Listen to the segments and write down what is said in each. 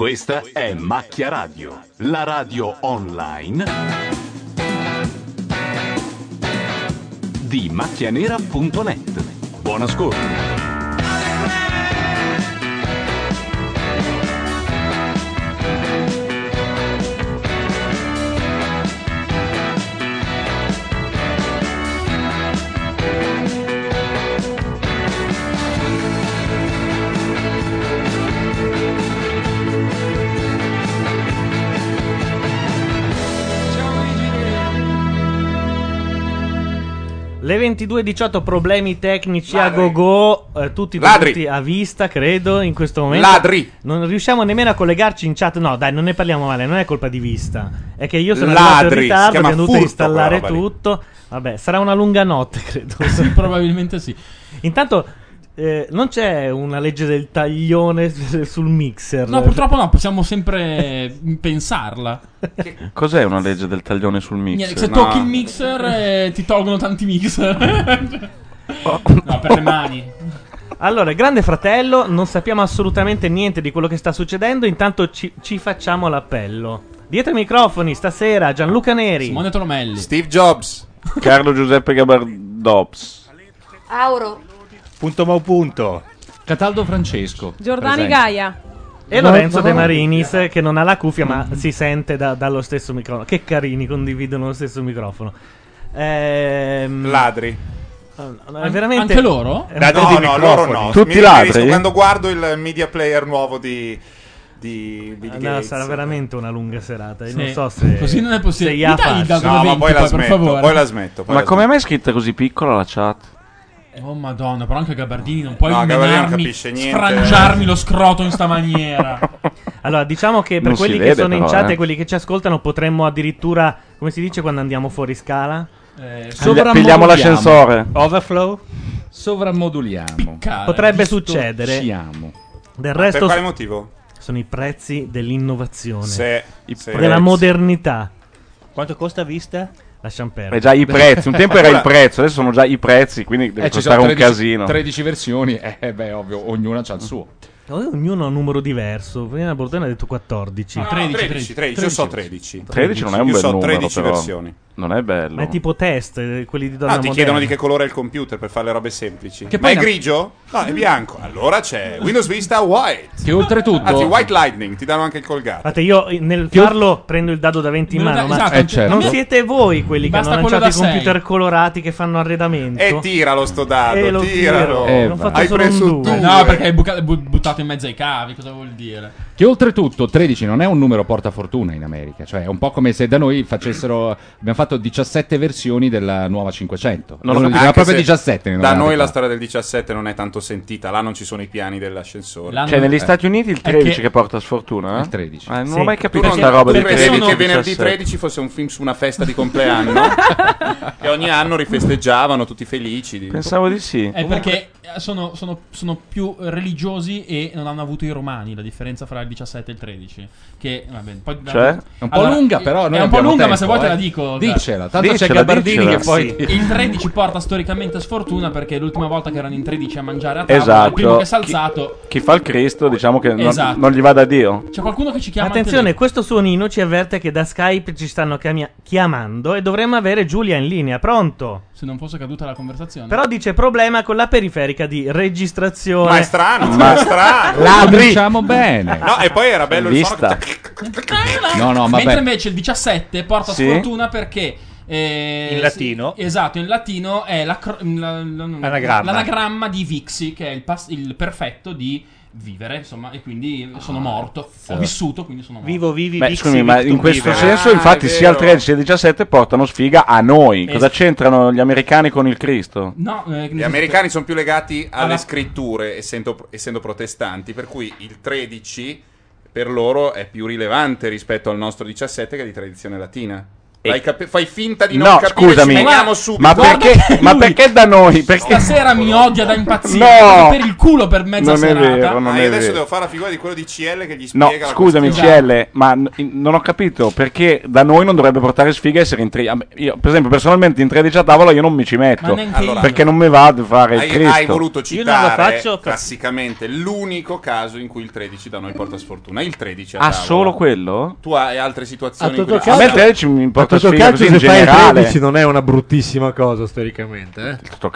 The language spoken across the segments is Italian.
Questa è Macchia Radio, la radio online di macchianera.net. Buon ascolto. Le 22:18, problemi tecnici Ladri. a go-go, tutti dovuti a vista, credo, in questo momento. Ladri. Non riusciamo nemmeno a collegarci in chat. No, dai, non ne parliamo male, non è colpa di vista. È che io sono arrivato in ritardo, abbiamo dovuto installare tutto. Vabbè, sarà una lunga notte, credo. Sì, probabilmente sì. Intanto non c'è una legge del taglione sul mixer. No, purtroppo no, possiamo sempre pensarla. Cos'è una legge del taglione sul mixer? Se tocchi il mixer ti tolgono tanti mixer. No, per le mani. Allora, Grande Fratello, non sappiamo assolutamente niente di quello che sta succedendo. Intanto ci facciamo l'appello. Dietro i microfoni stasera Gianluca Neri, Simone Tolomelli, Steve Jobs, Carlo Giuseppe Gabardops, Auro, Punto. Cataldo Francesco, Giordani presente. Gaia e Lorenzo De Marinis, che non ha la cuffia ma si sente dallo stesso microfono. Che carini, condividono lo stesso microfono. ladri. È veramente Anche loro? No, loro no. Tutti Mi ladri? riferisco quando guardo il media player nuovo di Bill No, Gates. sarà veramente una lunga serata. Io Sì. non so se Così non è possibile. se gli ha Mi dai il fatto. dato No, ma 20 poi la per smetto, favore. poi la smetto. Ma come mai è scritta così piccola la chat? Oh madonna, però anche Gabardini non puoi No, Gabardini non menarmi, capisce niente. sfrangiarmi lo scroto in sta maniera. Allora, diciamo che per Non si quelli che vede, sono in però, chat e quelli che ci ascoltano potremmo addirittura, come si dice quando andiamo fuori scala? Pigliamo l'ascensore. Overflow? Sovrammoduliamo. Potrebbe succedere. Siamo. Del Per resto quale motivo? sono i prezzi dell'innovazione, Se della modernità. Quanto costa vista? Lasciamo È perdere. già i prezzi, un tempo era il prezzo, adesso sono già i prezzi, quindi deve Ci costare sono un 13 casino. 13 versioni, ovvio, ognuna c'ha il suo. Ognuno ha un numero diverso. Prima Bordone ha detto 14. No, 13, io so 13. 13 non è un Io bel so numero, 13 però. versioni. Non è bello. Ma è tipo test, quelli di donna Ah, ti moderna. chiedono di che colore è il computer per fare le robe semplici. Che Ma poi è grigio? No, è bianco. Allora c'è Windows Vista White. Che oltretutto... Anzi, White Lightning, ti danno anche il colgato. Guardate, io nel farlo prendo il dado da 20 in mano, ma Esatto, certo. non siete voi quelli che Basta hanno quello lanciato i da computer sei. colorati che fanno arredamento? E tiralo sto E dado, lo tiralo. tiro. Non ho fatto Hai solo preso un due. tu. No, perché hai buttato in mezzo ai cavi, cosa vuol dire? Che oltretutto 13 non è un numero portafortuna in America, cioè è un po' come se da noi facessero, abbiamo fatto 17 versioni della nuova 500. Non lo Uno capisco. diceva proprio se 17. ne Da avevate noi la qua. storia del 17 non è tanto sentita. Là non ci sono i piani dell'ascensore. L'hanno- Cioè, negli Stati Uniti il 13 che- che porta sfortuna, eh? Il 13. Non Sì. ho mai Tu capito non, sta roba del tu perché credevi 13 che venerdì 17. 13 fosse un film su una festa di compleanno? Che ogni anno rifesteggiavano tutti felici. Pensavo di sì. È perché sono più religiosi e non hanno avuto i romani, la differenza fra il 17 e il 13. Che, vabbè, poi, Cioè? È un po' lunga, però noi è un po' abbiamo lunga, ma tempo, se vuoi te la dico. Dicela, tanto c'è Dicela, Gabardini dicela. che poi... Il 13 porta storicamente sfortuna perché l'ultima volta che erano in 13 a mangiare a tavola, Esatto. il primo che si è alzato. Chi fa il Cristo, diciamo che Esatto. non gli va da Dio. C'è qualcuno che ci chiama. Attenzione, anche questo suonino ci avverte che da Skype ci stanno chiamando e dovremmo avere Giulia in linea. Pronto? lì. Se non fosse caduta la conversazione. Però dice problema con la periferica di registrazione. Ma è strano, ma è strano. Ladri! Diciamo bene. No, e poi era bello il Vista. No, no, Mentre vabbè. invece il 17 porta Sì? sfortuna perché In latino? Esatto, in latino è Anagramma. l'anagramma di vixi, che è il perfetto di vivere, insomma, e quindi sono morto. Ho vissuto, quindi sono morto. Vivo, vivi, Beh, vixi, scusami, ma victum in questo vivere. senso, Ah, infatti, è sia il vero. 13 sia il 17 portano sfiga a noi. Cosa Es- c'entrano gli americani con il Cristo? No, Gli americani sono più legati alle Alla- scritture, essendo protestanti, per cui il 13 per loro è più rilevante rispetto al nostro 17 che è di tradizione latina. Fai finta di non capire, scusami, ci veniamo subito. Ma perché da noi? Perché stasera mi odia da impazzire. No! Per il culo per mezza Non è serata. vero, non io è adesso vero. devo fare la figura di quello di CL che gli No, spiega la scusami questione. CL, ma non ho capito perché da noi non dovrebbe portare sfiga essere in io, per esempio, personalmente in 13 a tavola io non mi ci metto, perché non mi va a fare il Cristo. Hai voluto Io non lo citare faccio classicamente l'unico caso in cui il 13 da noi porta sfortuna. Il 13 a Ah, tavola. solo quello? Tu hai altre situazioni in cui A me il 13 mi importa Tutto sfiga calcio così in se fai il generale. 13 non è una bruttissima cosa storicamente.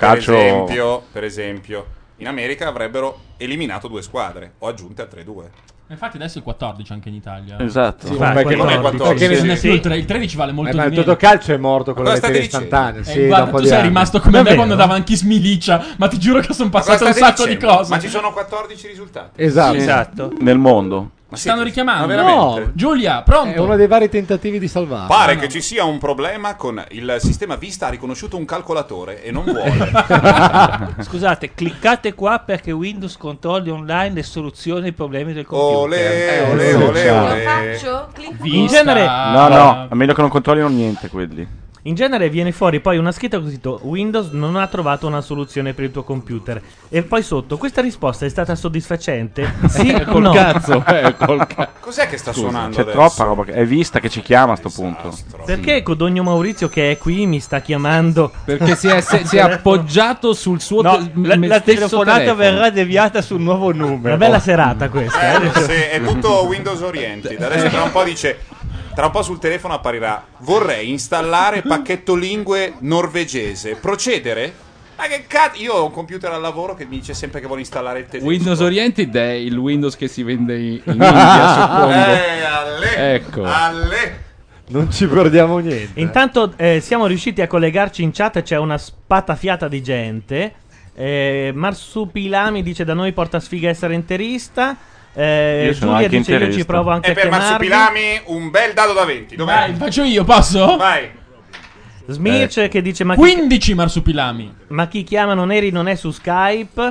Per esempio, in America avrebbero eliminato 2 squadre o aggiunte a 3-2. Infatti adesso è il 14 anche in Italia. Esatto. Sì, perché non è 14. Perché non è Sì. più il 13 vale molto ma di il meno. Totocalcio è morto con Ma le cosa lettere state istantanee. dicendo? Sì, Guarda, da un po' tu di sei anni. rimasto come me Davvero? quando davano Kiss Milicia, ma ti giuro che sono Ma passate cosa un state sacco di dicendo? cose. Ma ci sono 14 risultati. Esatto. Nel mondo. Ma Stanno richiamando. veramente? Giulia, pronto? È uno dei vari tentativi di salvarlo. Pare che ci sia un problema con il sistema Vista, ha riconosciuto un calcolatore e non vuole. Scusate, cliccate qua perché Windows controlli online le soluzioni ai problemi del computer. Olè, olè, olè, olè. Faccio? Clicco. In genere, No, è meglio che non controllino niente quelli. in genere viene fuori poi una scritta così: Windows non ha trovato una soluzione per il tuo computer. E poi sotto, questa risposta è stata soddisfacente? Sì, Col no. cazzo, col cazzo. Cos'è che sta suonando C'è adesso? troppa roba. È Vista che ci chiama a sto punto. Perché Codogno Maurizio, che è qui, mi sta chiamando? Perché si è appoggiato sul suo No, la stesso telefonata telefono. verrà deviata sul nuovo numero. Una bella serata questa. Sì, è tutto Windows Oriented. Adesso tra un po' dice, tra un po' sul telefono apparirà: vorrei installare pacchetto lingue norvegese. Procedere? Ma che cazzo? Io ho un computer al lavoro che mi dice sempre che vuole installare il tedesco. Windows Oriented è il Windows che si vende in India, suppongo. Alle, Ecco. alle. Non ci perdiamo niente. Intanto siamo riusciti a collegarci in chat, c'è una spatafiata di gente. Marsupilami dice: da noi porta sfiga essere interista. Io sono Giulia anche dice: io ci interista. provo anche E a per chiamarvi. Marsupilami un bel dado da 20. Dov'è? Vai, faccio io, posso? Vai. Smirch che dice: ma 15 marsupilami. ma chi chiamano Neri non è su Skype.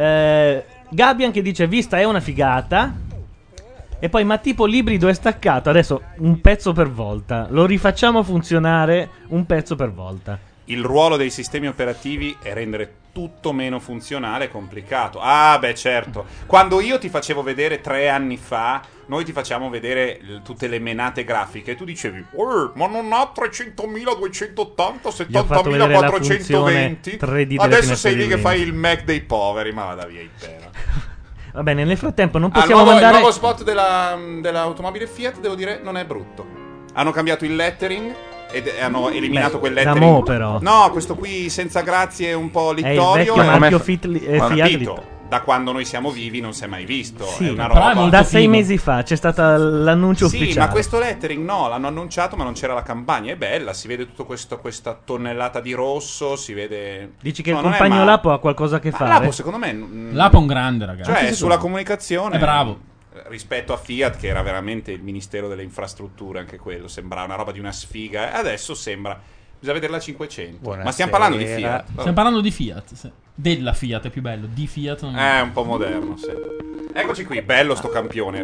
Gabian che dice: Vista è una figata. E poi ma tipo l'ibrido è staccato. Adesso un pezzo per volta. Lo rifacciamo funzionare un pezzo per volta. Il ruolo dei sistemi operativi è rendere tutto meno funzionale e complicato. Ah, beh, certo. Quando io ti facevo vedere 3 anni fa, noi ti facciamo vedere tutte le menate grafiche, tu dicevi: ma non ha 300.280, Gli ho fatto vedere la funzione 70.420. 3D delle Adesso sei lì finestre che di fai Windows. il Mac dei poveri, ma vada via Ipera. Va bene, nel frattempo non Il possiamo mandare. nuovo spot dell'automobile Fiat, devo dire, non è brutto. Hanno cambiato il lettering ed hanno eliminato quel da lettering. mo' però. No, questo qui senza grazie, un po' È il littorio. vecchio marchio Fiat Fiat. da quando noi siamo vivi non si è mai visto. Sì, è una però roba. da 6 mesi fa c'è stato l'annuncio Sì, ufficiale. ma questo lettering no, l'hanno annunciato, ma non c'era la campagna. È bella, si vede tutto questa tonnellata di rosso, si vede. Dici che No, il non è compagno male. Lapo ha qualcosa a che Ma fare? Lapo, secondo me. Lapo è un grande, ragazzi. Cioè, sulla comunicazione. È bravo. Rispetto a Fiat, che era veramente il ministero delle infrastrutture, anche quello sembrava una roba di una sfiga. Adesso sembra. Bisogna vedere la 500. Buonasera. Ma stiamo parlando di Fiat. Stiamo parlando di Fiat. Sì. Della Fiat è più bello. Di Fiat non È un po' moderno, sì. Eccoci qui, bello sto campione.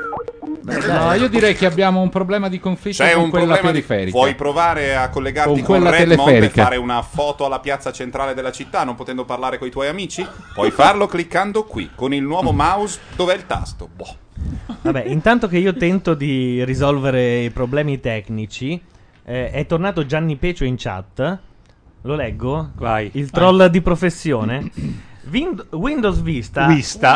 No, io direi che abbiamo un problema di conflitto C'è con un quella problema periferica. Vuoi provare a collegarti Con con quella Redmond e teleferica. fare una foto alla piazza centrale della città non potendo parlare con i tuoi amici? Puoi farlo cliccando qui, con il nuovo mouse. Dov'è il tasto? Boh. Vabbè, intanto che io tento di risolvere i problemi tecnici, è tornato Gianni Pecio in chat. Lo leggo? Vai. Il troll di professione. Windows Vista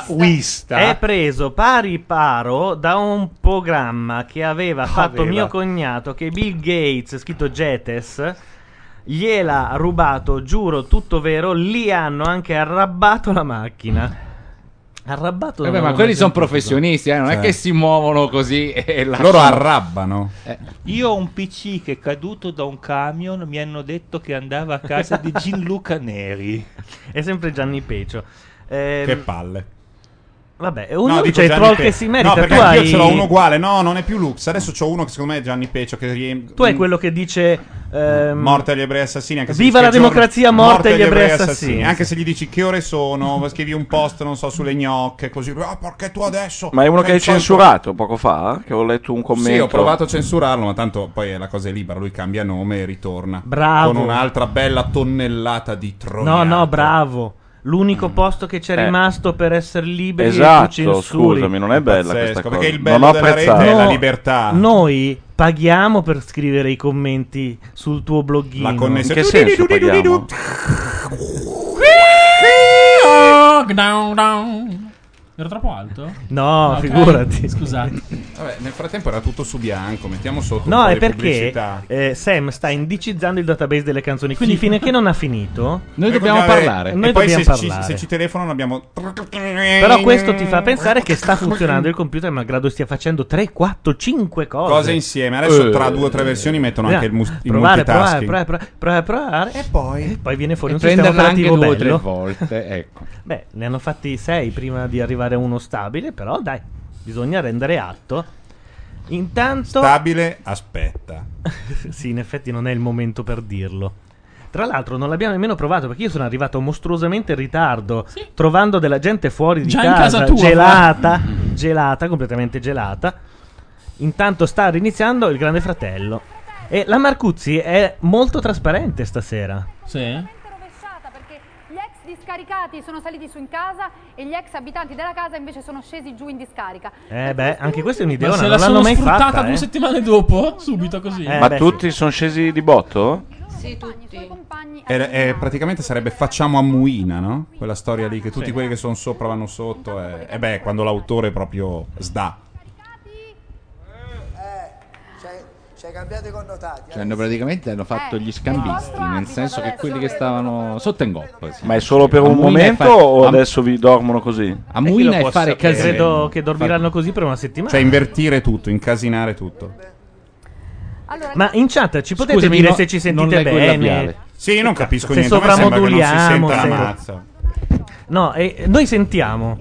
è preso pari paro da un programma che aveva fatto mio cognato, che Bill Gates, scritto Getes, gliel'ha rubato, giuro, tutto vero. Lì hanno anche arrabbato la macchina. Arrabbato. Ma quelli sono professionisti, non è che si muovono così e Loro arrabbano. Io ho un PC che è caduto da un camion, mi hanno detto che andava a casa di Gianluca Neri. È sempre Gianni Pecio. Che palle. Vabbè, ognuno c'è il troll che si merita. No, perché tu io ce l'ho uno uguale. No, non è più Lux. Adesso c'ho uno che secondo me è Gianni Peccio. Tu hai quello che dice morte agli ebrei assassini. Anche se viva la democrazia, morte agli ebrei assassini. assassini. Anche se gli dici che ore sono, scrivi un post, non so, sulle gnocche, così. Perché tu adesso. Ma è uno che hai censurato poco fa? Che ho letto un commento. Sì, ho provato a censurarlo, ma tanto poi la cosa è libera. Lui cambia nome e ritorna. Bravo. Con un'altra bella tonnellata di troiate. No, bravo. L'unico posto che c'è rimasto per essere liberi esatto, e tu censuri. Scusami, non è bella questa cosa. Perché il bello della rete è la libertà. Noi paghiamo per scrivere i commenti sul tuo bloggino. La connessione. In che senso paghiamo? Era troppo alto? No, okay. Figurati. Scusate. Vabbè, nel frattempo era tutto su bianco. Mettiamo sotto no, un po' è di perché Sam sta indicizzando il database delle canzoni. Quindi finché non ha finito, noi dobbiamo parlare. Noi e poi dobbiamo parlare. Se ci telefonano abbiamo. Però questo ti fa pensare che sta funzionando il computer, malgrado stia facendo 3, 4, 5 cose insieme. Adesso tra 2 o 3 versioni mettono anche il multitasking. Provare e poi viene fuori un sistema operativo anche 2 o 3 bello. volte, ecco. Beh, ne hanno fatti 6 prima di arrivare a uno stabile, però dai, bisogna rendere atto. Intanto stabile, aspetta. Sì, in effetti non è il momento per dirlo. Tra l'altro non l'abbiamo nemmeno provato perché io sono arrivato mostruosamente in ritardo, trovando della gente fuori di casa tua, gelata, completamente gelata. Intanto sta riniziando il Grande Fratello e la Marcuzzi è molto trasparente stasera. Sì. Scaricati sono saliti su in casa e gli ex abitanti della casa invece sono scesi giù in discarica. Beh, anche questa è un'idea. Ma se non l'hanno mai fatta. sfruttata 2 settimane dopo, subito così. Ma tutti sono scesi di botto? Sì, tutti. Praticamente sarebbe facciamo a muina, no? Quella storia lì che tutti quelli che sono sopra vanno sotto. E beh, quando l'autore proprio sdà. Cioè, cambiate i connotati. Cioè, praticamente hanno fatto gli scambisti, nel senso che quelli che stavano sotto in goppa. Sì. Ma è solo per un momento o adesso vi dormono così? A muina e fare casino. Credo che dormiranno così per una settimana. Cioè, invertire tutto, incasinare tutto. Allora, ma in chat ci potete dire se ci sentite bene? Sì, io non capisco se niente. Sovramoduliamo. Se la mazza. No, noi sentiamo.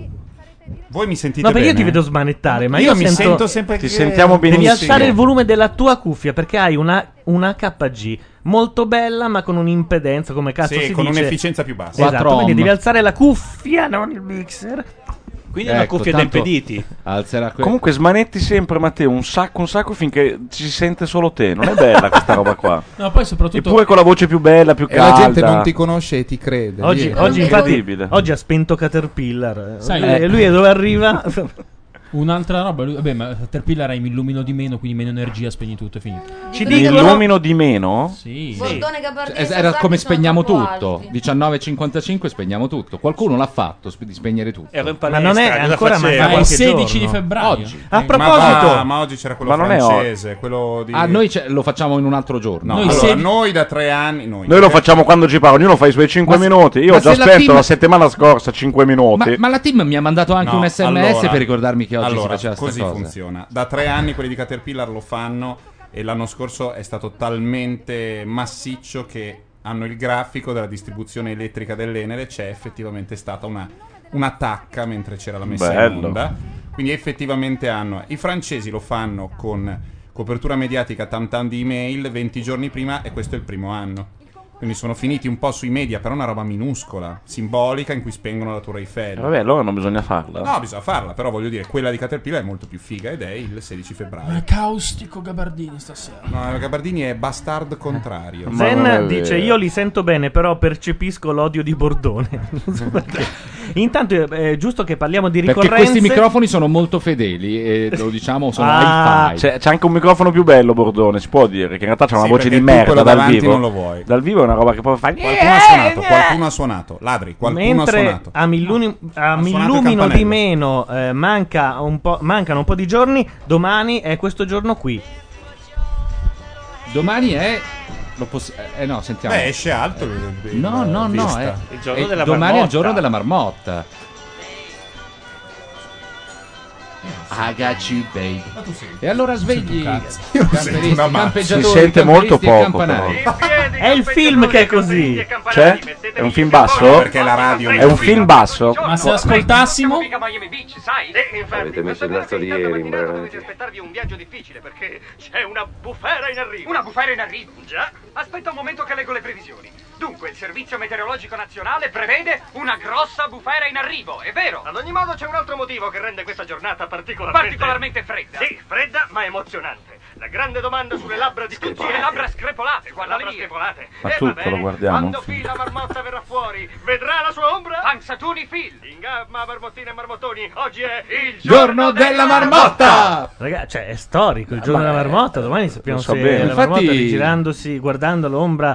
Voi mi sentite no, perché bene? io ti vedo smanettare, ma io mi sento sempre ti sentiamo benissimo. Devi alzare il volume della tua cuffia perché hai una HG molto bella ma con un'impedenza, come cazzo si dice, con un'efficienza più bassa. Esatto, quindi devi alzare la cuffia, non il mixer. Quindi è una cuffia da impediti. Comunque smanetti sempre, Matteo, un sacco finché ci sente solo te. Non è bella questa roba qua. No, poi soprattutto eppure con la voce più bella, più calda. E la gente non ti conosce e ti crede. Oggi infatti oggi ha spento Caterpillar. Sai, lui è dove arriva. Un'altra roba, vabbè, ma Caterpillar hai mi illumino di meno, quindi meno energia, spegni tutto, è finito. Ci dicono illumino di meno? Sì. Bordone, Gabardini, era come spegniamo tutto. 19:55 spegniamo tutto. Qualcuno l'ha fatto di spegnere tutto. Ero in palestra, ma non è ancora è il 16 di febbraio. Oggi. A proposito, ma oggi c'era quello francese, quello di noi lo facciamo in un altro giorno. No, noi da 3 anni noi lo facciamo quando ci parla, ognuno fa i suoi 5 minuti. Io ho già spento la settimana scorsa 5 minuti. Ma la team mi ha mandato anche un SMS per ricordarmi che oggi si faceva sta cosa. Funziona. Da 3 anni quelli di Caterpillar lo fanno e l'anno scorso è stato talmente massiccio che hanno il grafico della distribuzione elettrica dell'Enel. C'è effettivamente stata una tacca mentre c'era la messa in onda. Quindi effettivamente hanno. I francesi lo fanno con copertura mediatica tantan di email 20 giorni prima e questo è il primo anno. Quindi sono finiti un po' sui media per una roba minuscola, simbolica, in cui spengono la Tour Eiffel. Vabbè, allora non bisogna farla. No, bisogna farla, però voglio dire, quella di Caterpillar è molto più figa ed è il 16 febbraio. È caustico Gabardini stasera. No, Gabardini è bastard contrario. Zen dice, io li sento bene, però percepisco l'odio di Bordone. Non so perché. Intanto è giusto che parliamo di ricorrenze. Perché questi microfoni sono molto fedeli e lo diciamo sono hi-fi. C'è anche un microfono più bello, Bordone, si può dire, che in realtà c'ha una voce di merda dal vivo. Non lo vuoi. Dal vivo è una roba che poi fa. Qualcuno ha suonato, ladri, qualcuno ha suonato. A Millumino di meno mancano un po' di giorni. Domani è questo giorno qui. Domani è no, sentiamo. Beh, esce alto. No, è il giorno della domani marmotta. è il giorno della marmotta. I got you, babe. E allora svegli campeggiatori, si sente molto poco. È il film che è così. C'è? È un film basso? Perché la radio È un film basso? Ma se ascoltassimo... Miami Beach, sai? Avete messo il nazzo di ieri in Dovete aspettarvi un viaggio difficile perché c'è una bufera in arrivo. Una bufera in arrivo? Già. Aspetta un momento che leggo le previsioni. Dunque, il Servizio Meteorologico Nazionale prevede una grossa bufera in arrivo, è vero? Ad ogni modo c'è un altro motivo che rende questa giornata particolarmente fredda. Sì, fredda ma emozionante. La grande domanda sulle labbra di tutti. Le labbra screpolate, guarda le mie. Ma tutto lo guardiamo. Quando Phil la marmotta verrà fuori, vedrà la sua ombra? Panzatuni Phil. In gamma, marmottine e marmottoni, oggi è il giorno della marmotta! Ragazzi, cioè, è storico il giorno della marmotta. Domani sappiamo lo so se bene. la marmotta, Infatti- rigirandosi, guardando l'ombra,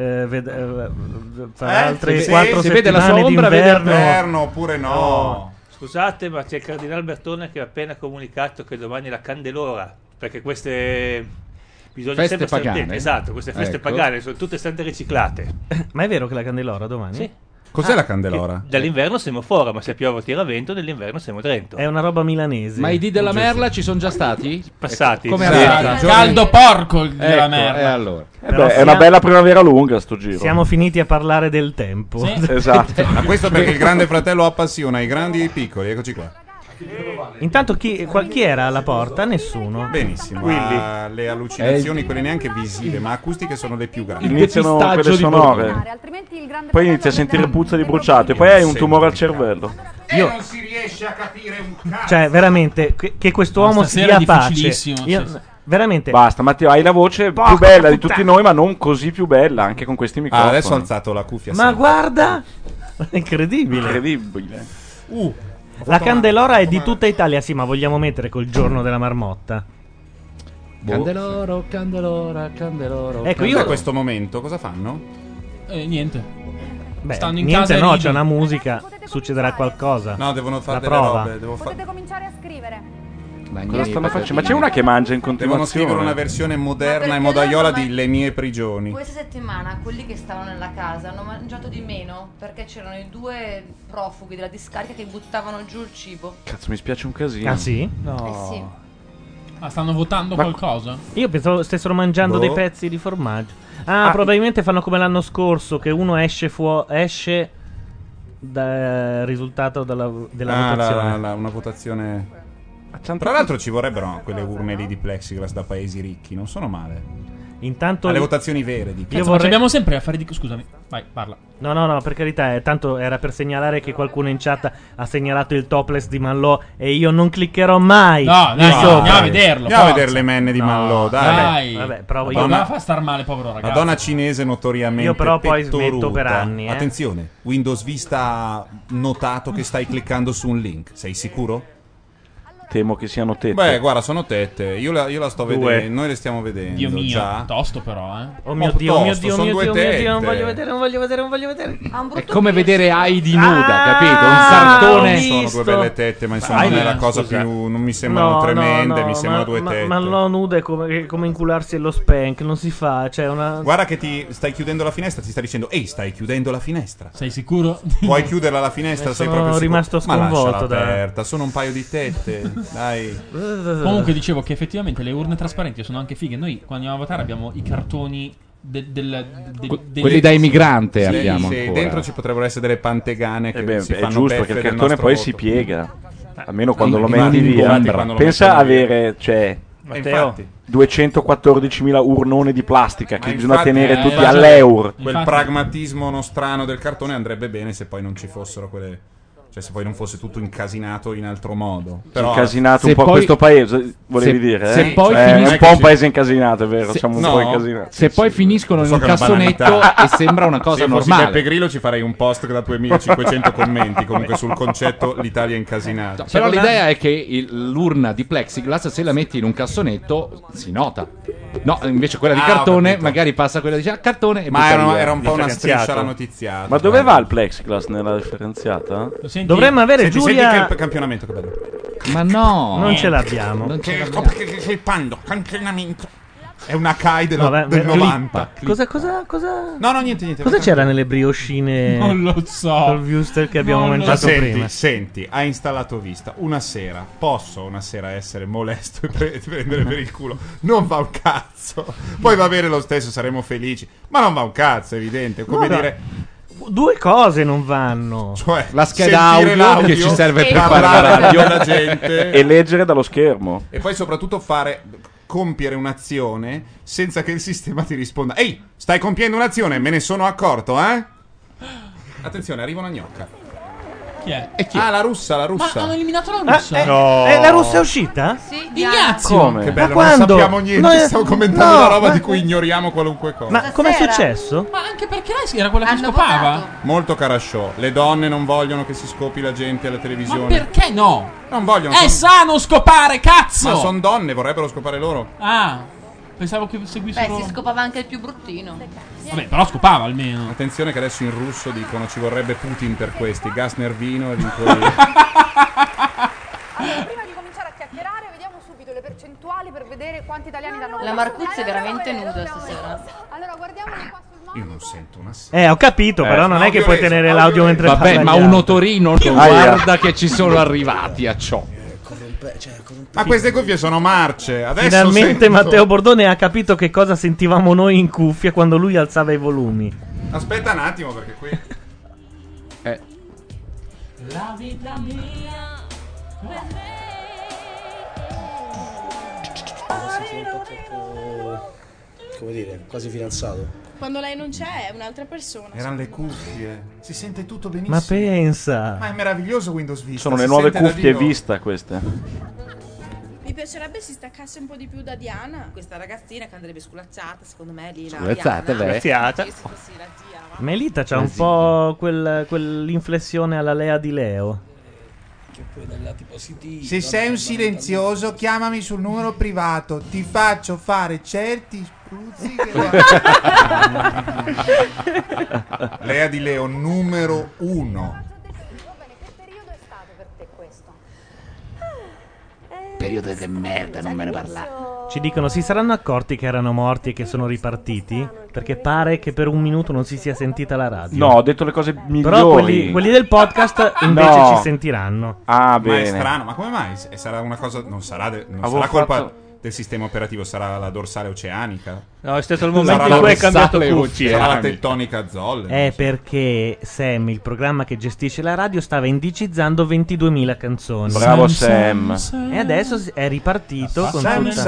farà altre sì, 4 si vede la sua settimane ombra, vede d'inverno. oppure no. Scusate, ma c'è il Cardinal Bertone che ha appena comunicato che domani è la Candelora, perché queste bisogna Feste sempre stare pagane. attenti. Esatto, queste feste Ecco. pagane sono tutte state riciclate. Ma è vero che la Candelora domani? Sì. Cos'è la Candelora? Dall'inverno siamo fuori, ma se piove tira vento, nell'inverno siamo dentro. È una roba milanese. Ma i D della Merla ci sono già stati? Passati. Come Sì. andata? Caldo porco il della Ecco, merda. e allora. Però È una bella primavera lunga sto giro. Siamo finiti a parlare del tempo. Sì. Esatto. Ma questo perché il grande fratello appassiona i grandi e i piccoli, eccoci qua. Intanto chi era alla porta? Nessuno. Benissimo. Le allucinazioni, quelle neanche visive, ma acustiche sono le più gravi. Iniziano depistaggio quelle di sonore. Altrimenti il grande Poi inizi a sentire puzza di bruciato e poi hai un tumore al cervello. Non si riesce a capire un cazzo. Cioè, veramente, che quest'uomo Ma stasera sia è pace. difficilissimo, Io- sì. Veramente. Basta, Matteo, hai la voce più bella di tutti noi, ma non così più bella, anche con questi microfoni. Adesso ho alzato la cuffia. Ma guarda! Incredibile. Incredibile. La Candelora è di tutta Italia, sì, ma vogliamo mettere col giorno della marmotta. Candeloro, candelora, candeloro. Ecco, Io a io questo momento cosa fanno? Niente. Beh, Stanno in niente, casa e no, ridono. c'è una musica, succederà qualcosa. No, devono fare La delle prova. robe. Potete cominciare a scrivere. Cosa stanno facendo? Ma c'è una che mangia in Devono continuazione. scrivere una versione moderna Ma e perché modaiola loro di Le mie prigioni. Questa settimana quelli che stavano nella casa hanno mangiato di meno perché c'erano i 2 profughi della discarica che buttavano giù il cibo. Cazzo, mi spiace un casino. Ah, sì? Eh sì. Ah, stanno votando qualcosa? Io pensavo stessero mangiando Boh. dei pezzi di formaggio. Probabilmente fanno come l'anno scorso, che uno esce dal risultato della votazione. Una votazione. Tra l'altro ci vorrebbero quelle urne lì di plexiglass da paesi ricchi, non sono male. Intanto Alle votazioni vere, dico. Cazzo, ma ci abbiamo sempre affari di... Scusami, vai, parla. No, per carità, tanto era per segnalare che qualcuno in chat ha segnalato il topless di Manlò e io non cliccherò mai. No, lì dai, sopra. andiamo a vederlo. Andiamo a forza. vedere le menne di Manlò, dai. Vabbè, provo Ma io. non fa star male, povero ragazzo. Madonna cinese notoriamente Io però poi pettoruta. smetto per anni, Attenzione, Windows Vista ha notato che stai cliccando su un link. Sei sicuro? Temo che siano tette. Beh, guarda, sono tette. Io la sto Due. vedendo. Noi le stiamo vedendo. Dio mio, già. tosto però, Oh mio Dio, oh mio tosto, Dio, sono mio due Dio, mio Dio, non tette. voglio vedere. Ha un È brutto come piercing. vedere Heidi nuda, capito? Un ho cartone. visto. Sono due belle tette, ma insomma non è la cosa più. Non mi sembrano tremende, mi sembrano due tette. Ma no, nude è come incularsi allo spank, non si fa, cioè una... Guarda che ti stai chiudendo la finestra, ti sta dicendo ehi, stai chiudendo la finestra. Sei sicuro? Vuoi chiuderla la finestra? Sei Sono proprio sicuro? rimasto Ma lasciala sconvolto da- aperta, sono un paio di tette. Dai. Comunque dicevo che effettivamente le urne trasparenti sono anche fighe. Noi quando andiamo a votare abbiamo i cartoni Quelli da immigrante Sì, abbiamo sì, ancora. dentro ci potrebbero essere delle pantegane che Beh, si è fanno giusto beffe perché il del cartone nostro poi voto. si piega. Almeno quando lo Infatti, metti via. infatti, quando lo Pensa mettono via. avere, cioè, Matteo, 214.000 urnone di plastica che Ma bisogna infatti, tenere tutti infatti, all'euro. Quel pragmatismo nostrano del cartone andrebbe bene se poi non ci fossero quelle. Cioè, se poi non fosse tutto incasinato in altro modo. Però, Incasinato se un po' poi- questo paese, volevi dire? se poi è un finisce- po' un paese incasinato, è vero? Siamo un no, po' incasinati. se poi finiscono in So un che è una cassonetto banalità. e sembra una cosa Se fossi normale. Beppe Grillo ci farei un post da 2500 commenti comunque sul concetto l'Italia incasinata. Però l'idea è che l'urna di plexiglass, se la metti in un cassonetto, si nota. No, invece quella di Ah, ho cartone, capito. magari passa quella di cartone e Ma butta via. era un po' una striscia Differenziato. alla notiziata. Ma dove va il plexiglass nella differenziata? Dovremmo avere Senti Giulia... che campionamento, che bello. Ma no, Non ce l'abbiamo. non ce l'abbiamo. Il pando, campionamento. È una Kai del No, beh, 90. Cosa? No, niente. Cosa c'era nelle brioscine Non lo so. col Wuster che abbiamo Non lo mangiato prima? Senti, ha installato Vista una sera. Posso una sera essere molesto e prendere per il culo? Non va un cazzo. Poi va bene lo stesso, saremo felici. Ma non va un cazzo, è evidente. Come No, no. dire, Due cose non vanno. Cioè, La scheda sentire audio l'audio che ci serve per parlare fare la radio. con la gente E leggere dallo schermo. e poi soprattutto compiere un'azione senza che il sistema ti risponda. Ehi, stai compiendo un'azione, me ne sono accorto, eh? Attenzione, arriva una gnocca. Chi è? Ah, la russa. Ma hanno eliminato la russa? La russa è uscita? Sì, Ignazio. Come? Che bello, Ma non quando? sappiamo niente, Noi- stiamo commentando no, una roba ma- di cui ignoriamo qualunque cosa. Ma com'è successo? Ma anche perché lei era quella che Hanno scopava? votato. Molto carasciò. Le donne non vogliono che si scopi la gente alla Ma televisione. perché no? Non vogliono. È sano scopare, cazzo! Ma sono donne, vorrebbero scopare loro. Ah, pensavo che Beh, seguissero... si scopava anche il più bruttino. Vabbè, però scopava almeno. Attenzione che adesso in russo dicono ci vorrebbe Putin per questi. Gas nervino e dico Allora, prima di cominciare a chiacchierare, vediamo subito le percentuali per vedere quanti italiani danno La Marcuzzi è veramente nuda stasera. Allora, guardiamoli qua sul monitor. io non sento una Ho capito, però non è che puoi tenere l'audio mentre Vabbè, parla ma gli un altri. Otorino non guarda che ci sono arrivati a ciò. Ma queste cuffie sono marce. Adesso Finalmente sento. Matteo Bordone ha capito che cosa sentivamo noi in cuffia quando lui alzava i volumi. Aspetta un attimo perché qui La vita mia. Come dire, quasi fidanzato. Quando lei non c'è è un'altra persona. erano le cuffie. Si sente tutto benissimo. Ma pensa. Ma è meraviglioso Windows Vista. Sono si le nuove sente da cuffie Dio. Vista queste. Mi piacerebbe si staccasse un po' di più da Diana. Questa ragazzina che andrebbe sculacciata, secondo me lì. Sculacciata, lei? Graziata. Sì, la zia. Melita c'ha un po' quell'inflessione alla Lea di Leo. Che poi dai lati positivi. Se sei un silenzioso, chiamami sul numero privato. Ti faccio fare certi spruzzi che Lea di Leo numero 1. Periodo di merda, non me ne parla. Ci dicono si saranno accorti che erano morti e che sono ripartiti? Perché pare che per un minuto non si sia sentita la radio. No, ho detto le cose migliori. Però quelli del podcast invece No. ci sentiranno. Ah, Ma bene. è strano, ma come mai? Sarà una cosa. Non sarà, non Avevo sarà colpa fatto- del sistema operativo, sarà la dorsale oceanica. No, è stato il momento Sarà in cui la hai cambiato dorsale cuffie. Sarà la tettonica a zolle. È perché Sam, il programma che gestisce la radio, stava indicizzando 22.000 canzoni. Bravo Sam. E adesso è ripartito con Sam, tutta...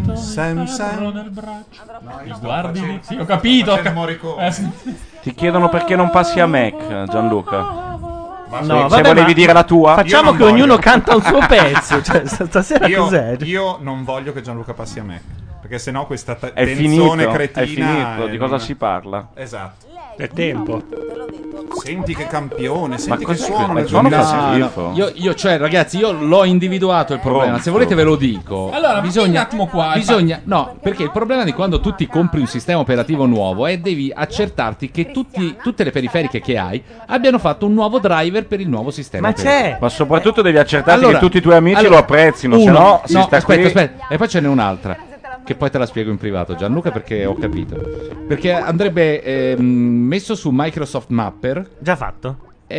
Mi guardi? Sì, ho capito. Sì. Ti chiedono perché non passi a Mac, Gianluca. No, se vabbè, volevi ma dire la tua. facciamo Io non che ognuno voglio. canta un suo pezzo. Cioè, stasera cos'è? Io non voglio che Gianluca passi a me. Perché sennò questa È tenzone finito, cretina. è finito. Di cosa non- si parla? Esatto. È tempo. Senti che campione, senti che cos'è suono che- nel suono 2006. schifo. Cioè, ragazzi, io l'ho individuato il problema. Se volete ve lo dico. Allora, bisogna un attimo qua. No, perché il problema di quando tu ti compri un sistema operativo nuovo è devi accertarti che tutte le periferiche che hai abbiano fatto un nuovo driver per il nuovo sistema. Ma operativo. c'è! Ma soprattutto devi accertarti Allora- che tutti i tuoi amici allora, lo apprezzino, se uno- no si sta aspetta, qui. aspetta. E poi ce n'è un'altra. Che poi te la spiego in privato, Gianluca, perché ho capito. Perché andrebbe messo su Microsoft Mapper. Già fatto?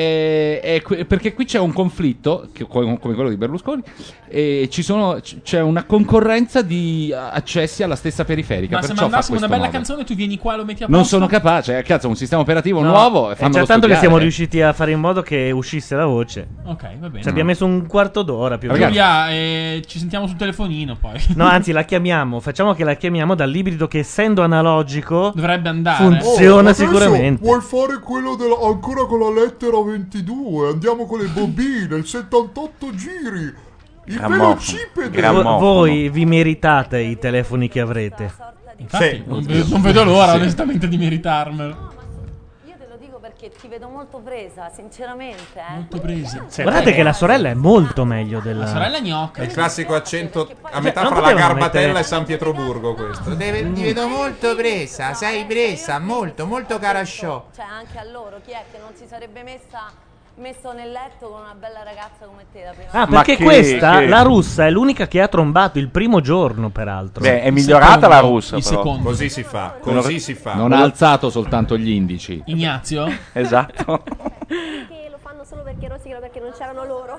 Perché qui c'è un conflitto come quello di Berlusconi e c'è una concorrenza di accessi alla stessa periferica. Ma se perciò fa mandassimo una questo bella modo. canzone, tu vieni qua e lo metti a posto. Non sono capace, cazzo, un sistema operativo No, nuovo e è fammelo già tanto che studiare. siamo riusciti a fare in modo che uscisse la voce. Ok, va bene. Ci abbiamo messo un quarto d'ora più o meno. Giulia, ci sentiamo sul telefonino poi. No, anzi, facciamo che la chiamiamo dall'ibrido che essendo analogico dovrebbe andare. funziona sicuramente. Vuol fare quello ancora con la lettera 22? Andiamo con le bobine, il 78 giri. Il velocipede. Voi vi meritate i telefoni che avrete. Infatti, non vedo l'ora, onestamente, di meritarmelo. Perché ti vedo molto presa, sinceramente. Molto presa. Guardate che la sorella è molto meglio della... La sorella gnocca. È il classico accento a metà non fra la potevano Garbatella mettere- e San Pietroburgo questo. Ti vedo molto presa, sei presa, molto, molto carasciò. Cioè, anche a loro, chi è che non si sarebbe messo nel letto con una bella ragazza come te da prima? Ah, perché questa, la russa, è l'unica che ha trombato il primo giorno, peraltro. Beh, è migliorata la russa, il però. secondo. Così si fa, così si fa. Non ha alzato soltanto gli indici. Ignazio? Esatto. Che lo fanno solo perché rosicano, perché non c'erano loro.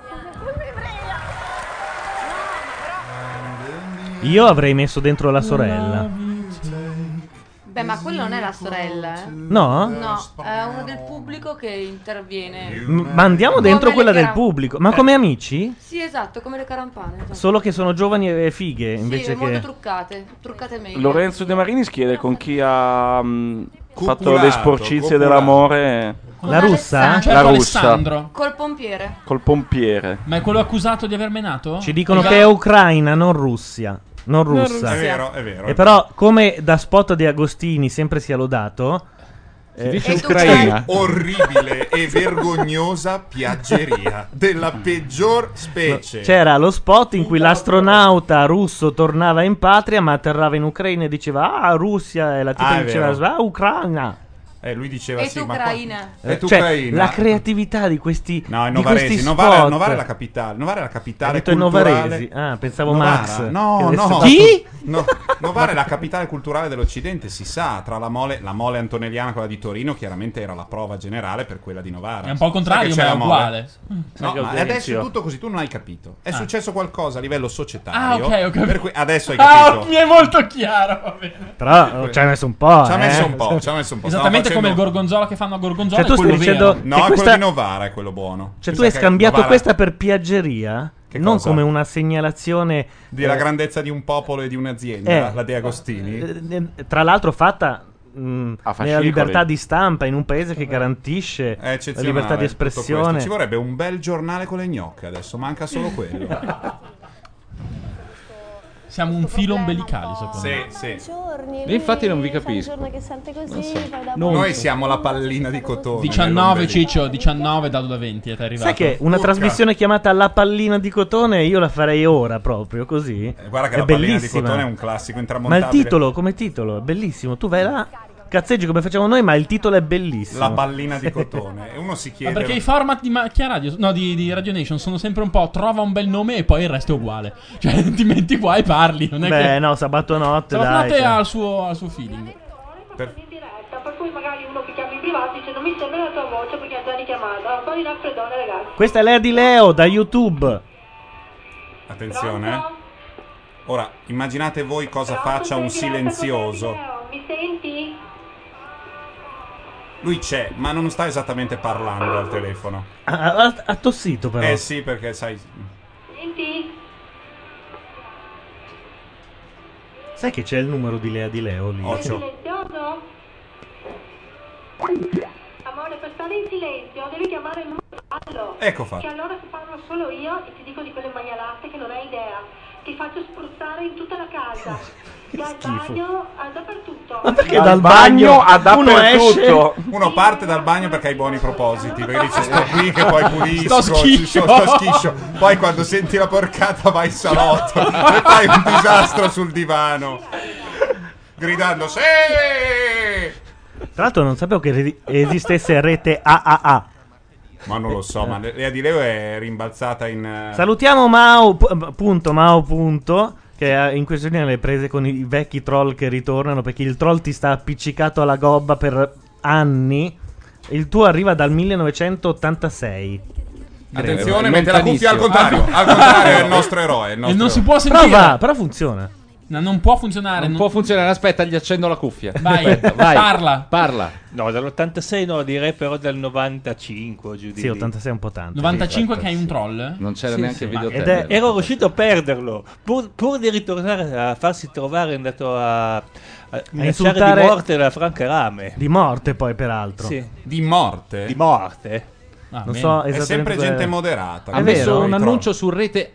Io avrei messo dentro la sorella. Beh, ma quella non è la sorella, No? No, è uno del pubblico che interviene. Ma andiamo dentro Come quella le del caram- pubblico. Ma come amici? Sì, esatto, come le carampane. Esatto. Solo che sono giovani e fighe Sì, invece molto che... truccate meglio. Lorenzo De Marinis chiede con chi ha fatto Copulato, le sporcizie copulato. dell'amore. La russa? Cioè La con russa. Alessandro. Col pompiere. Col pompiere. Ma è quello accusato di aver menato? Ci dicono che è Ucraina, non Russia. Non russa. È vero, è vero. E però, come da spot di Agostini sempre sia lodato... dice Ucraina. Orribile e vergognosa piaggeria della peggior specie. C'era lo spot in cui l'astronauta russo tornava in patria ma atterrava in Ucraina e diceva ah Russia, e la tipa è diceva vero. ah Ucraina. Lui diceva E sì, tu ma Ucraina. E tu Cioè, Ucraina? la creatività di questi No, è di questi Novaresi. spot. Novara è la capitale. Novara è la capitale Hai detto è culturale. Novaresi. Ah, pensavo Novara. Max. No, Che adesso no. fa Chi? No, Novara è la capitale culturale dell'Occidente, si sa. Tra la mole antonelliana, quella di Torino, chiaramente era la prova generale per quella di Novara. È un po' il contrario, Sai che c'è ma è la mole? uguale. No, ma adesso è tutto così, tu non hai capito. È successo qualcosa a livello societario. Ah, ok. Per cui adesso hai capito. mi è molto chiaro, va bene. Però ci hai messo un po'. Ci ha messo un po', ci ha messo un po'. Esattamente Stavo come il facendo- gorgonzola che fanno a gorgonzola. Cioè, tu è quello stai dicendo vero. No, che è questa- quello di Novara, è quello buono. Cioè Mi tu sa hai che scambiato Novara- questa per piaggeria? Che Non cosa? come una segnalazione della grandezza di un popolo e di un'azienda, la De Agostini. Tra l'altro fatta nella fascicoli. libertà di stampa in un paese che garantisce È la eccezionale libertà di tutto questo. espressione. Ci vorrebbe un bel giornale con le gnocche adesso, manca solo quello. Siamo un filo ombelicali, secondo me. Sì. Giorni, E infatti non vi sai, un capisco. giorno che sente così, Non so. fai da Noi siamo la pallina di cotone. 19 Ciccio, 19 dato da 20 è arrivato. Sai che una trasmissione chiamata La pallina di cotone io la farei ora proprio così. Guarda che è la pallina di bellissima. cotone è un classico Ma intramontabile. il titolo, come titolo, è bellissimo. Tu vai là, cazzeggi come facciamo noi, ma il titolo è bellissimo. La pallina di cotone. E uno si Ma chiede... perché i format di Macchia Radio, no, di Radio Nation sono sempre un po' trova un bel nome e poi il resto è uguale. Cioè ti metti qua e parli. Non è Beh, che... no, sabato notte, Sabato dai. notte cioè. ha il suo feeling. Per cui magari uno che chiama in privato dice non mi sembra la tua voce perché ha già richiamata. Un po' di raffreddore, ragazzi. Questa è Lea di Leo da YouTube. Attenzione. Ora, immaginate voi cosa faccia un silenzioso. Mi senti? Lui c'è, ma non sta esattamente parlando al telefono. Ha tossito però. Eh sì, perché sai... Senti? Sai che c'è il numero di Lea di Leo lì? Silenzioso? Amore, per stare in silenzio devi chiamare il numero giallo. Ecco fatto. Che allora ti parlo solo io e ti dico di quelle maialate che non hai idea. Ti faccio spruzzare in tutta la casa. Dal bagno a dappertutto. Ma perché Dal dal bagno a uno esce? dappertutto. Uno parte dal bagno perché ha i buoni propositi. Perché dice sto qui che poi pulisco. Sto schifo. sto schiscio. Poi quando senti la porcata vai in salotto e fai un disastro sul divano. Gridando sì! Tra l'altro non sapevo che esistesse rete AAA. Ma non lo so, ma Lea di Leo è rimbalzata in... Salutiamo Mao, Mao, che in questi giorni ha le prese con i vecchi troll che ritornano, perché il troll ti sta appiccicato alla gobba per anni. Il tuo arriva dal 1986. Attenzione, mette la cuffia al contrario. Al contrario è il nostro eroe. Il E nostro non si eroe. può sentire. Però funziona. No, non può funzionare. Non può funzionare. Aspetta, gli accendo la cuffia. Vai, Aspetta, vai. parla. No, dall'86 no, direi però del 95 giù di Sì, lì. 86 è un po' tanto. 95 che hai un troll? Non c'era neanche il video Ed ero riuscito a perderlo. Pur di ritornare a farsi trovare, è andato a minacciare insultare- di morte la Franca Rame. Di morte poi peraltro. Sì. Di morte? Di morte. Non so È esattamente sempre cosa- gente moderata. Ha messo un annuncio su rete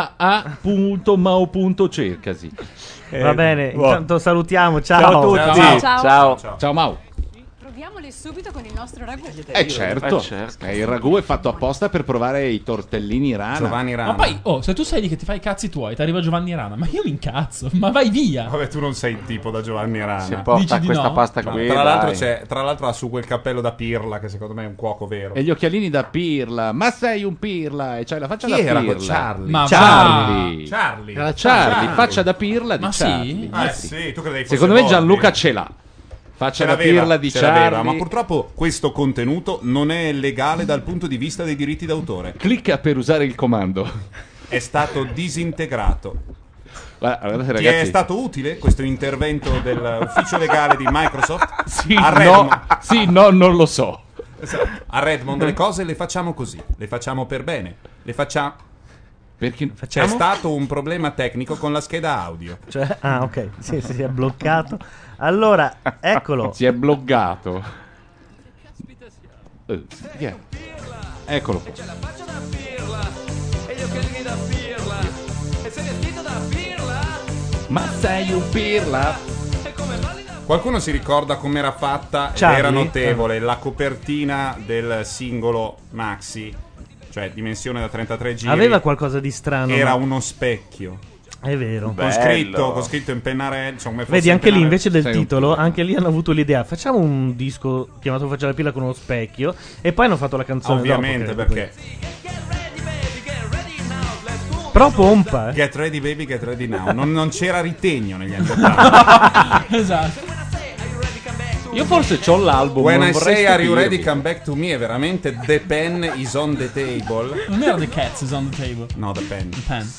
aaa.mao.cercasi. Va bene, intanto salutiamo. Ciao, Ciao a tutti. Ciao. Ciao Mau. Proviamole subito con il nostro ragù. Certo. Il ragù è fatto apposta per provare i tortellini rana. Giovanni Rana. Ma poi, se tu sei lì che ti fai i cazzi tuoi, ti arriva Giovanni Rana, ma io mi incazzo, ma vai via. Vabbè, tu non sei il tipo da Giovanni Rana. Si porta Dici di questa no? pasta No, qui. tra l'altro dai. tra l'altro ha su quel cappello da pirla che secondo me è un cuoco vero. E gli occhialini da pirla. Ma sei un pirla. E c'hai la faccia Chi da era pirla. quel Charlie? Ma Charlie. Charlie. Era Charlie, faccia da pirla di Ma sì? Charlie. Sì, tu credevi fosse Secondo me Boldi? Gianluca ce l'ha. Faccia Ce da l'aveva, pirla di ce l'aveva, Charlie. ma purtroppo questo contenuto non è legale dal punto di vista dei diritti d'autore. Clicca per usare il comando. È stato disintegrato. Guarda, Ti è stato utile questo intervento dell'ufficio legale di Microsoft? Sì, A Redmond. non lo so. Esatto. A Redmond le cose le facciamo così, le facciamo per bene, le facciamo... Perché c'è stato un problema tecnico con la scheda audio. Cioè, ok, si è bloccato. Allora, eccolo. Si è bloccato. Eccolo. Ma sei un pirla? Qualcuno si ricorda com'era fatta? Charlie? Era notevole la copertina del singolo maxi, cioè dimensione da 33 giri. Aveva qualcosa di strano. Era ma- uno specchio. È vero. Con scritto in pennarello. Cioè, come fosse Vedi, in anche lì pennarello. invece del Sei un titolo, anche lì hanno avuto l'idea. Facciamo un disco chiamato Faccia la pila con uno specchio. E poi hanno fatto la canzone. Ovviamente, dopo, perché Però pompa. Get ready baby, get ready now. Non c'era ritegno negli anni 80. Esatto. Io forse c'ho l'album. When non I vorrei say are you stupirvi. ready, come back to me è veramente The Pen is on the table. Non era The Cats is on the table. No, The Pen. The Pen.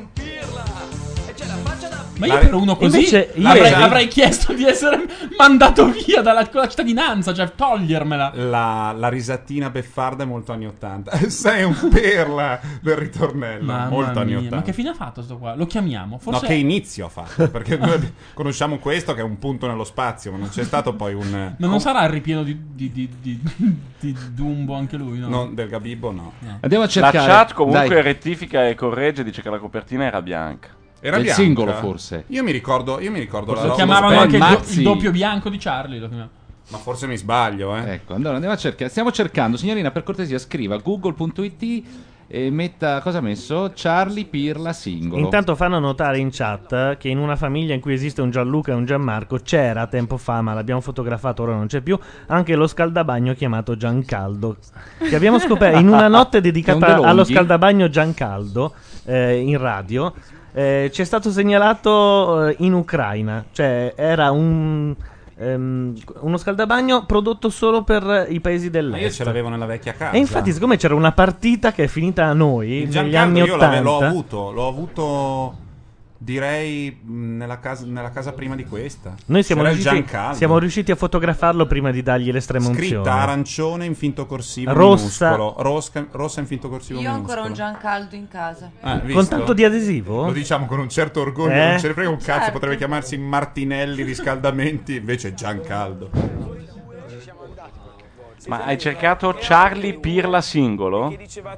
Ma io per uno così Invece io avrei chiesto di essere mandato via con la cittadinanza, cioè togliermela. La risatina beffarda è molto anni 80. Sei un perla del ritornello. Mamma molto anni mia, 80. ma che fine ha fatto sto qua? Lo chiamiamo? Forse No, che inizio ha fatto? Perché noi conosciamo questo che è un punto nello spazio, ma non c'è stato poi un... Ma non sarà il ripieno di Dumbo anche lui, no? No, del Gabibbo no. Andiamo a cercare. La chat comunque Dai. rettifica e corregge, dice che la copertina era bianca. Era Del bianca? singolo, forse. Io mi ricordo Forse la Lo chiamavano anche Mazzi. il doppio bianco di Charlie. Lo chiamavano. Ma forse mi sbaglio, Ecco, allora andiamo a cercare. Stiamo cercando, signorina, per cortesia, scriva google.it e metta, cosa ha messo? Charlie Pirla singolo. Intanto fanno notare in chat che in una famiglia in cui esiste un Gianluca e un Gianmarco c'era tempo fa, ma l'abbiamo fotografato, ora non c'è più, anche lo scaldabagno chiamato Giancaldo, che abbiamo scoperto in una notte dedicata allo scaldabagno Giancaldo in radio. Ci è stato segnalato in Ucraina, cioè era uno scaldabagno prodotto solo per i paesi Ma dell'est. io ce l'avevo nella vecchia casa. E infatti, siccome c'era una partita che è finita a noi Il negli Giancarlo anni io 80, l'ho avuto direi nella casa prima di questa. noi siamo C'era il riusciti, Giancaldo. siamo riusciti a fotografarlo prima di dargli l'estrema unzione. Scritta arancione in finto corsivo Rossa. minuscolo. Rossa in finto corsivo Io ho minuscolo. ancora un Giancaldo in casa. Visto? Con tanto di adesivo? Lo diciamo con un certo orgoglio, Eh? non ce ne frega un cazzo, Certo. potrebbe chiamarsi Martinelli Riscaldamenti, invece è Giancaldo. Ma hai cercato Charlie Pirla singolo?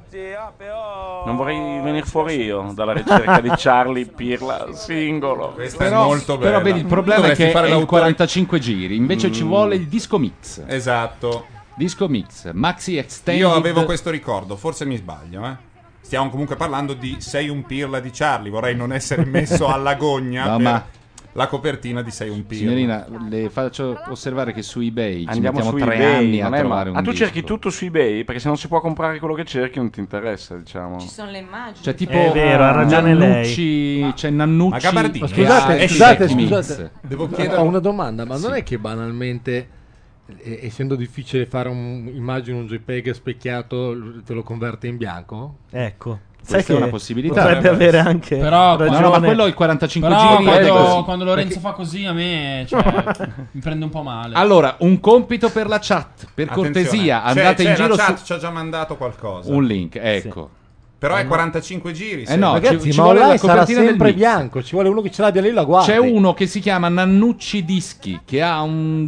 Non vorrei venire fuori io dalla ricerca di Charlie Pirla singolo. Questa è molto bella. Però vedi, il problema Dovresti è che fare è il l'autore- 45 giri, invece ci vuole il disco mix. Esatto. Disco mix, maxi extended. Io avevo questo ricordo, forse mi sbaglio, Stiamo comunque parlando di Sei un pirla di Charlie, vorrei non essere messo alla gogna No, per ma- la copertina di Sei un pirla. Signorina, le faccio osservare che su eBay Andiamo ci su mettiamo 3 eBay, anni a non è trovare ma- un tu disco. cerchi tutto su eBay? Perché se non si può comprare quello che cerchi non ti interessa, diciamo. Ci sono le immagini. Cioè tipo È vero, ha ragione Nannucci, c'è Nannucci. Ma Gabardini, Scusate, devo chiedere ho una domanda, ma non è che banalmente, essendo difficile fare immagino un JPEG specchiato, te lo converte in bianco? Ecco. Questa Sai è una che possibilità. potrebbe avere anche Però ragione. No, ma quello è il 45 Però giri. quando Lorenzo fa così a me mi prende un po' male. Allora, un compito per la chat. Per Attenzione. cortesia, C'è- andate c'è in giro la chat su ci ha già mandato qualcosa. un link, ecco. Però è 45 giri. no, Ragazzi, ci ma vuole la online sarà copertina del sempre mix. bianco, ci vuole uno che ce l'abbia lì la guardi. C'è uno che si chiama Nannucci Dischi, che ha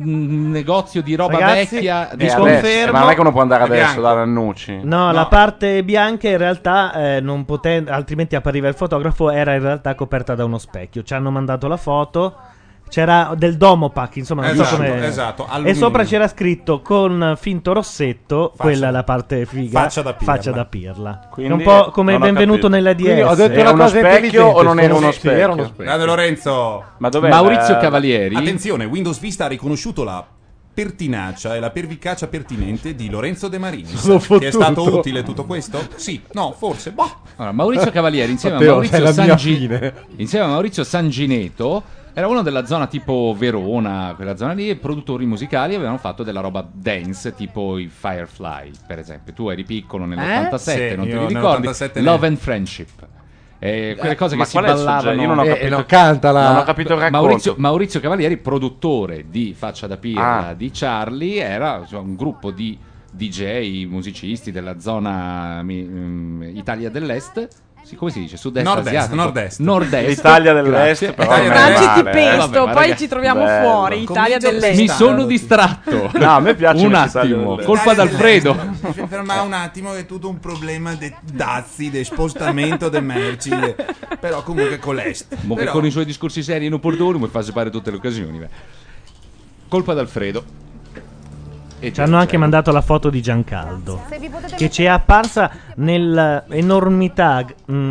un negozio di roba Ragazzi, vecchia. vi Adesso, confermo- ma non è che uno può andare È adesso bianco. da Nannucci. No, la parte bianca in realtà non potendo, altrimenti appariva il fotografo, era in realtà coperta da uno specchio. Ci hanno mandato la foto. C'era del Domopac, insomma, non so Esatto, come. esatto, E alluminio. sopra c'era scritto con finto rossetto, quella è la parte figa, faccia da pirla. Faccia da pirla. Quindi È un po' come non ho benvenuto capito. nella DS. Quindi ho detto Era una uno cosa specchio intelligente, o non era sono- uno sì, era uno specchio? specchio. Grande Lorenzo. Ma dov'è? Maurizio Cavalieri. Attenzione, Windows Vista ha riconosciuto la pertinacia e la pervicacia pertinente di Lorenzo De Marinis. Sono Ti è stato fottuto. utile tutto questo? Sì, no, forse. Boh. Allora, Maurizio Cavalieri insieme a Matteo, Maurizio sei la mia Sangi- fine. insieme a Maurizio Sangineto era uno della zona tipo Verona, quella zona lì, e produttori musicali avevano fatto della roba dance tipo i Firefly, per esempio. Tu eri piccolo nell'87, Sì, non te io li ricordi? nell'87 Love and Friendship. quelle cose ma che si qual è il soggetto? ballavano. Io non ho capito, non canta non ho capito il racconto. Maurizio Cavalieri, produttore di Faccia da Pirla di Charlie, era un gruppo di DJ, musicisti della zona Italia dell'Est. Come si dice? Sud-est asiatico? Nord-est. L'Italia dell'Est, però Franciti pesto, poi ci troviamo fuori. Italia dell'Est. Mi sono distratto. No, a me piace un attimo. Colpa d'Alfredo. Fermare un attimo, è tutto un problema di dazi, di spostamento delle merci, però comunque con l'Est. Che con i suoi discorsi seri e inopportuni mi fa separare tutte le occasioni. Colpa d'Alfredo. E ci hanno anche mandato la foto di Giancaldo, che ci è apparsa nell'enormità,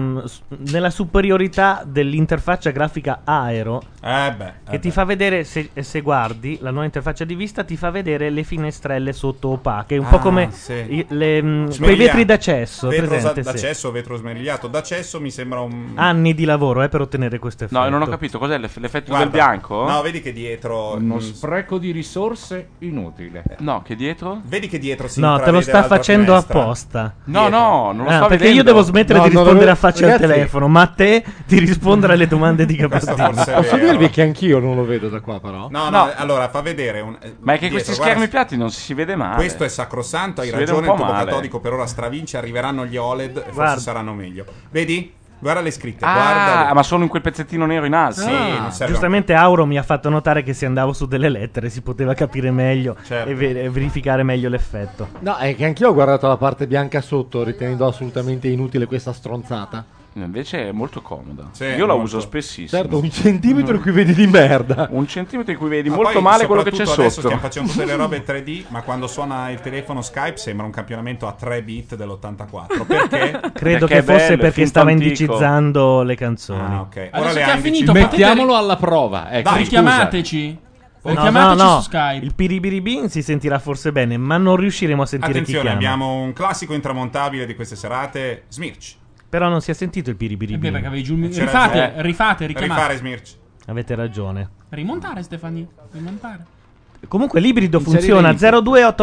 nella superiorità dell'interfaccia grafica Aero, che ti fa vedere, se guardi la nuova interfaccia di vista, ti fa vedere le finestrelle sotto opache, un po' come quei vetri d'accesso. D'accesso, vetro smerigliato. D'accesso mi sembra un... Anni di lavoro per ottenere questo effetto. No, non ho capito, cos'è l'effetto del bianco? No, vedi che dietro... Uno spreco di risorse inutile. No, che dietro? Vedi che dietro si no, te lo sta facendo apposta. No, non lo sto perché vedendo. io devo smettere di rispondere a faccia al telefono, ma a te di rispondere alle domande di Capardini. Posso dirvi che anch'io non lo vedo da qua, però? No, allora fa vedere ma è che questi schermi piatti non si vede male. Questo è sacrosanto, hai Si vede ragione, un il po' tubo male. catodico per ora stravince, arriveranno gli OLED e Guarda. forse saranno meglio. Vedi? Guarda le scritte, guarda. Ma sono in quel pezzettino nero in alto. Sì, non serve. Giustamente Auro mi ha fatto notare che se andavo su delle lettere si poteva capire meglio Certo. e verificare meglio l'effetto. No, è che anch'io ho guardato la parte bianca sotto, ritenendo assolutamente inutile questa stronzata. Invece è molto comoda. Sì, Io la molto. uso spessissimo. Certo, un centimetro in cui vedi di merda. Un centimetro in cui vedi Ma molto poi, male quello che c'è soprattutto adesso sotto. stiamo facendo tutte le robe 3D, ma quando suona il telefono Skype sembra un campionamento a 3 bit dell'84. Perché? Credo Perché che fosse è bello, perché finto stava antico. indicizzando le canzoni. Ah, ok. Adesso Ora le che ha ha finito, Mettiamolo alla prova. Ecco, Dai, richiamateci. No, Richiamateci no, su Skype. il piribiribin si sentirà forse bene, ma non riusciremo a sentire Attenzione, chi chiama. abbiamo un classico intramontabile di queste serate, Smirch. Però non si è sentito il piribiribin. Perché avevi giù il C'era rifate, richiamate. Rifare Smirch. Avete ragione. Rimontare, Stefani. Rimontare. Comunque l'ibrido Inserire funziona. l'input.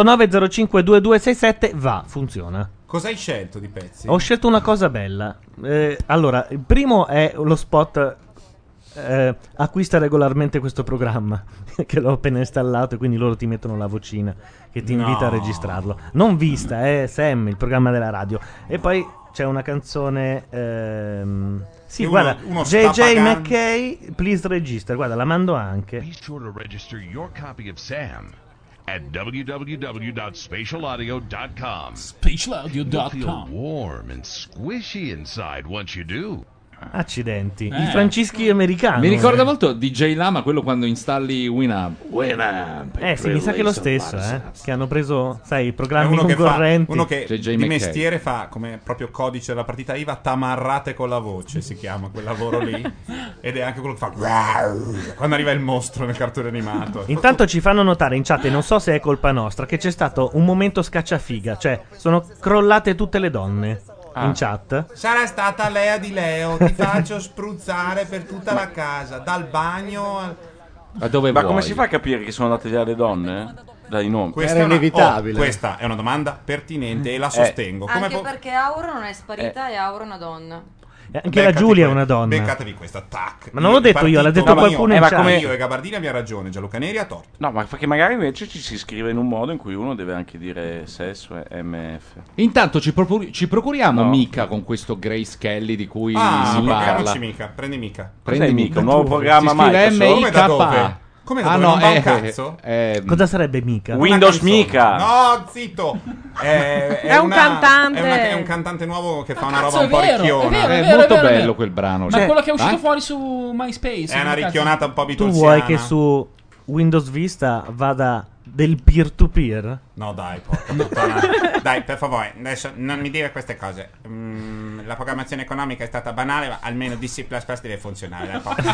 0289052267 funziona. Cosa hai scelto di pezzi? Ho scelto una cosa bella. Allora, il primo è lo spot acquista regolarmente questo programma che l'ho appena installato e quindi loro ti mettono la vocina che ti invita a registrarlo. Non vista, è Sam, il programma della radio. E poi c'è una canzone sì, Uno- guarda, uno JJ stappagan- McKay, please register. Guarda, la mando anche. Be sure to register your copy of Sam at www.spatialaudio.com. Spatialaudio.com. You'll feel warm and squishy inside once you do. Accidenti, i Francischi americani. Mi ricorda molto DJ Lama, quello quando installi Winamp. Sì, mi sa che è lo stesso, che hanno preso, sai, i È programmi uno che, concorrenti. uno che JJ di McKay. mestiere fa come proprio codice della partita IVA tamarrate con la voce, si chiama quel lavoro lì, ed è anche quello che fa quando arriva il mostro nel cartone animato. Intanto ci fanno notare in chat, e non so se è colpa nostra, che c'è stato un momento scacciafiga, cioè sono crollate tutte le donne in chat. Sarà stata Lea di Leo, ti faccio spruzzare per tutta la casa, dal bagno A dove Ma vuoi? come si fa a capire che sono andate via le donne? Dai nomi. Questa è inevitabile. Questa è una domanda pertinente e la sostengo. Come Anche perché Auro non è sparita e Auro è una donna. Anche la Giulia è una donna. Beccatevi questa, tac. Ma non l'ho detto io, l'ha detto qualcuno in chat. Io e Gabardini abbiamo ragione, Gianluca Neri ha torto. No, ma perché magari invece ci si scrive in un modo in cui uno deve anche dire sesso e MF. Intanto ci procuriamo No. Mica con questo Grace Kelly di cui si procuriamoci parla. Mica, prendi Mica. Prendi Mica, un nuovo programma si scrive Microsoft. Come da dove? MIKA. Come da dove? Non va un cazzo? Cosa sarebbe Mica? Windows Mica. No, zitto. È un cantante. È un cantante nuovo che fa una cazzo, roba un po' è vero, ricchiona. è È vero, molto è vero. bello quel brano. Ma Cioè, quello che è uscito ah? fuori su MySpace. È una cazzo. ricchionata un po' Tu abituziana. vuoi che su Windows Vista vada del peer-to-peer? No, dai, porca puttana. Dai, per favore, adesso non mi dire queste cose. La programmazione economica è stata banale, ma almeno DC++ deve funzionare.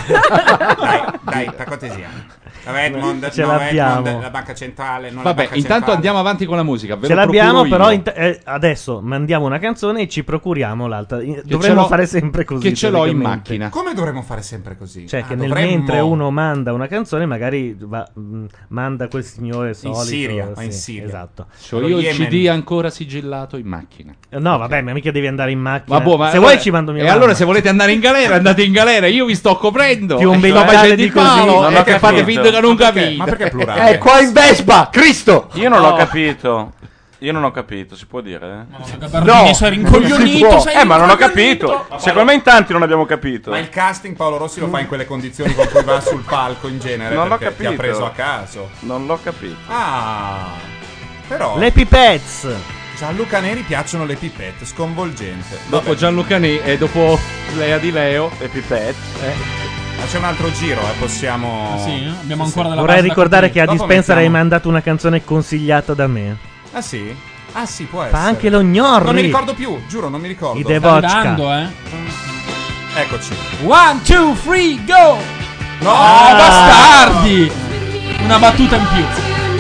Dai, per cortesia. Redmond, Ce no, l'abbiamo. Redmond, la banca centrale, non la Vabbè, banca intanto centrale. andiamo avanti con la musica. ve Ce lo l'abbiamo, procuro però io. adesso mandiamo una canzone e ci procuriamo l'altra. ce Dovremmo l'ho- fare sempre così. che ce l'ho in teoricamente. macchina. Come dovremmo fare sempre così? Cioè, che nel dovremmo. mentre uno manda una canzone, magari manda quel signore solito. Siria, sì, ma in Siria. Esatto. C'ho io il CD ancora sigillato in macchina. No, vabbè, ma mica devi andare in macchina Se vuoi ci mando mia E mamma. allora se volete andare in galera, andate in galera, io vi sto coprendo. Più un Ecco, bestiale di di così. Paolo, Non e ho che fate capito. finta che non capite. Ma perché è plurale? Qua in Vespa, Cristo! Io non l'ho capito. Io non ho capito, si può dire? Barbini, sei rincoglionito, sei ma non ho rincoglionito. capito. Secondo me in tanti non abbiamo capito. Ma il casting Paolo Rossi lo fa in quelle condizioni con cui va sul palco in genere. Non l'ho perché ti ha capito. preso a caso. Non l'ho capito. Ah, però Le pipets. Gianluca Neri piacciono le pipette, sconvolgente. Dopo Gianluca Neri e dopo Lea Di Leo. Le pipette. Ma c'è un altro giro, possiamo. Sì, abbiamo ancora della Vorrei base da ricordare che a Dopo Dispenser hai mettiamo- mandato una canzone consigliata da me. Ah sì? Ah sì, può essere. Fa anche lo Gnorri. Non mi ricordo più, giuro, non mi ricordo. I Devotchka. Sta arrivando, Eccoci. 1, 2, 3, go! No, bastardi! Una battuta in più.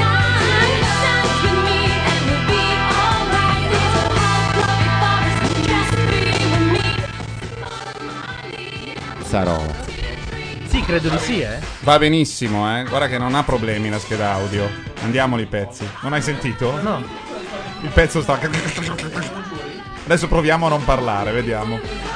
Sarò. Sì, credo di sì, Va benissimo, Guarda che non ha problemi la scheda audio. Andiamoli i pezzi. Non hai sentito? No. Il pezzo sta. Adesso proviamo a non parlare, vediamo.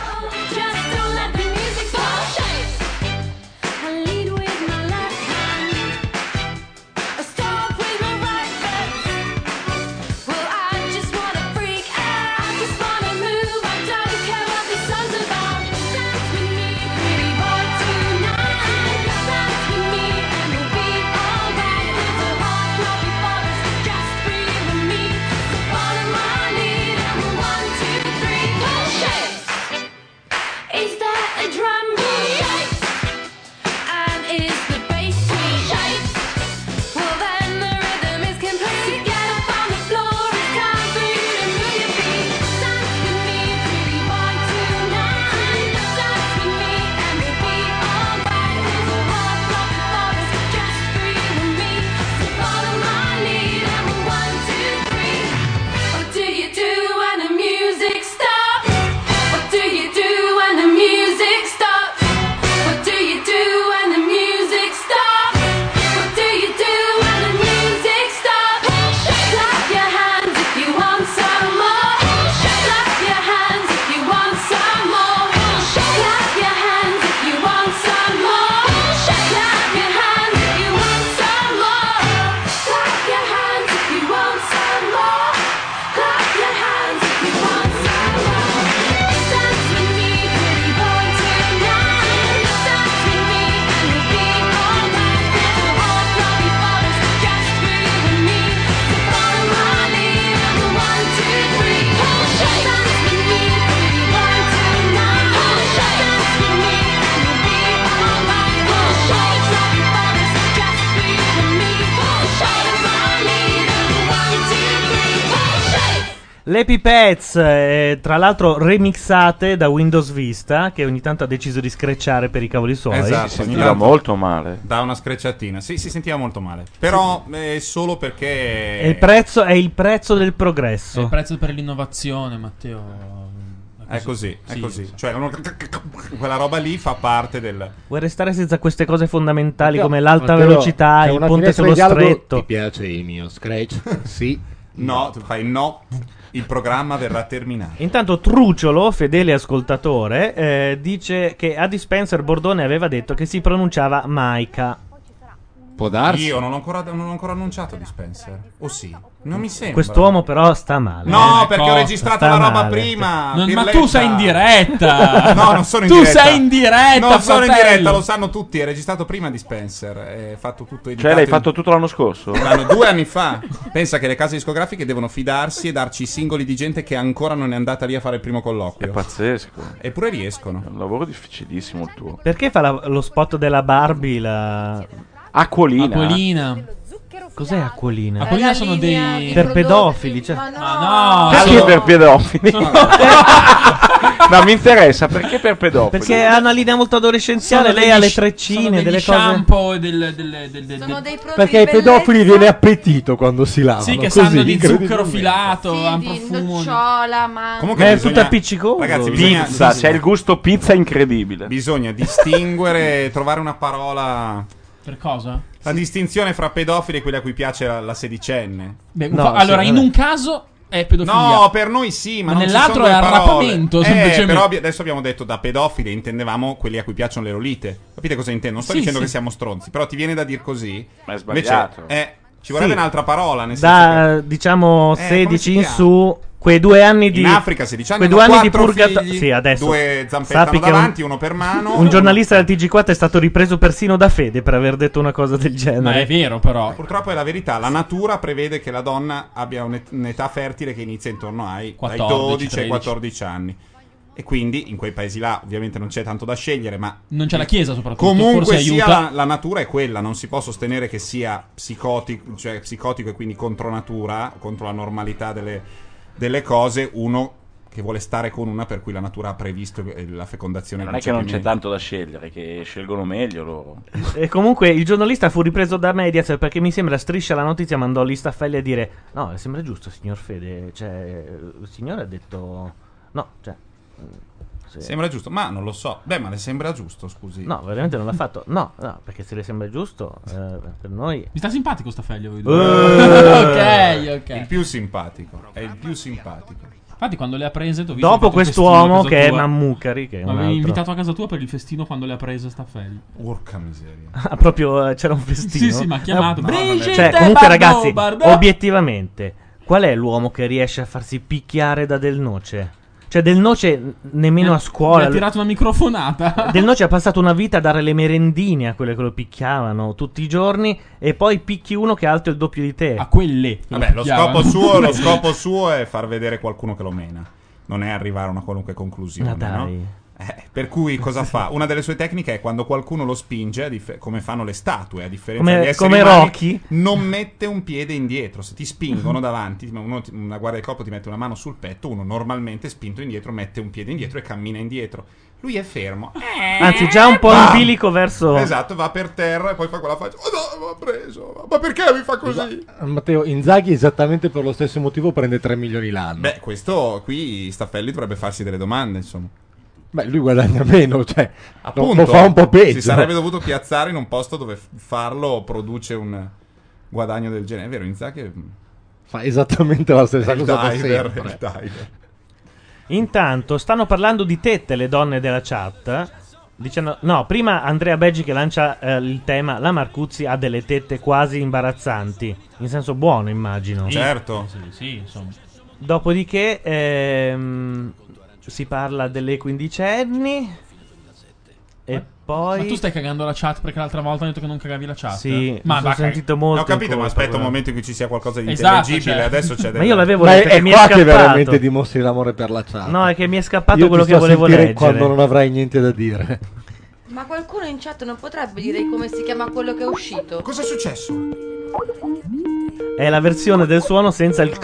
Is that a drum beat? And is the bass sweet? Well then the rhythm is complete. Get up on the floor, it's time for you to move your feet. Dance with me, pretty boy, tonight. Dance with me and we'll be alright. There's a hot floppy forest just for you and me. So follow my lead and we're 1, 2, 3. What do you do when the music stops? What do you do when the music stops? What do you do when the music stops? What do you do when the music stops? Clap your hands if you want some more. Clap your hands if you want some more. Clap your hands if you want some more. Clap your hands if you want some more. Clap your hands if you want some more. Clap your hands if you want some more. Dance with me, pretty boy, tonight. Dance with me and we'll be alright. There's a hot floppy forest just for you and me. So follow my lead and we're 1, 2, 3. Dance with me, pretty boy, tonight. Dance with me and we'll be alright. There's a hot floppy forest just for you and me. Follow my lead and we're 1, 2, 3. Le pipets, tra l'altro remixate da Windows Vista, che ogni tanto ha deciso di screcciare per i cavoli suoi. Esatto, Si sentiva molto male. Da una screcciatina. Sì, si sentiva molto male. Però è solo perché. E il prezzo è il prezzo del progresso. È il prezzo per l'innovazione, Matteo. È così, è Sì, così. lo so. Cioè, quella roba lì fa parte del. Vuoi restare senza queste cose fondamentali come No, l'alta Matteo, velocità, c'è il una ponte finestra sullo di dialogo. stretto? Ti piace il mio Scratch? Sì. No, tu fai no. Il programma verrà terminato. Intanto Truciolo, fedele ascoltatore, dice che a Dispenser Bordone aveva detto che si pronunciava Maika. Può darsi. Io non ho ancora annunciato Dispenser. O sì? Non mi sembra. Quest'uomo però sta male. No, perché ho registrato sta la roba male. prima. Ma Pirletta. tu sei in diretta. No, non sono in Tu diretta. sei in diretta, Non sono in fratello. diretta, lo sanno tutti. È registrato prima Dispenser. È fatto tutto editato. Cioè l'hai fatto tutto l'anno scorso? 2 anni fa. Pensa che le case discografiche devono fidarsi e darci i singoli di gente che ancora non è andata lì a fare il primo colloquio. È pazzesco. Eppure riescono. È un lavoro difficilissimo il tuo. Perché fa lo spot della Barbie? Acquolina. Acquolina. Cos'è Acquolina? Acquolina sono dei per pedofili. Cioè. Ma no, Perché per pedofili? No, mi interessa, perché per pedofili? Perché ha una linea molto adolescenziale, Sono lei degli ha le sh- treccine, sono degli delle cose. shampoo e Sono dei prodotti Perché ai di pedofili bellezza. viene appetito quando si lavano. Sì, che così, sanno di zucchero incredibilmente. filato, ha un Sì, di profumo. nocciola, ma Comunque Ma è bisogna- tutto appiccicoso. Ragazzi, Pizza, c'è il gusto pizza incredibile. Bisogna distinguere, trovare una parola. Per cosa? La distinzione fra pedofili e quelli a cui piace la sedicenne. Beh, No, allora, sì, in vabbè. un caso è pedofilia. No, per noi sì, ma non nell'altro ci sono è due parole. arrapamento, semplicemente. Però adesso abbiamo detto da pedofili intendevamo quelli a cui piacciono le lolite. Capite cosa intendo? Non sto Sì, dicendo sì. che siamo stronzi, però ti viene da dir così. Ma è sbagliato. Invece, ci vorrebbe Sì. un'altra parola, nel Da senso diciamo come 16 si in chiama? su, quei 2 anni di in Africa 16 anni quei 2 anni di 4 purgatorio. figli, Sì, adesso 2 zampettano sappi che davanti, uno per mano. un giornalista del TG4 è stato ripreso persino da Fede per aver detto una cosa del genere. Ma è vero, però. Purtroppo è la verità, la natura prevede che la donna abbia un'età fertile che inizia intorno ai 14, 12 ai 13. 14 anni. E quindi in quei paesi là ovviamente non c'è tanto da scegliere, ma Non c'è la chiesa, soprattutto. comunque forse sia aiuta. la natura è quella, non si può sostenere che sia psicotico e quindi contro natura, contro la normalità delle cose, uno che vuole stare con una per cui la natura ha previsto la fecondazione. Non è che non c'è tanto da scegliere, che scelgono meglio loro. E comunque il giornalista fu ripreso da Mediaset perché mi sembra Striscia la notizia mandò lì Staffelli a dire no, le sembra giusto signor Fede, cioè il signore ha detto no, cioè se- Sembra giusto, ma non lo so. Beh, ma le sembra giusto, scusi. no, veramente non l'ha fatto. No, perché se le sembra giusto per noi Mi sta simpatico Staffelli, voi due. ok. Il più simpatico. È il più simpatico. Infatti quando le ha prese t'ho visto Dopo hai fatto il quest'uomo festino a casa che è tua. Mammucari, che è un Ma avevi altro. invitato a casa tua per il festino quando le ha prese Staffelli. Porca miseria. Ah, proprio c'era un festino. Sì, ma ha chiamato. Cioè, comunque, ragazzi, obiettivamente, qual è l'uomo che riesce a farsi picchiare da Del Noce? Cioè, Del Noce nemmeno a Mi scuola. ha tirato una microfonata. Del Noce ha passato una vita a dare le merendine a quelle che lo picchiavano tutti i giorni e poi picchi uno che è alto il doppio di te. A quelle. Vabbè, lo scopo suo è far vedere qualcuno che lo mena. Non è arrivare a una qualunque conclusione, Ma dai. no? Per cui cosa fa? Una delle sue tecniche è quando qualcuno lo spinge, come fanno le statue, a differenza Come- degli esseri come umani, Rocky? non mette un piede indietro. Se ti spingono davanti, una guardia del corpo ti mette una mano sul petto, uno normalmente spinto indietro mette un piede indietro e cammina indietro. Lui è fermo. Anzi, già un po' in bilico verso. Esatto, va per terra e poi fa quella faccia. Oh no, mi ha preso. Ma perché mi fa così? Matteo, Inzaghi esattamente per lo stesso motivo prende 3 milioni l'anno. Beh, questo qui Staffelli dovrebbe farsi delle domande, insomma. Beh, lui guadagna meno, cioè Appunto, lo fa un po' peggio. si sarebbe dovuto piazzare in un posto dove farlo produce un guadagno del genere. È vero, Inzaghi fa esattamente la stessa il cosa da diver, sempre. il diver. Intanto stanno parlando di tette le donne della chat. Dicendo, no, prima Andrea Beggi che lancia il tema: la Marcuzzi ha delle tette quasi imbarazzanti. In senso buono, immagino. Certo. Sì, insomma. Dopodiché si parla delle quindicenni. E poi. Ma tu stai cagando la chat perché l'altra volta hai detto che non cagavi la chat? Sì, ma mi sono sentito molto. Ho capito, in ma colpa, aspetta un però. momento in cui ci sia qualcosa di Esatto, intellegibile. cioè. Adesso c'è Ma io l'avevo Ma letto, è che mi è qua che scappato. veramente dimostri l'amore per la chat. No, è che mi è scappato Io quello ti che sto a volevo sentire leggere. quando non avrai niente da dire. Ma qualcuno in chat non potrebbe dire come si chiama quello che è uscito? Cosa è successo? È la versione del suono senza il.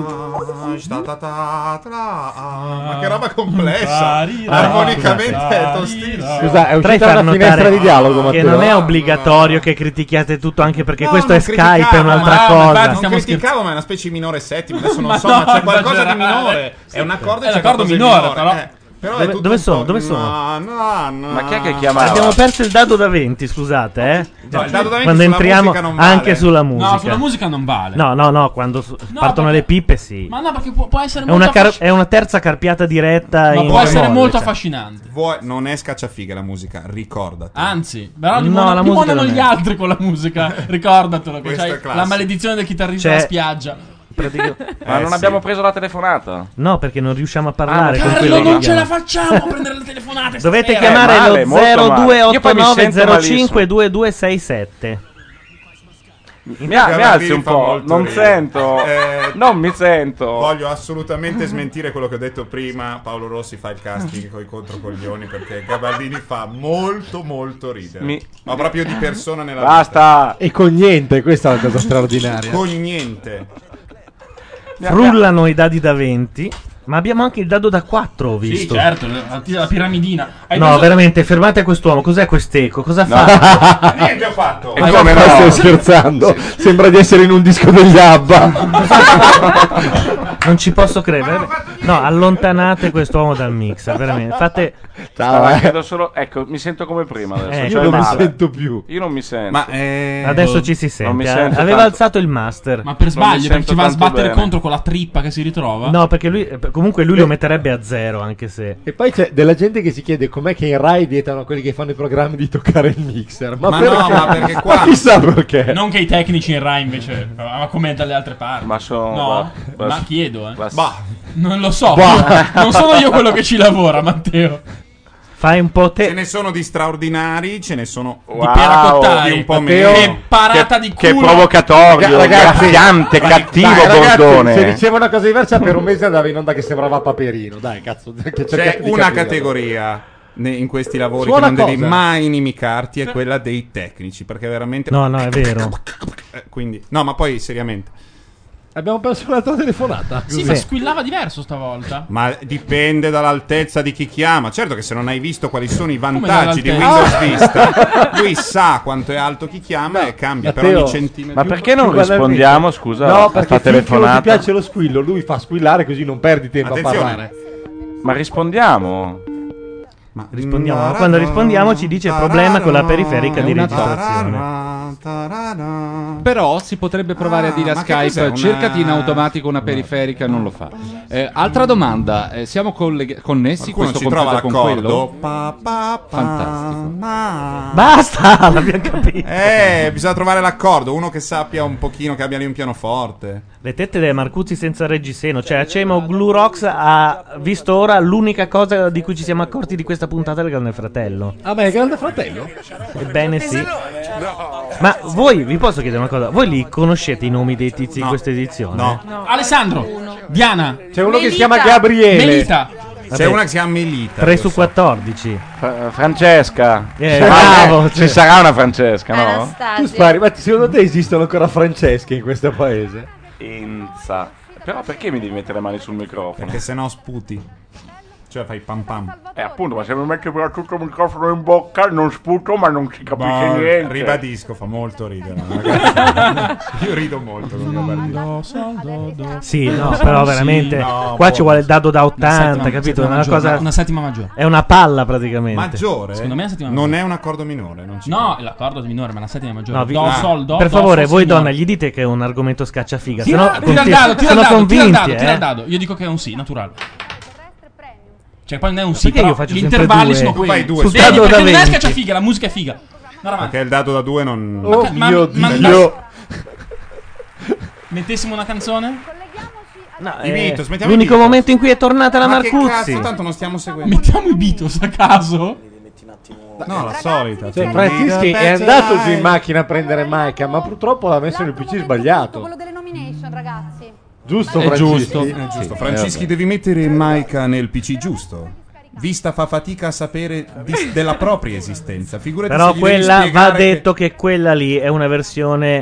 Ma che roba complessa! Armonicamente è tostissimo. Scusa, è Potrei uscita far una finestra notare di dialogo, che Matteo. non è obbligatorio che critichiate tutto, anche perché No, questo non è Skype, è criticavo, un'altra ma- cosa. Non criticavo, ma è una specie di minore settima. Adesso non Ma so, no, ma c'è qualcosa di esagerare. minore. È un accordo e È c'è l'accordo qualcosa di minore, minore. però. Però Dove- è tutto dove un sono? po'- Dove sono? No. Ma chi è che chiamava? Abbiamo perso il dado da 20, scusate, No, il dado da 20 quando sulla entriamo musica non vale. anche sulla musica. No, sulla musica non vale. No, quando partono perché- le pippe sì. Ma no, perché può essere È molto è una terza carpiata diretta Ma in può essere memoria, molto cioè. affascinante. Non è scacciafighe la musica, ricordati. Anzi, però No, limonano la musica limonano non gli è. altri con la musica. Ricordatelo, che Questo c'hai è classico. la maledizione del chitarrista C'è- alla spiaggia. Ma non sì. abbiamo preso la telefonata? No, perché non riusciamo a parlare con Carlo, quello non che ce la chiama. facciamo a prendere le telefonate. Dovete stasera. chiamare male, lo molto male. Io poi mi sento 02852267. Mi alzi un fa po', molto non ridere. sento. Non mi sento. Voglio assolutamente smentire quello che ho detto prima. Paolo Rossi fa il casting con i controcoglioni perché Gabardini fa molto molto ridere. Ma proprio di persona nella Basta. E con niente, questa è la cosa straordinaria. vita. Con niente. Frullano i dadi da 20. Ma abbiamo anche il dado da 4, ho Sì, visto. certo, la piramidina. Hai No, preso- veramente, fermate quest'uomo. Cos'è quest'eco? Cosa fa? Niente ho fatto. E come no? Stai scherzando? Sembra di essere in un disco degli ABBA. Non ci posso credere. No, allontanate quest'uomo dal mixer, veramente. Fate. Chiedo solo, ecco, mi sento come prima adesso. Io non mi sento più. Io non mi sento. Ma adesso ci si Non mi sente. sento Aveva tanto. alzato il master. Ma per sbaglio, perché ci va a tanto sbattere bene. contro con la trippa che si ritrova? No, perché lui comunque lui lo metterebbe a 0, anche se. E poi c'è della gente che si chiede com'è che in Rai vietano a quelli che fanno i programmi di toccare il mixer. Ma no, ma perché qua- Ma chissà perché. Non che i tecnici in Rai invece, ma come dalle altre parti. Ma sono. No, va- ma chiedo, Bah. Non lo so. Bah. Non sono io quello che ci lavora, Matteo. Fai un po' Ce ne sono di straordinari, ce ne sono Wow. di peracottari, un po' meno. Che parata di Che culo. provocatorio, graffiante, cattivo Bordone. Se diceva una cosa diversa per un mese andava in onda che sembrava Paperino. Dai, cazzo. C'è una categoria in questi lavori Suona che non devi cosa? mai inimicarti, è quella dei tecnici, perché veramente No, è vero. quindi no, ma poi seriamente. Abbiamo perso un'altra telefonata. Sì, ma squillava diverso stavolta. Ma dipende dall'altezza di chi chiama. Certo che se non hai visto quali sono i Come vantaggi di dall'altezza? Windows Vista, lui sa quanto è alto chi chiama e cambia per Matteo, ogni centimetro. Ma perché non rispondiamo, scusa, No, a perché sta finché non ti telefonata? piace lo squillo, lui fa squillare così non perdi tempo Attenzione. a parlare. Ma rispondiamo. Rispondiamo. Ma quando rispondiamo ci dice il problema con la periferica di registrazione. Però si potrebbe provare a dire a ma che cos'è? Skype Una- cercati in automatico una periferica, non lo fa. Altra domanda, siamo connessi Qualcuno questo ci trova computer con l'accordo? quello? Fantastico. Basta, l'abbiamo capito. Bisogna trovare l'accordo, uno che sappia un pochino, che abbia lì un pianoforte. Le tette delle Marcuzzi senza reggiseno. Cioè, Acemo Glue Rocks ha visto ora l'unica cosa di cui ci siamo accorti di questa puntata del Grande Fratello. Ah, ma è Grande Fratello? Ebbene sì. Ma voi, vi posso chiedere una cosa? Voi li conoscete i nomi dei tizi di questa edizione? No. Alessandro, Diana. C'è uno che si chiama Gabriele. Melita. C'è una che si chiama Melita. 3 su 14. Francesca. Bravo. Ci sarà una Francesca, no? Tu spari, ma secondo te esistono ancora Francesche in questo paese? Inza. Però perché mi devi mettere le mani sul microfono? Perché sennò sputi. Cioè fai pam pam. Appunto, ma se mi metti però tutto il microfono in bocca non sputo, ma non si capisce niente. Ribadisco, fa molto ridere. Ragazzi. Io rido molto con Gabriele. Sì, no, però veramente no, qua ci vuole il dado da Una 80, settima capito? È una maggiore, cosa una settima maggiore. È una palla praticamente. Maggiore? Secondo me è una settima non maggiore. è un accordo minore. Non ci No, l'accordo è minore, ma la settima è maggiore. No, Do sol, do, per do, favore, sol, voi signore. donne gli dite che è un argomento scacciafiga, Tira sennò il dado, tira il dado, sono convinti, tira il dado. Io dico che è un sì, naturale. Cioè, poi non è un sì, Perché però io faccio gli sempre intervalli due? sono Tu fai quelli. due, Vedi, sul dado perché da non è 20. scacciafiga, la musica è figa. No, avanti. Perché il dato da 2 non. Oh Ma- mio ma- Dio. Mettessimo una canzone? No, I Beatles, mettiamo l'unico i Beatles. momento in cui è tornata la Ma che Marcuzzi. cazzo, tanto non stiamo seguendo. Mettiamo i Beatles a caso? No, la solita. Cioè, Francischi è andato giù in macchina a prendere Maica, ma purtroppo l'ha messo nel PC sbagliato. Quello delle nomination, ragazzi. Giusto, È Francischi? giusto. È giusto. Francischi, devi mettere Maica nel PC giusto. Vista fa fatica a sapere della propria esistenza. Figurati Però se gli devi quella va spiegare detto che quella lì è una versione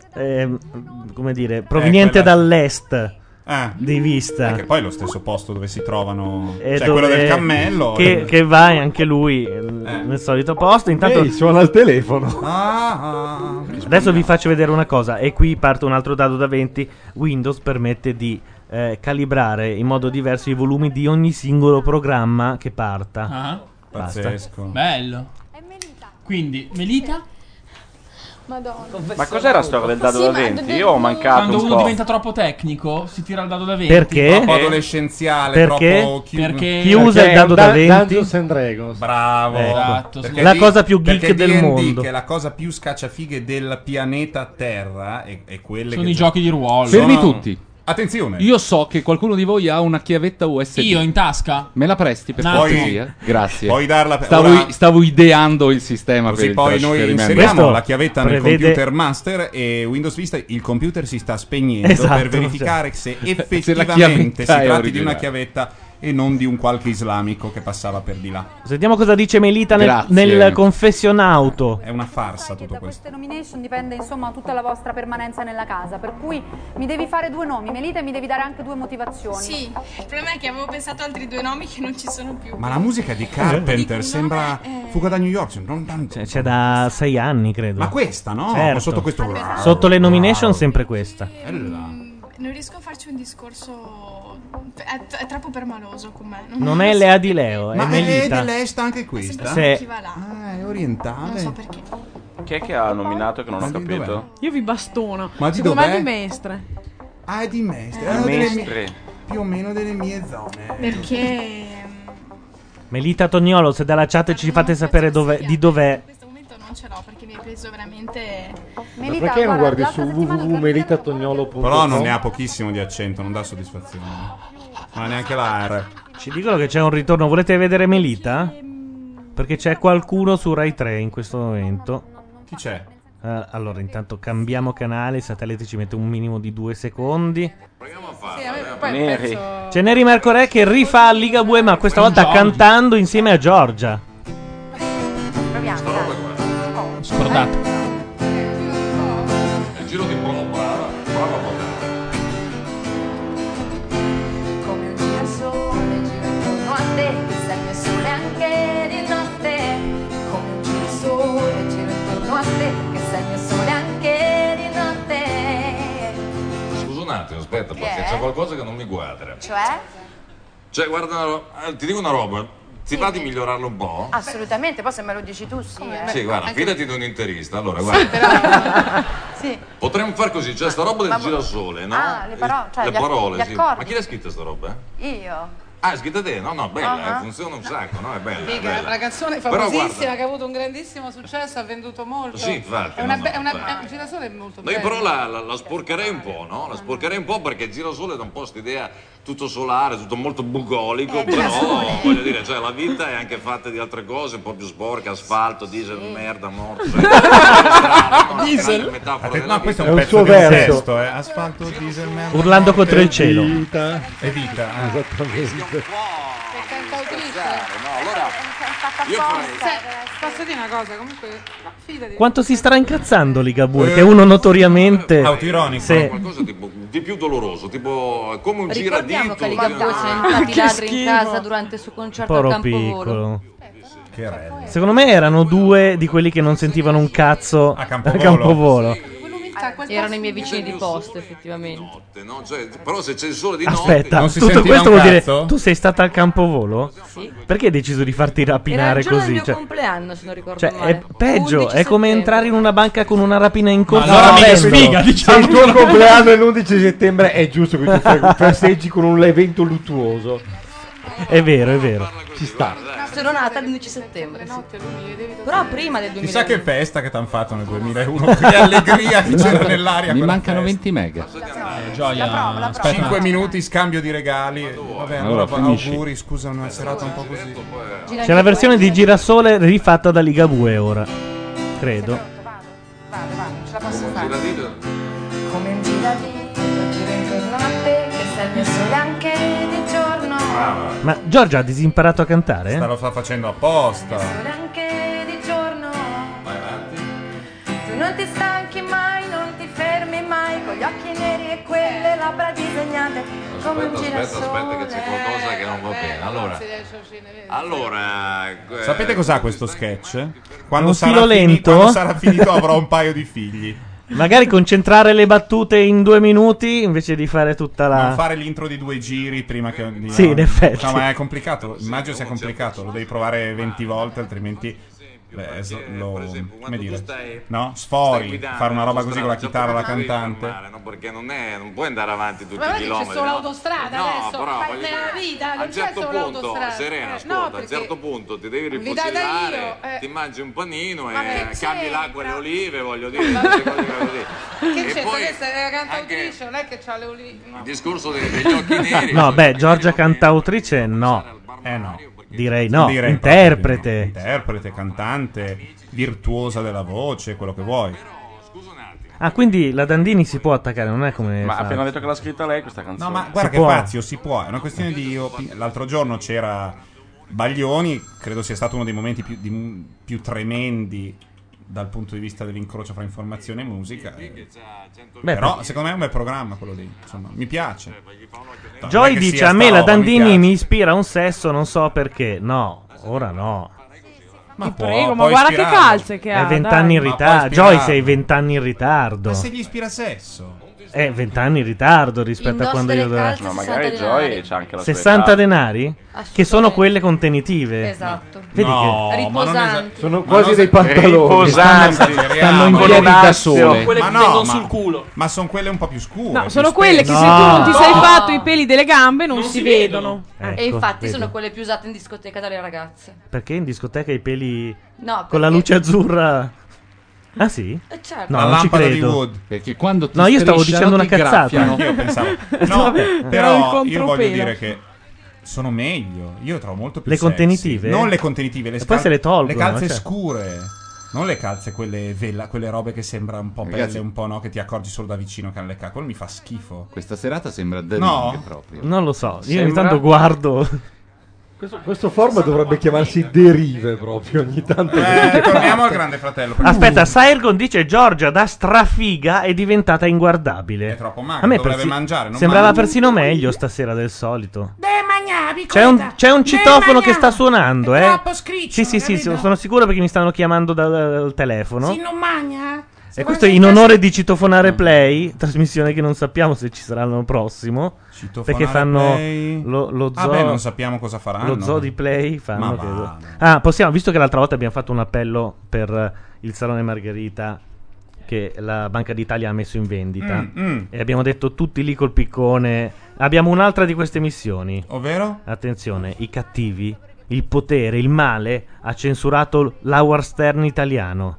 come dire, proveniente quella- dall'est di Vista. Che poi è lo stesso posto dove si trovano. E Cioè dove- quello del cammello. che va anche lui nel solito posto. Intanto Ehi, suona il telefono. adesso vi faccio vedere una cosa. E qui parte un altro dado da 20. Windows permette di calibrare in modo diverso i volumi di ogni singolo programma che parta. Ah. Basta. Pazzesco. Bello. Quindi, Melita? Madonna. Ma cos'era la storia del dado da 20? Io ho mancato Quando un uno po'. diventa troppo tecnico, si tira il dado da 20. Perché? Troppo adolescenziale, Perché? troppo Perché Chi usa il dado da 20? Dungeons and Dragons. Bravo. Esatto. Perché La cosa più geek perché del D&D, mondo. che è la cosa più scacciafighe del pianeta Terra, e quelle Sono che i giochi di ruolo. Fermi Sono- tutti. Attenzione. Io so che qualcuno di voi ha una chiavetta USB. Io in tasca? Me la presti per No. cortesia? Grazie. Puoi darla Stavo ideando il sistema per Così il poi noi trasferimento. inseriamo Questo la chiavetta nel prevede- computer master e Windows Vista, il computer si sta spegnendo Esatto, per verificare se Se la effettivamente chiavetta si è tratti di una originale. chiavetta e non di un qualche islamico che passava per di là. Sentiamo cosa dice Melita Grazie. nel confessionauto. È una farsa tutto Da questo. queste nomination dipende insomma tutta la vostra permanenza nella casa, per cui mi devi fare 2 nomi, Melita, e mi devi dare anche 2 motivazioni. Sì, il problema è che avevo pensato a altri 2 nomi che non ci sono più. Ma la musica di Carpenter sembra Fuga da New York. C'è da 6 anni, credo. Ma questa, no? Certo. O sotto questo. Sotto le nomination sempre questa. Non riesco a farci un discorso. È troppo permaloso con me. Non è Lea Di Leo, è Ma è Melita. di lei sta anche questa? Sì. Chi va là? Ah, è orientale. Non so perché. Chi è che ha nominato che non ho capito? Io vi bastono. Ma di Secondo me dov'è? è di Mestre. Ah, è di Mestre. Di Erano delle Mestre. più o meno delle mie zone. Perché. Melita Tognolo, se dalla chat ci fate sapere di dov'è. In questo momento non ce l'ho perché mi hai preso veramente. Ma perché non guardi su www.melitatognolo.com? Però non ne ha pochissimo di accento, non dà soddisfazione. Non ha neanche la R. Ci dicono che c'è un ritorno. Volete vedere Melita? Perché c'è qualcuno su Rai 3 in questo momento. Chi c'è? Allora, intanto cambiamo canale. Il satellite ci mette un minimo di 2 secondi. Neri. C'è Neri Mercorè che rifà Ligabue, ma questa volta cantando insieme a Giorgia. Scordato. Il giro di prova Come un girasole giro intorno a te, che sei il mio sole anche di notte. Come un girasole giro intorno a te, che sei il mio sole anche di notte. Scusa un attimo, aspetta, Che perché è? c'è qualcosa che non mi quadra. Cioè? Guarda, ti dico una roba. Ti va di migliorarlo un po'? Assolutamente, poi se me lo dici tu sì. Sì, guarda, fidati di un interista. Allora, guarda. Sì. Potremmo far così, c'è sta roba del girasole, no? Ah, le parole, cioè le gli parole, sì. accordi. Ma chi l'ha scritta sta roba? Io. Ah, è scritta te? No, bella, Ah. funziona un sacco, no? È bella. è Figa, bella. una canzone Però famosissima guarda, che ha avuto un grandissimo successo, ha venduto molto. Sì, infatti, È una, no, è una, infatti. è un girasole molto no, io bello. però la sporcherei un po', no? La sporcherei un po' perché il girasole dà un po' quest'idea tutto solare, tutto molto bucolico, però voglio dire, cioè la vita è anche fatta di altre cose, un po' più sporche, asfalto, diesel, merda, morto. Diesel? No, questo è un È un pezzo suo di un verso. testo, Asfalto, diesel, merda. Urlando contro il cielo. Vita. E vita. Esattamente. È cantautrice. No, allora io Posso dire una cosa, comunque, fidati. Quanto si starà incazzando Ligabue? Che è uno notoriamente autoironico. Sì. qualcosa tipo di più doloroso, tipo come un Ricordiamo che giradito. Ligabue si è infatti ladri in casa durante il suo concerto al Poro Campovolo. piccolo. Che rella. Secondo me erano due di quelli che non sentivano un cazzo a Campovolo. Erano i miei vicini di posto, effettivamente. No? Cioè, però se c'è il sole di notte Aspetta, tutto questo vuol dire tu sei stata al Campovolo? Sì. Perché hai deciso di farti Era rapinare il giorno del così? mio Cioè, compleanno, se non ricordo cioè, male. è peggio, 11 è come settembre. entrare in una banca con una rapina in corso. Allora, sapendo. spiega, diciamo. Se il tuo compleanno è l'11 settembre, è giusto che tu festeggi con un evento luttuoso. È vero, è vero. Ci sta. Sono nata l'11 settembre. Sì. Però prima del 2001. Chissà che festa che t'han fatto nel 2001. Che allegria che c'era nell'aria. Mi quella mancano festa. 20 mega. Gioia. 5 minuti scambio di regali. Vabbè, Allora, finisci. auguri, scusa, una serata un po' così. C'è la versione di Girasole rifatta da Ligabue ora. Credo. Ce la posso fare. Come un giradito, giro intorno a te, che sei il mio sole anche di giorno. Ma Giorgia ha disimparato a cantare? Lo sta facendo apposta. Sole anche di giorno. Vai avanti. Tu non ti stanchi mai, non ti fermi mai, con gli occhi neri e quelle labbra disegnate. Come un girasole. Aspetta che c'è qualcosa che non va bene. Allora, Sapete cos'ha questo sketch? Quando Un sarà filo lento? Quando sarà finito avrò un paio di figli. Magari concentrare le battute in 2 minuti invece di fare tutta la. Non fare l'intro di 2 giri prima che. Sì, in effetti. No, ma è complicato. Immagino sia complicato. Lo devi provare 20 volte, altrimenti. Come dire? No? Sfori. Fare una roba così con la chitarra, la cantante. No, perché non puoi andare avanti tutti Ma i guarda che c'è chilometri. solo no? l'autostrada No, adesso. però, Ma voglio nella dire, vita a non un c'è certo solo punto, l'autostrada. Serena, No, ascolta, a un perché certo punto ti devi guidata rifocillare, io, ti mangi un panino Ma e che cambi c'entra? l'acqua e le olive, voglio dire, queste cose così. Che E c'è? poi Questa è la cantautrice, non è che c'ha le olive. il discorso degli occhi neri. No, beh, Giorgia cantautrice no. No. Direi no. Direi Interprete. Interprete, cantante, virtuosa della voce, quello che vuoi. Ah, quindi la Dandini si può attaccare, non è come. Ma ha fa- appena detto che l'ha scritta lei questa canzone. No, ma guarda Si che può. Fazio, si può, è una questione di. L'altro giorno c'era Baglioni, credo sia stato uno dei momenti più tremendi dal punto di vista dell'incrocio fra informazione e musica. Però secondo me è un bel programma quello lì, insomma, mi piace. No, Joy non è che dice: sia a me sta la roba, Dandini piace. mi ispira un sesso, non so perché. No, ora no. Ti prego, ma guarda che calze che ha. È 20 anni in Ma ritardo. può ispirarlo. Joy, sei 20 anni in ritardo. Ma se gli ispira sesso. È 20 anni in ritardo rispetto a quando io dovevo. No, magari Joy c'ha anche la sua 60 età. denari? Che sono quelle contenitive. Esatto. Vedi No, che ma non è Riposanti. Sono Ma quasi non- dei pantaloni. stanno in con piedi da l'azio. sole. Quelle Ma che no, vengono ma- sul culo. Ma sono quelle un po' più scure. No, più sono quelle che spesse. se tu non ti sei No. fatto i peli delle gambe non si vedono. Ecco, E infatti vedi. sono quelle più usate in discoteca dalle ragazze. Perché in discoteca i peli No, con la perché- luce azzurra. Ah sì? certo. No, La non ci lampada di credo. Wood. Perché quando ti No, io stavo strisciano, dicendo una ti cazzata. graffiano. Io pensavo. No, Vabbè. però io contropelo. voglio dire che sono meglio. Io trovo molto più Le sexy. contenitive? Non le contenitive, le E poi se le tolgono, le calze cioè. scure. Non le calze quelle quelle robe che sembra un po' Ragazzi- pelle, un po' no, che ti accorgi solo da vicino che hanno le cacche. Quello mi fa schifo. Questa serata sembra The No. Ring proprio. Non lo so, io Sembra- ogni tanto guardo. Questo format dovrebbe chiamarsi Derive proprio ogni tanto. Torniamo al Grande Fratello. Aspetta, Sairgon dice Giorgia da strafiga è diventata inguardabile. È troppo magra, A me dovrebbe mangiare, non sembrava mangia. persino meglio stasera del solito. mangiavi, C'è un citofono che sta suonando, È eh? troppo scriccio, Sì, capito? sono sicuro perché mi stanno chiamando dal telefono. Si non mangia? E questo in onore di citofonare Play, trasmissione che non sappiamo se ci sarà l'anno prossimo. Citofonare Perché fanno Play. lo zoo. Vabbè, non sappiamo cosa faranno. Lo zoo di Play fanno. Ma credo. va. Possiamo, visto che l'altra volta abbiamo fatto un appello per il Salone Margherita che la Banca d'Italia ha messo in vendita e abbiamo detto tutti lì col piccone. Abbiamo un'altra di queste missioni. Ovvero? Attenzione, i cattivi, il potere, il male ha censurato l'Howard Stern italiano.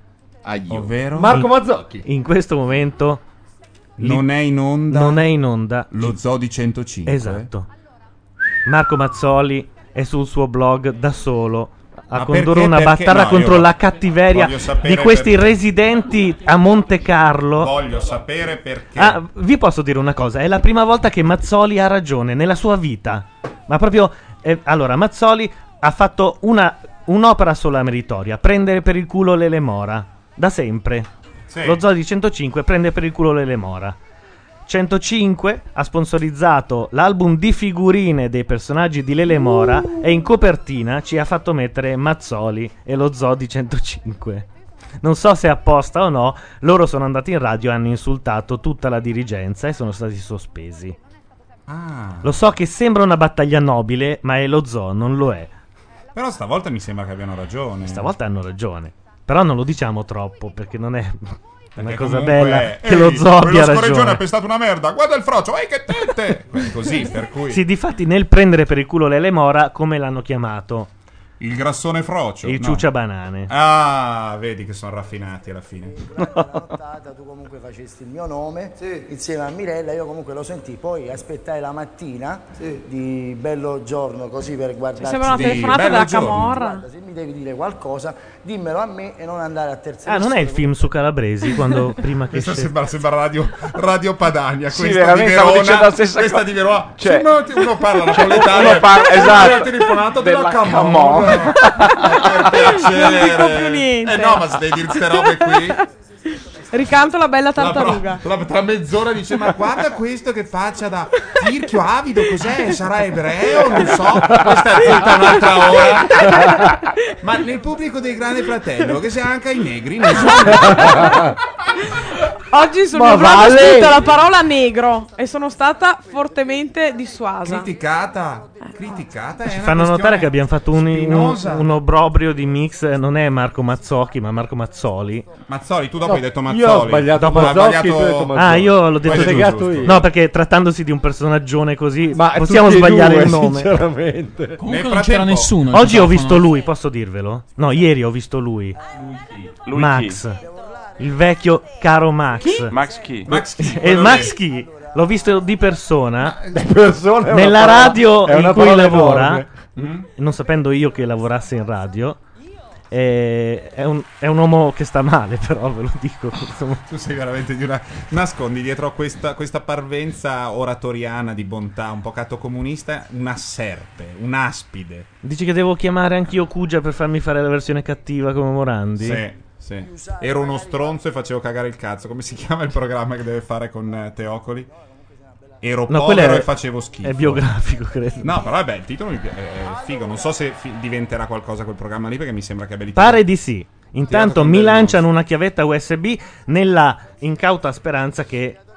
Ovvero? Marco Mazzocchi. In questo momento Non è in onda. non è in onda Lo zoo di 105. Esatto. Marco Mazzoli è sul suo blog da solo a Ma condurre perché? una Perché? battaglia No, contro io la cattiveria voglio sapere di questi perché. residenti a Monte Carlo. Voglio sapere perché. Vi posso dire una cosa, è la prima volta che Mazzoli ha ragione nella sua vita. Ma proprio allora Mazzoli ha fatto un'opera sola meritoria, prendere per il culo Lele Mora, da sempre. Sì. Lo zoo di 105 prende per il culo Lele Mora. 105 ha sponsorizzato l'album di figurine dei personaggi di Lele Mora e in copertina ci ha fatto mettere Mazzoli e lo zoo di 105. Non so se apposta o no, loro sono andati in radio e hanno insultato tutta la dirigenza e sono stati sospesi. Lo so che sembra una battaglia nobile, ma è lo zoo, non lo è. Però stavolta mi sembra che abbiano ragione. Stavolta hanno ragione. Però non lo diciamo troppo perché non è una Perché cosa comunque, bella che ehi, lo zoo quello abbia scorreggione ha ragione. pestato una merda. Guarda il frocio, ehi che tette! Così, per cui. Sì, difatti nel prendere per il culo Lele Mora, come l'hanno chiamato? Il grassone frocio. Il no. ciuccia banane. Ah, vedi che sono raffinati alla fine. Tu comunque facesti il mio nome insieme a Mirella, io comunque lo sentii, poi aspettai la mattina di bello giorno così per guardarci. Sembra una telefonata della Camorra. Guarda, se mi devi dire qualcosa, dimmelo a me e non andare a terze Ah, non è il film su Calabresi quando prima che Questa scese- sembra radio Padania. Sì, Questa veramente di stavo Verona, dicendo la stessa questa cosa. di Verona. Cioè- uno parla Cioè, napoletano. uno parla- esatto. La telefonata della Della Camorra. Camorra. Per piacere. Non dico più niente. No, ma se devi dire queste robe qui. Ricanto la bella tartaruga. Tra mezz'ora dice: ma guarda questo che faccia da tirchio avido, cos'è? Sarà ebreo? Non so. Questa è tutta un'altra ora. Ma nel pubblico del Grande Fratello, che sia anche ai negri, non so. Oggi sul Ma mio blog ho vale! scritto la parola negro e sono stata fortemente dissuasa. Criticata. Criticata. Ci fanno notare che abbiamo fatto un obbrobrio di mix. Non è Marco Mazzocchi, ma Marco Mazzoli. Mazzoli, tu dopo hai detto Mazzoli. Io ho sbagliato Dopo hai Mazzocchi, tu hai detto Mazzoli. Ah, io l'ho Poi detto hai spiegato io. No, perché trattandosi di un personaggione così, Ma possiamo tutti e sbagliare due, il nome. sinceramente. Comunque non c'era nessuno. al Oggi ho citofono. visto lui, posso dirvelo? No, ieri ho visto lui. Lui Max. Il vecchio caro Max. Max chi? Max chi? E Max chi? L'ho visto di persona. Di persona è una Nella parola- radio è una in cui parola lavora, enorme. non sapendo io che lavorasse in radio. È un uomo che sta male, però ve lo dico. Insomma. Tu sei veramente di una. Nascondi dietro a questa parvenza oratoriana di bontà, un po' cattocomunista, una serpe, un'aspide. Dici che devo chiamare anch'io Cugia per farmi fare la versione cattiva come Morandi? Sì. Ero uno stronzo e facevo cagare il cazzo. Come si chiama il programma che deve fare con Teocoli? Ero No, quello povero è- e facevo schifo. è biografico, credo. No, però vabbè, il titolo è figo. Non so se diventerà qualcosa quel programma lì, perché mi sembra che abbia Pare di sì. Intanto Tirato con mi del lanciano una chiavetta USB nella incauta speranza che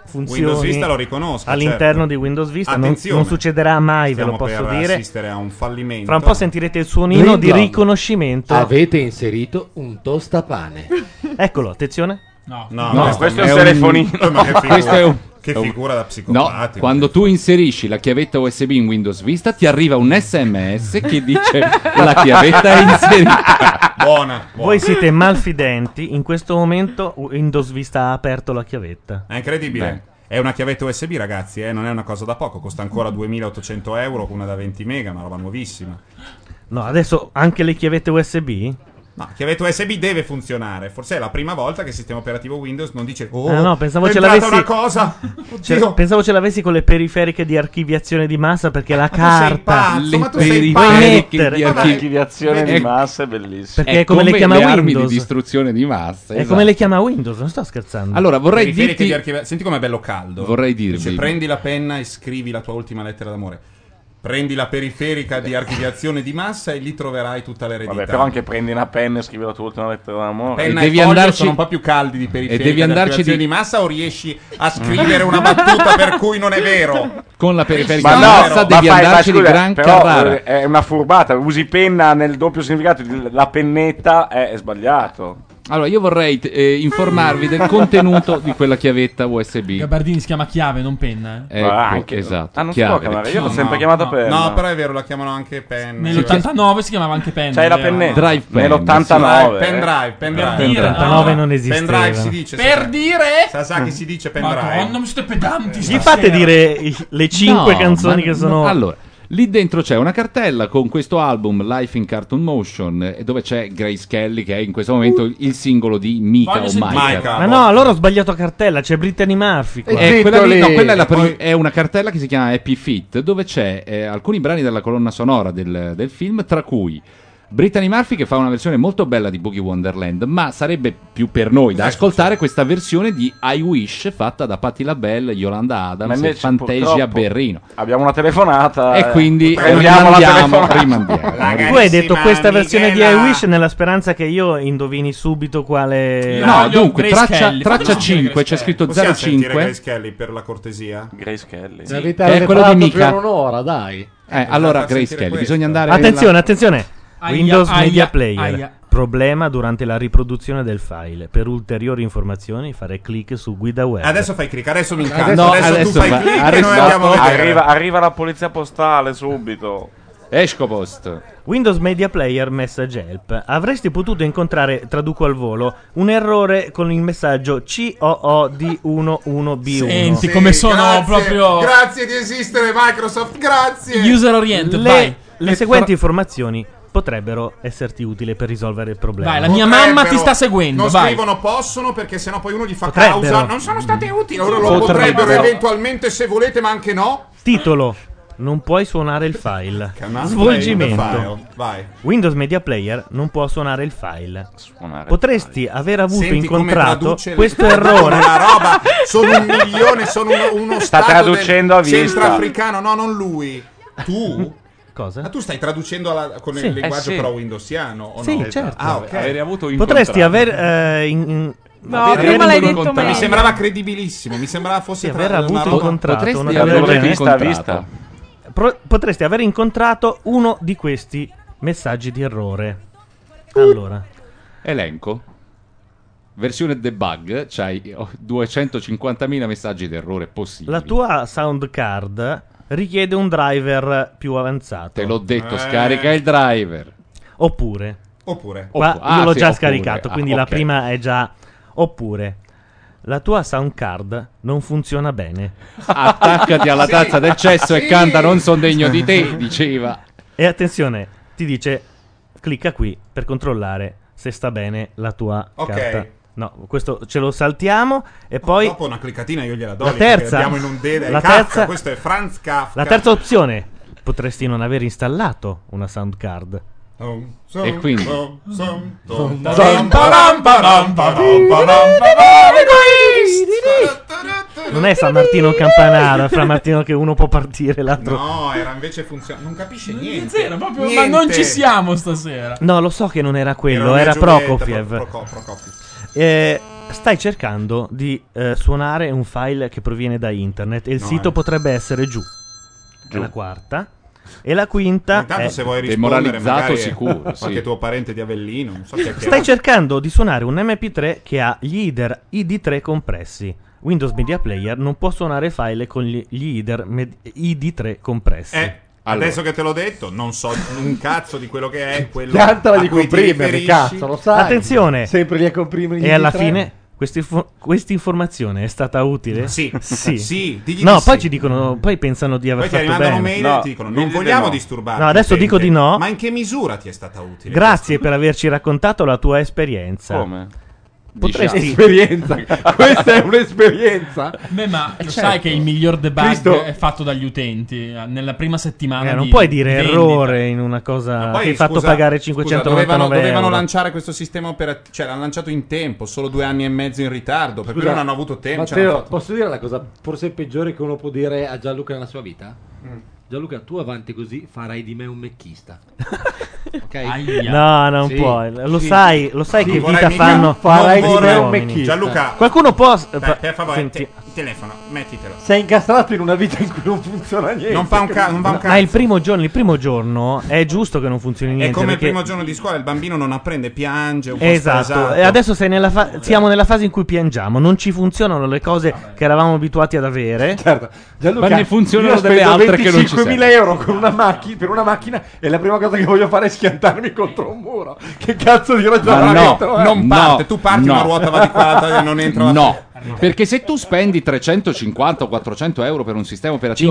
funzioni Windows Vista lo riconosco, all'interno certo. di Windows Vista. Non Attenzione. succederà mai, ve lo Stiamo posso per dire. assistere a un fallimento. Fra un po' sentirete il suonino di Ringlong. riconoscimento. Avete inserito un tostapane. Eccolo, attenzione. No, questo è un telefonino. Ma che figura, Questo è un- che è un- figura da No, psicopatico. quando tu inserisci la chiavetta USB in Windows Vista ti arriva un SMS che dice la chiavetta è inserita. Buona. Voi siete malfidenti. In questo momento Windows Vista ha aperto la chiavetta. È incredibile. È una chiavetta USB, ragazzi, non è una cosa da poco. Costa ancora 2.800 euro, una da 20 mega, una roba nuovissima. No, adesso anche le chiavette USB? No, chiavetta USB deve funzionare. Forse è la prima volta che il sistema operativo Windows non dice "Oh, Ah, no, pensavo è ce entrata l'avessi una cosa". Oddio. Pensavo ce l'avessi con le periferiche di archiviazione di massa perché la tu sei carta pazzo, ma tu sei puoi pazzo. mettere di archiviazione di massa è bellissimo. perché è come le chiama le armi Windows. di distruzione di massa. È come le chiama Windows, non sto scherzando. Allora, vorrei Periferiche dirti Senti com'è bello caldo. Vorrei dirvi- Dice, prendi la penna e scrivi la tua ultima lettera d'amore. Prendi la periferica di archiviazione di massa e lì troverai tutta l'eredità. Vabbè, però anche prendi una penna e scrivi la tua ultima lettera d'amore. Penna E devi e foglio andarci- sono un po' più caldi di periferica e devi di andarci archiviazione di- di massa, o riesci a scrivere una battuta per cui non è vero? con la periferica Ma di no, massa devi fai, andarci di scusa, gran però, Carrara. è una furbata. Usi penna nel doppio significato. La pennetta è sbagliato. Allora, io vorrei informarvi del contenuto di quella chiavetta USB. Gabardini si chiama chiave, non penna. Ecco, anche- esatto. Ah, non si può chiamare, io l'ho sempre chiamata penna. No, però è vero, la chiamano anche penna. Nell'89 si chiamava anche penna. C'hai la vero? pennetta. Drive pen. Nell'89. Pendrive. Nell'89 non esisteva. Pendrive si dice. Per dire? Sasaki si dice pendrive. Madonna, siete pedanti. Gli stasera. fate dire le 5 No, canzoni ma- che sono Allora, lì dentro c'è una cartella con questo album Life in Cartoon Motion dove c'è Grace Kelly che è in questo momento il singolo di Mika Voglio o sentire. Micah. Ma no, allora ho sbagliato cartella, c'è Brittany Murphy qua. Quella lì, no, quella è, poi- è una cartella che si chiama Happy Feet dove c'è alcuni brani della colonna sonora del film, tra cui Brittany Murphy che fa una versione molto bella di Boogie Wonderland, ma sarebbe più per noi da ascoltare questa versione di I Wish fatta da Patti LaBelle, Yolanda Ma Adams e invece, Fantasia purtroppo, Berrino. Abbiamo una telefonata. E quindi prendiamo la telefonata. rimandiamo. Tu hai detto questa versione di I Michela. Wish nella speranza che io indovini subito quale... No, Voglio dunque, Grace traccia, Kelly. traccia Fatemi sentire 5, c'è Grace scritto Possiamo sentire 05. Grace Kelly per la cortesia? Grace Kelly. Avete È quello di arretrato Mika. per un'ora, dai. Allora, far Grace sentire Kelly, questo. bisogna andare Attenzione, attenzione. Aia, Windows aia, Media Player. aia. Problema durante la riproduzione del file. Per ulteriori informazioni fare clic su guida web. Adesso fai clic, adesso mi incanto. No, Adesso tu adesso fai fa- clic e noi arrestato. andiamo a vedere. Arriva la polizia postale subito. Escopost. Windows Media Player Message Help. Avresti potuto incontrare, traduco al volo, un errore con il messaggio COOD11B1. Senti come sono grazie, proprio Grazie di esistere Microsoft, grazie. user oriented. Vai. Le seguenti informazioni potrebbero esserti utili per risolvere il problema. Vai, la mia mamma ti sta seguendo. Non vai. scrivono possono perché sennò poi uno gli fa Potrebbero. causa. Non sono state utili. Ora lo potrebbero eventualmente se volete, ma anche no. Titolo: non puoi suonare il file. Cannot Svolgimento: play the file. Vai. Windows Media Player non può suonare il file. Suonare il Potresti aver avuto Senti come incontrato traduce questo le- errore. La roba, sono 1 milione, sono uno Sta stato traducendo del a vista. centroafricano, no, non lui. Tu? Cosa? Ma tu stai traducendo con Sì. il linguaggio sì. però windowsiano o Sì, no? certo. Ah, ok. Avere avuto Potresti incontrato. aver No, prima l'hai detto Mi meglio. sembrava credibilissimo, mi sembrava fosse aver una avuto roba- incontrato Potresti una averlo cosa del genere. vista a incontrato. vista. Potresti aver incontrato uno di questi messaggi di errore. Allora, Elenco. Versione debug, c'hai 250.000 messaggi d'errore possibili. la tua sound card richiede un driver più avanzato. Te l'ho detto, scarica il driver. Oppure, Oppure qua io l'ho sì, già oppure. scaricato, quindi la ok. prima è già. Oppure, la tua sound card non funziona bene. Attaccati alla Sì, tazza del cesso e sì. canta Non son degno di te, diceva. E attenzione, ti dice clicca qui per controllare se sta bene la tua Ok. carta. No, questo ce lo saltiamo e poi dopo una cliccatina io gliela do. la lì, perché terza, abbiamo inundere la Kafka, terza, questo è Franz Kafka. la terza opzione, potresti non aver installato una sound card. E quindi? Non è San Martino Campanaro, è Fra Martino che uno può partire, l'altro. No, era invece funzionale. Non capisce niente. Zero, proprio, ma Niente. non ci siamo stasera. No, lo so che non era quello, Romeo era e Giulietta, Prokofiev. Prokofiev. stai cercando di suonare un file che proviene da internet e il sito potrebbe essere giù. È la quarta. E la quinta intanto è se vuoi rispondere demoralizzato magari sicuro, qualche tuo parente di Avellino, non so chi è che stai ha. cercando di suonare un MP3 che ha gli header ID3 compressi. Windows Media Player non può suonare file con gli header ID3 compressi. Adesso che te l'ho detto, non so un cazzo di quello che è quello Piantala a di cui ti comprimere, riferisci. cazzo, lo sai. Attenzione, sempre lì a comprimere. E alla fine questa informazione è stata utile? Sì. Sì. Sì, digli no, di poi sì. ci dicono, poi pensano di aver Poi ti fatto rimandano bene. mail e ti dicono non vogliamo disturbarti. No, adesso dico di no. Ma in che misura ti è stata utile? Grazie per averci raccontato la tua esperienza. Come? Potresti esperienza. Questa è un'esperienza. Beh, ma lo certo. sai che il miglior debug Cristo. è fatto dagli utenti nella prima settimana. non di puoi dire vendita. errore in una cosa Poi, che hai fatto scusa, pagare scusa, 599 dovevano euro. lanciare questo sistema operativo, cioè l'hanno lanciato in tempo, solo 2 anni e mezzo in ritardo, per cui Scusa, non hanno avuto tempo. Matteo, posso dire la cosa forse peggiore che uno può dire a Gianluca nella sua vita? Gianluca, tu avanti così farai di me un mecchista. Ok? No, non Sì. puoi. Lo Sì. sai che vorrei vita mica- fanno. farai non di me vorrei- un mecchista. Gianluca, Qualcuno può per favore, senti. telefono, mettitelo. Sei incastrato in una vita in cui non funziona niente. Non fa un cazzo. Ma il primo giorno è giusto che non funzioni È niente. come il perché- primo giorno di scuola, il bambino non apprende, piange, un po' Esatto, stressato. e adesso siamo nella fase in cui piangiamo, non ci funzionano le cose che eravamo abituati ad avere. Certo. Gianluca, Ma ne funzionano io delle spendo altre che non ci 25.000 euro con per una macchina e la prima cosa che voglio fare è schiantarmi contro un muro. Che cazzo di ragionamento è? Non parte, tu parti, una ruota va di qua, l'altra non entra. No, perché se tu spendi 350 o 400 euro per un sistema operativo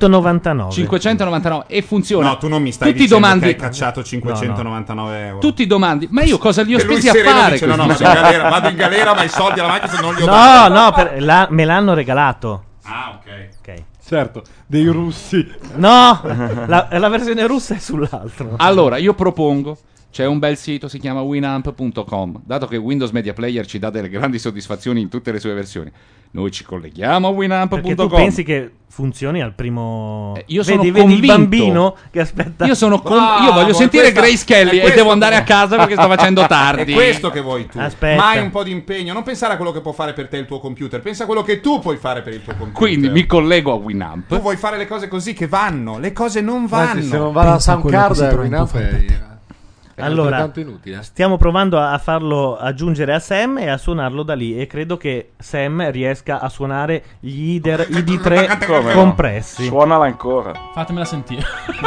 599 e funziona, No, tu non mi stai tutti dicendo domandi, che hai cacciato 599 euro. tutti domandi, ma io cosa li ho E lui spesi a sereno fare? dice, no, questi? vado in galera, ma i soldi alla macchina non li ho dati. No, me l'hanno regalato. Ah, ok. Certo, dei russi. No, la versione russa è sull'altro. Allora, io propongo, c'è un bel sito, si chiama winamp.com, dato che Windows Media Player ci dà delle grandi soddisfazioni in tutte le sue versioni. Noi ci colleghiamo a winamp.com. Perché tu pensi che funzioni al primo. Io sono vedi il convinto. bambino che aspetta. Io voglio sentire Grace Kelly e devo andare a casa perché sto facendo tardi. È questo che vuoi tu. Aspetta. Mai un po' di impegno. Non pensare a quello che può fare per te il tuo computer, pensa a quello che tu puoi fare per il tuo computer. Quindi mi collego a Winamp. Tu vuoi fare le cose così che vanno, le cose non vanno. Anzi, se non va la soundcard, Winamp è Allora, altrettanto inutile. stiamo provando a farlo aggiungere a Sam e a suonarlo da lì. E credo che Sam riesca a suonare gli header ID3 Come no? compressi. Suonala ancora. Fatemela sentire.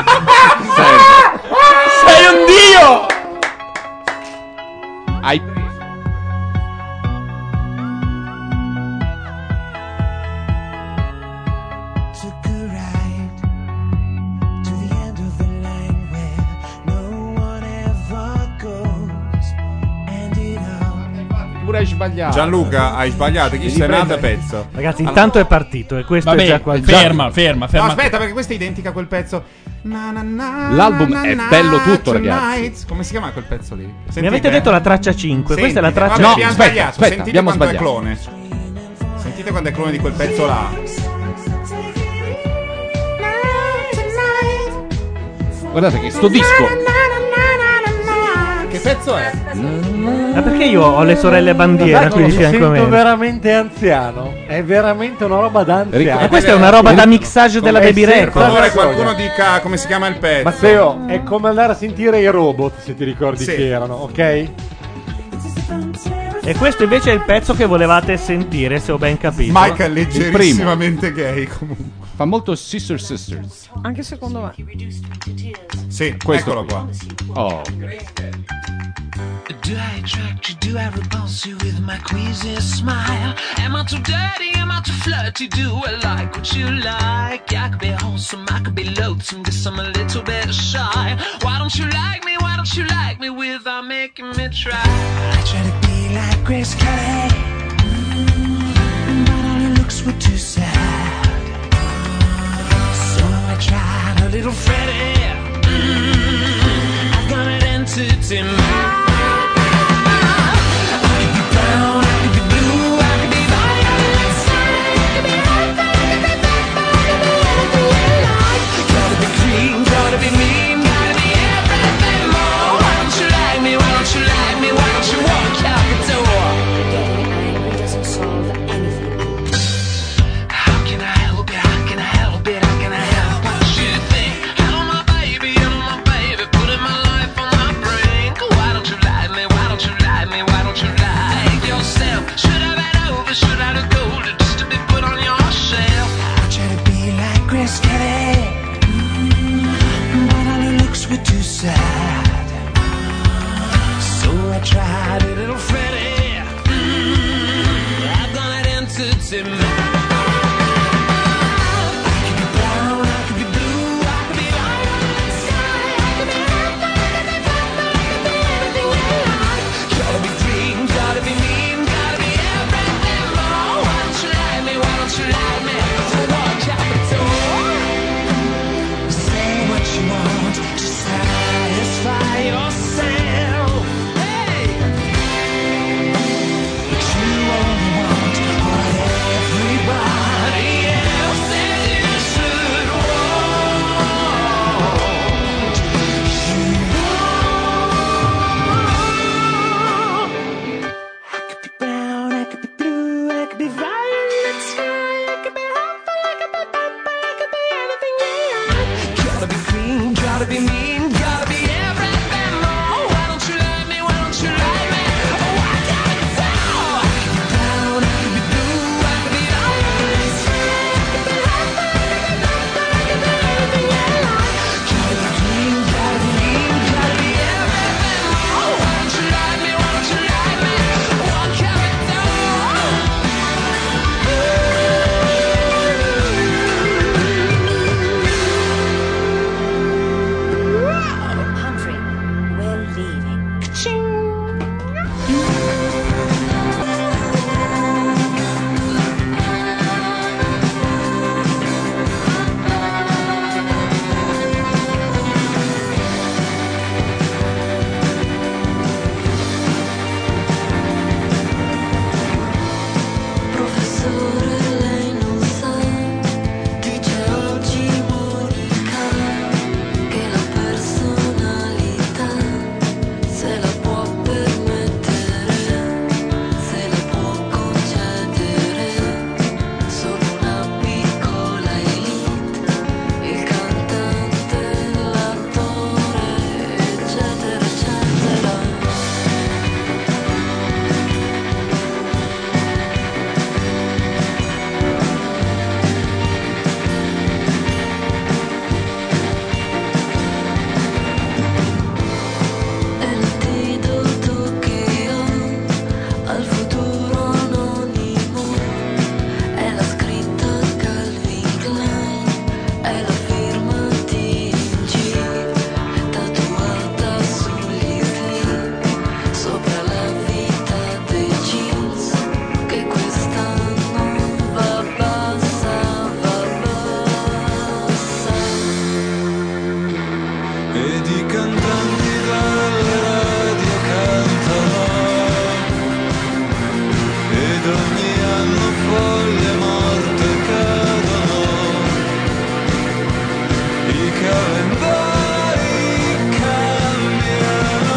Sei un dio! Hai pure hai sbagliato. Gianluca, hai sbagliato. Chi stai prendere- a pezzo? Ragazzi, intanto è partito e questo Vabbè, è già qualcosa. ferma. No, aspetta, perché questo è identica a quel pezzo. L'album è bello tutto, ragazzi. Come si chiama quel pezzo lì? Mi avete detto la traccia 5, questa è la traccia No, 5. abbiamo sbagliato. aspetta, Sentite abbiamo quando sbagliato. è clone. Sentite quando è clone di quel pezzo là. Guardate che sto disco. Che pezzo è? Ma perché io ho le sorelle bandiera qui di mi fianco a sento me? veramente anziano. È veramente una roba da anziano. Ma questa è una roba da mixage della Baby Per Record. favore, qualcuno dica come si chiama il pezzo. Matteo, è come andare a sentire i robot, se ti ricordi Sì. che erano, ok? E questo invece è il pezzo che volevate sentire, se ho ben capito. Mike è Il leggerissimamente gay comunque. Fa molto Sister Sisters. Anche secondo me. Sì, Questo eccolo qui. qua. Oh. Do I attract you? Do I repulse you with my queasy smile? Am I too dirty? Am I too flirty? Do I like what you like? I could be wholesome, I could be loathsome, guess I'm a little bit shy. Why don't you like me? Why don't you like me without making me try? I try to be like Grace Kelly, but all her looks were too sad. So I tried a little Freddie. I've got an entity mind. be too sad. So I tried a little Freddy. I've done it into tonight. Gotta be mean, gotta be everything more. Why don't you like me? Why don't you like me? Oh, I gotta be down. I could be down, I could be blue, I could be honest. I could be hot, I could be anything you like. Gotta be clean, gotta be mean, gotta be everything more. Why don't you like me? Why don't you like me? Oh, I gotta be Humphrey, we're leaving. Professore, lei non sa, dice oggi Monica che la personalità se la può permettere, se la può concedere, solo una piccola elite, il cantante, l'attore, eccetera, eccetera. È l'antidoto che ho al futuro anonimo, è la scritta Calvin Klein, è la firma TNG, tatuata sugli slip, sopra la vita dei jeans, che quest'anno va bassa, va bassa. Ed i cantanti dalle radio cantano, ed ogni anno foglie morte cadono, i calendari cambiano,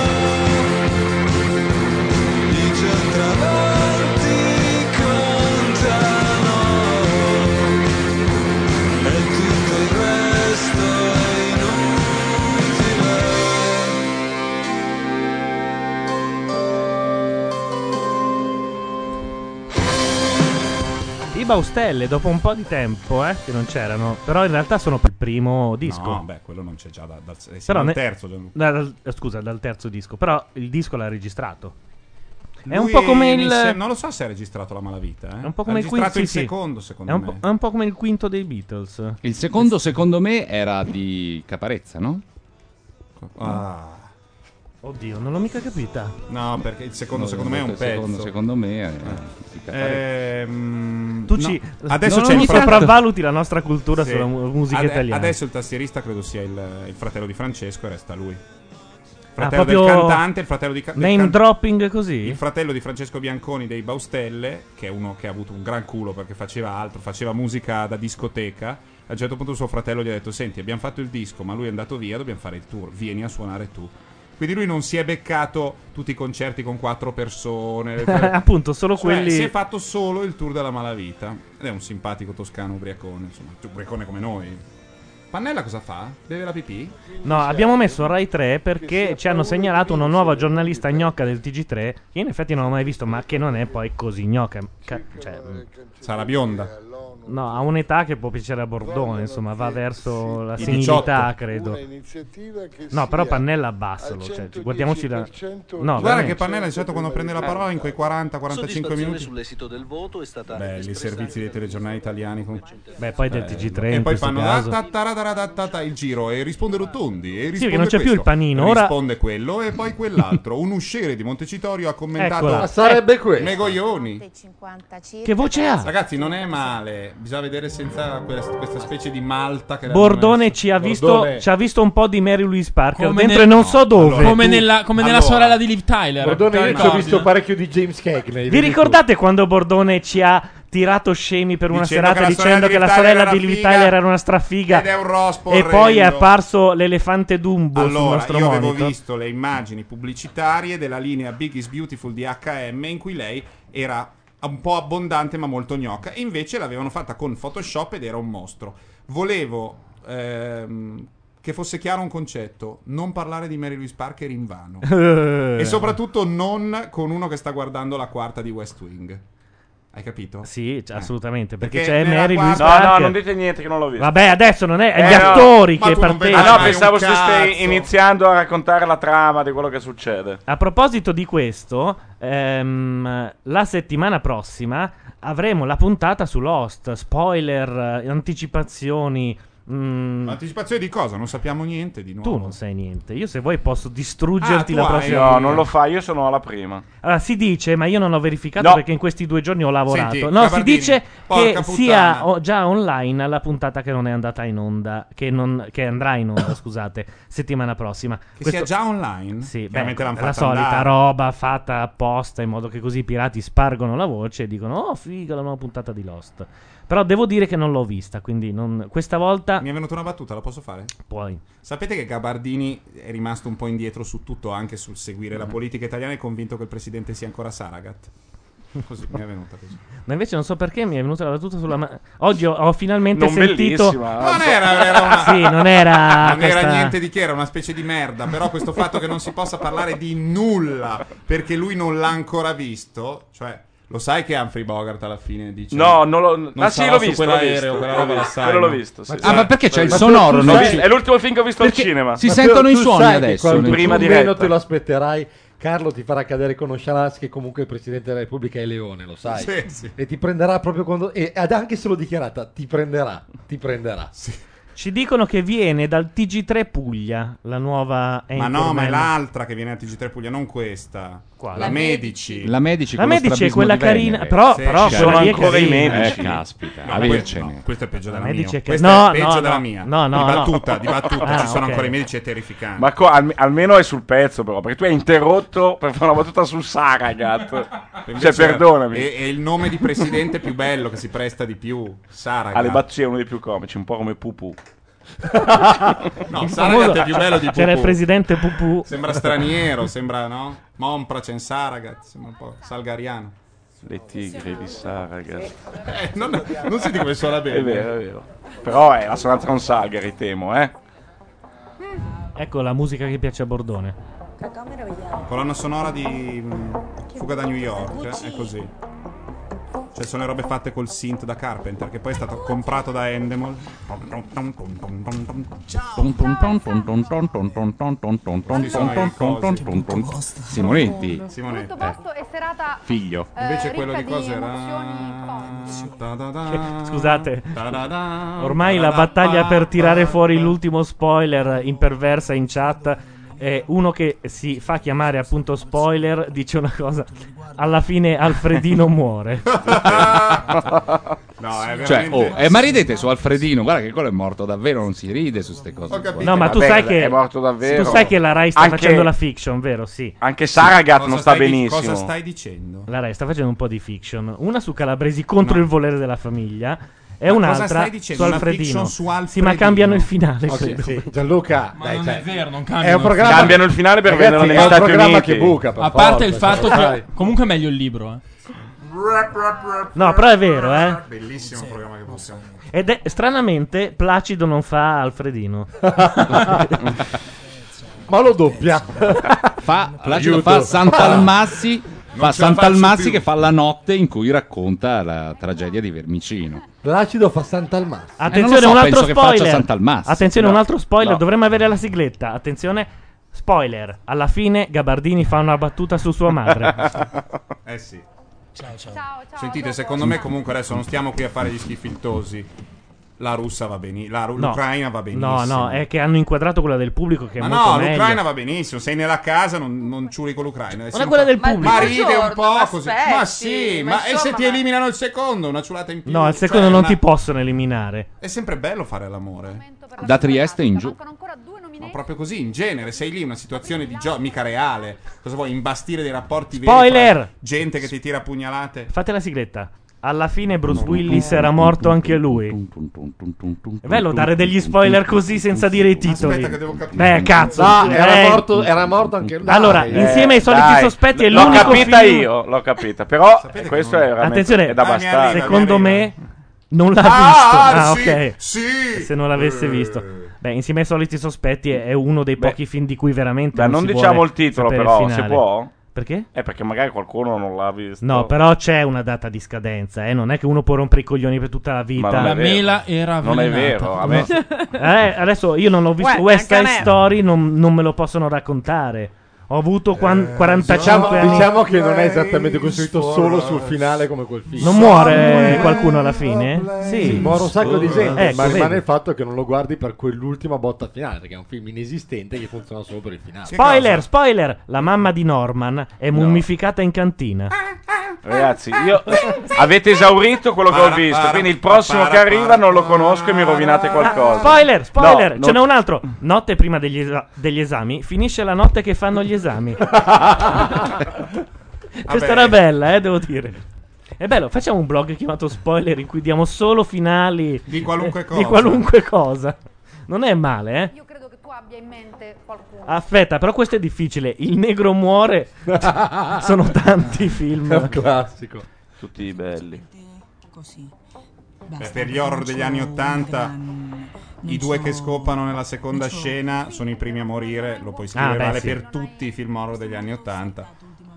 i centravanti contano, e tutto il resto è inutile. I Baustelle, dopo un po' di tempo, che non c'erano, però in realtà sono per il primo disco. No, beh, quello non c'è già siamo Però al ne- terzo. scusa, dal terzo disco, però il disco l'ha registrato. È Lui un po' come il non lo so se ha registrato la Malavita. È un po' come ha il registrato quinto, il sì, sì. secondo, secondo È un me. po', è un po' come il quinto dei Beatles. Il secondo, secondo me, era di Caparezza, no? Ah. Oddio, non l'ho mica capita. No, perché il secondo, No, secondo me è un il secondo, pezzo. secondo me è di Caparezza. Tu ci adesso non c'è mi il fratello- sopravvaluti la nostra cultura Sì. sulla musica italiana. Adesso il tastierista credo sia il fratello di Francesco e resta lui. Ah, Fratello del proprio cantante, il fratello di name dropping così? Il fratello di Francesco Bianconi dei Baustelle, che è uno che ha avuto un gran culo perché faceva altro, faceva musica da discoteca. A un certo punto suo fratello gli ha detto: "Senti, abbiamo fatto il disco, ma lui è andato via, dobbiamo fare il tour, vieni a suonare tu". Quindi lui non si è beccato tutti i concerti con 4 persone. Appunto, solo quelli. Si è fatto solo il tour della Malavita. Ed è un simpatico toscano ubriacone, insomma, ubriacone come noi. Pannella cosa fa? Beve la pipì? No, abbiamo messo Rai 3 perché ci hanno segnalato una nuova giornalista gnocca del TG3 che in effetti non ho mai visto, ma che non è poi così gnocca. Sarà bionda. No, ha un'età che può piacere a Bordone, insomma, va verso la I senilità, 18. credo. No, però Pannella abbassalo, cioè, guardiamoci la... No, guarda che Pannella di solito quando prende la parola in quei 40-45 minuti. Sull'esito del voto è stata Belli i servizi dei telegiornali italiani. Beh, poi del TG3 E in poi questo fanno caso. il giro e risponde Rotondi. E risponde perché non c'è più questo, il panino, e ora- risponde quello e poi quell'altro. Un usciere di Montecitorio ha commentato. Eccola. Sarebbe questo. Megoglioni. Che voce ha? Ragazzi, non è male. Bisogna vedere senza questa specie di malta che Bordone ci ha visto un po' di Mary Louise Parker Come dentro nel- e non so dove. Come nella sorella di Liv Tyler. Bordone, io ci ho Ricordi? visto parecchio di James Cagney. Vi ricordate quando Bordone ci ha tirato scemi per una Dicendo serata che la dicendo sorella che di la Liv sorella Tyler di era Liv figa Tyler era una strafiga ed è un rospo e poi è orrendo. apparso l'elefante Dumbo sul Allora, nostro io avevo monitor. visto le immagini pubblicitarie della linea Biggie's Beautiful di H&M in cui lei era un po' abbondante ma molto gnocca e invece l'avevano fatta con Photoshop ed era un mostro. Volevo che fosse chiaro un concetto: non parlare di Mary Louise Parker in vano e soprattutto non con uno che sta guardando la quarta di West Wing. Hai capito? Sì, assolutamente, perché Perché c'è nella Mary Louise quarta- Parker. No, non dite niente che non l'ho visto. Vabbè, adesso non è gli no. attori Ma che tu non vedi partecipano. mai pensavo stesse iniziando a raccontare la trama di quello che succede. A proposito di questo, la settimana prossima avremo la puntata su Lost, spoiler, anticipazioni. Anticipazione di cosa? Non sappiamo niente di nuovo. Tu non sai niente. Io se vuoi posso distruggerti tu la hai- prossima. No, non lo fa, io sono alla prima. Allora, si dice, ma io non ho verificato No. perché in questi 2 giorni ho lavorato. Senti, No, si Gabardini, dice porca che sia puttana. già online la puntata che non è andata in onda, che andrà in onda, scusate, settimana prossima. Che sia già online? Sì, beh, Chiaramente l'hanno la fatta solita andare. roba fatta apposta in modo che così i pirati spargono la voce e dicono "Oh, figa la nuova puntata di Lost". Però devo dire che non l'ho vista, quindi questa volta Mi è venuta una battuta, la posso fare? puoi. Sapete che Gabardini è rimasto un po' indietro su tutto, anche sul seguire la politica italiana, è convinto che il presidente sia ancora Saragat. Così, mi è venuta così. Ma invece non so perché mi è venuta la battuta sulla oggi ho finalmente Non sentito bellissima. Non era una... Sì, non era Non questa- era niente di che, era una specie di merda. Però questo fatto che non si possa parlare di nulla perché lui non l'ha ancora visto, cioè, lo sai che Humphrey Bogart alla fine dice No, non l'ho. non Ah, sì, sarà l'ho su visto. quell'aereo, quella roba la sai, Quello l'ho no? visto. Sì, Ah, ma perché c'è il Ma sonoro? tu non sai- si- È l'ultimo film che ho visto al Perché cinema. si Ma sentono i tu suoni sai che adesso. quando prima tu diretta. meno te lo aspetterai, Carlo ti farà cadere con nonchalance che comunque il Presidente della Repubblica è Leone, lo sai. Sì, sì. E ti prenderà proprio quando... E anche se l'ho dichiarata, ti prenderà. Ci dicono che viene dal TG3 Puglia, la nuova Ma no, ma è Anchorman. l'altra che viene a TG3 Puglia, non questa. Quale? La Medici. La Medici, La con lo Medici è strabismo quella di carina, Venere. però, Sì, però ci quella sono lì è ancora i carina. medici. Caspita, No, a ma Vircene. no, questo è peggio della Medici mia. è che- Questo no, è peggio no, della no. mia. No, no, di no. battuta, Ah, ci sono ok. ancora i medici, è terrificante. Ma almeno è sul pezzo, però. Perché tu hai interrotto per fare una battuta sul Saragat. Cioè, Invece perdonami. È il nome di presidente più bello che si presta di più. Saragat. Alle battute è uno dei più comici, un po' come Pupù. No, Il Saragat famoso- è più bello di C'era il Pupù. presidente Pupù. Sembra straniero, sembra, no? Mompracen Saragat, sembra un po' salgariano. Le tigri di Saragat. Non senti come suona bene. È vero, è vero. Però è la sonata con Salgari, temo, eh. Ecco la musica che piace a Bordone. Colonna sonora di Fuga da New York, è così. Cioè sono le robe fatte col synth da Carpenter, che poi è stato comprato da Endemol. Simonetti. Simonetti. Tutto posto e serata Figlio. Invece ricca quello di cosa era? Scusate, ormai la battaglia per tirare fuori l'ultimo spoiler imperversa in chat. Uno che si fa chiamare appunto spoiler dice una cosa: alla fine Alfredino muore. No, è Cioè, veramente... ma ridete su Alfredino, guarda che quello è morto davvero, non si ride su queste cose. Ho qua. capito. No, ma tu Vabbè, sai che è morto davvero. Tu sai che la Rai sta Anche- facendo la fiction, vero? Sì. Anche Saragat Cosa non sta stai di- benissimo. Cosa stai dicendo? La Rai sta facendo un po' di fiction. Una su Calabresi contro No. il volere della famiglia. E Ma cosa un'altra stai su dicendo? Una Alfredino. fiction su Sì, ma Alfredino? cambiano il finale. Ok, credo. sì, Gianluca, Ma dai, non cioè, è vero, non è cambiano un programma Cambiano il finale per Ragazzi, venderlo negli è un Stati programma Uniti. che buca, per A parte il forza, fatto cioè, lo che sai. comunque è meglio il libro, No, però è vero, Bellissimo programma che possiamo. Ed è stranamente Placido non fa Alfredino. Ma lo doppia. Placido fa Sant'Almassi. Fa Sant'Almassi che fa la notte in cui racconta la tragedia di Vermicino. Placido fa Sant'Almassi. Attenzione, un altro spoiler. Sant'Almassi. Attenzione, No. un altro spoiler. No. Dovremmo avere la sigletta. Attenzione, spoiler. Alla fine Gabardini fa una battuta su sua madre. Sì. Ciao. Sentite, secondo me comunque adesso non stiamo qui a fare gli schifiltosi. La russa va benissimo, l'Ucraina va benissimo. No, è che hanno inquadrato quella del pubblico che è Ma molto no, meglio. l'Ucraina va benissimo. Sei nella casa, non ciuri con l'Ucraina. Ma è quella del pubblico. Ma ride un po' Ma così. aspetti, Ma sì, ma ma e se insomma, ti eliminano il secondo? Una ciulata in più. No, il secondo Cioè, non ti possono eliminare. È sempre bello fare l'amore. Da Trieste in giù. Ma proprio così, in genere, sei lì in una situazione di gioco, mica reale. Cosa vuoi, imbastire dei rapporti veri? Spoiler! Fra gente che ti tira pugnalate? Fate la sigletta. Alla fine Bruce Willis era morto anche lui. È bello dare degli spoiler così senza dire i titoli. Aspetta che devo capire. Cazzo. No, era morto anche lui. Allora, insieme ai soliti sospetti è L'ho l'unico capita film... io, l'ho capita. Però questo è veramente Attenzione, è da bastardo. secondo me non l'ha visto. Ok. Se non l'avesse visto. Beh, insieme ai soliti sospetti è uno dei pochi film di cui veramente Beh, non si diciamo vuole il titolo, sapere però il si finale. può? Perché? Perché magari qualcuno non l'ha visto. No, però c'è una data di scadenza, non è che uno può rompere i coglioni per tutta la vita. Ma non è La vero. mela era Non è avvelenata. vero, a me- Adesso io non ho visto West Side Story, non me lo possono raccontare. Ho avuto 45 anni. Diciamo che non è esattamente costruito solo sul finale come quel film. Non muore qualcuno alla fine? Sì, muore un sacco di gente, Ecco, ma rimane vedi. il fatto che non lo guardi per quell'ultima botta finale, perché è un film inesistente che funziona solo per il finale. Spoiler! La mamma di Norman è mummificata in cantina. Ragazzi, avete esaurito quello che ho visto, quindi il prossimo che arriva non lo conosco e mi rovinate qualcosa. Spoiler! No, Ce n'è un altro. Notte prima degli esami, finisce la notte che fanno gli esami. Questa era bella, devo dire. È bello, facciamo un blog chiamato Spoiler in cui diamo solo finali Di qualunque cosa. Di qualunque cosa. Non è male, Io credo che tu abbia in mente qualcuno. Aspetta, però questo è difficile. Il negro muore. Sono tanti film. È un classico. Tutti belli. Beh, per gli horror degli anni '80 i due che scopano nella seconda scena sono i primi a morire. Lo puoi scrivere vale sì. per tutti i film horror degli anni '80.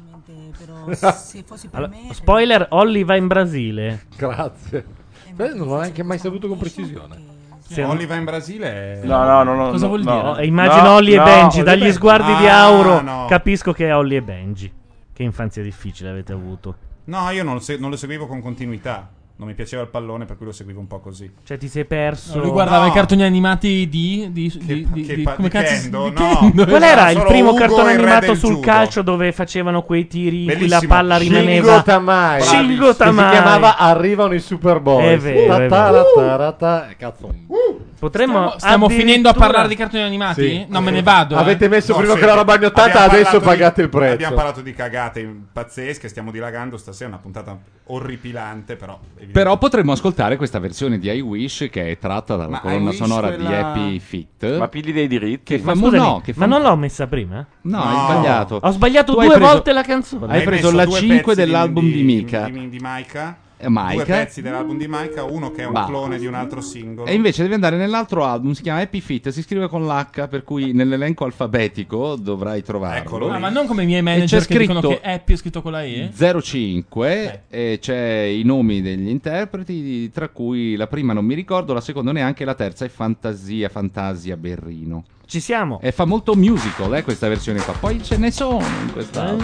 Allora, spoiler, Olli va in Brasile. Grazie. Non l'ho neanche mai saputo con precisione. Olli va in Brasile? No. Cosa vuol no. dire? Immagino No, Olli e no. Benji. Olli Dagli Benji. sguardi di Ah, Auro no. capisco che è Olli e Benji. Che infanzia difficile avete avuto. No, io non lo seguivo con continuità. Non mi piaceva il pallone, per cui lo seguivo un po' così. Cioè, ti sei perso. Lui guardava i cartoni animati come cazzo di Kendo, Qual era il Solo primo Ugo cartone e il re animato del sul judo. calcio dove facevano quei tiri in cui la Bellissimo. palla rimaneva? Shingo Tamai. Shingo Che si Tamai. chiamava Arrivano i Super Bowl. È vero, è vero. Cazzo. Potremmo Stiamo finendo a addirittura- parlare di cartoni animati? Sì. No, me ne vado. Avete messo prima sì, che la roba anni 80, abbiamo adesso parlato pagate il prezzo. Abbiamo parlato di cagate pazzesche, stiamo dilagando stasera, è una puntata orripilante, però. Però potremmo ascoltare questa versione di I Wish che è tratta dalla Ma colonna I Wish sonora di quella- Happy Feet. Ma pigli dei diritti. Che fa, Ma scusami, no, che fa- ma non l'ho messa prima? No, hai sbagliato. Ho sbagliato Tu hai due preso- volte la canzone. Hai preso messo la due 5 pezzi dell'album di Mika. Di Maika. Maika. Due pezzi dell'album di Maika, uno che è un Va. clone di un altro singolo. E invece devi andare nell'altro album, si chiama Happy Feet, si scrive con l'H, per cui nell'elenco alfabetico dovrai trovarlo. Eccolo. Ma non come i miei E manager c'è che dicono scritto che Happy è scritto con la E. 05 e c'è i nomi degli interpreti, tra cui la prima non mi ricordo, la seconda neanche, la terza è Fantasia Berrino. Ci siamo. E fa molto musical questa versione qua. Poi ce ne sono in quest'album.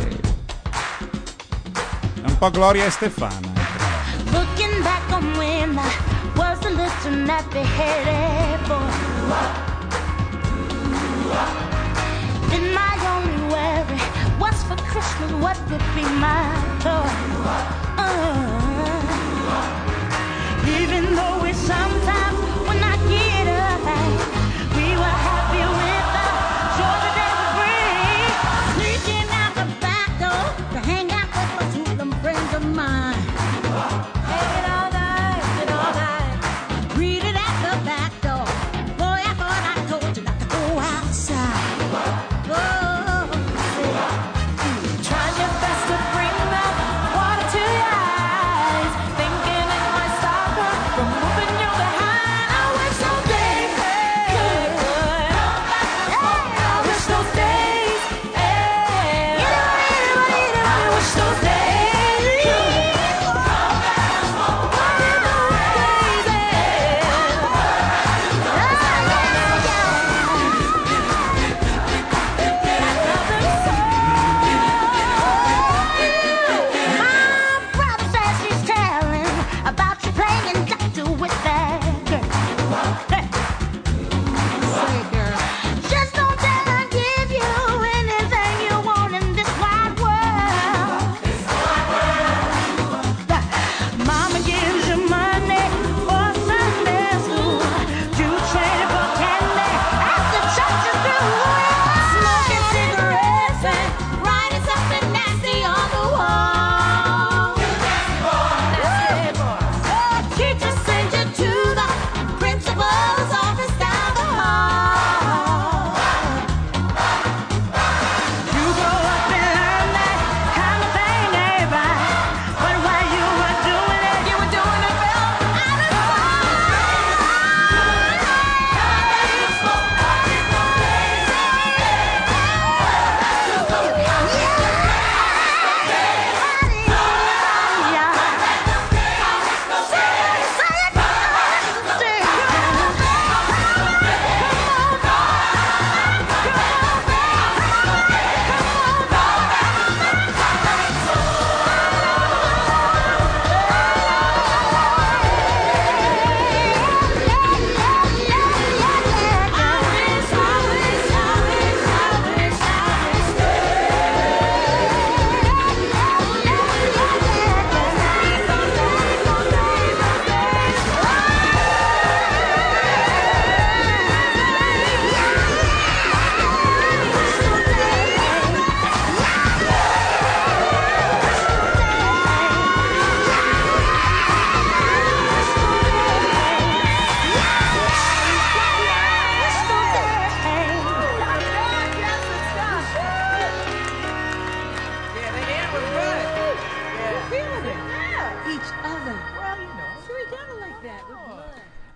È un po' Gloria e Stefana. Looking back on when I was a little nappy-headed boy, then my only worry was for Christmas what would be my toy. Even though we sometimes would not get along, we were happy with the joy that they would bring. Sneaking out the back door to hang out with my two friends of mine. Greeted at the back door. Boy, I thought I told you not to go outside. Oh, try your best to bring that water to your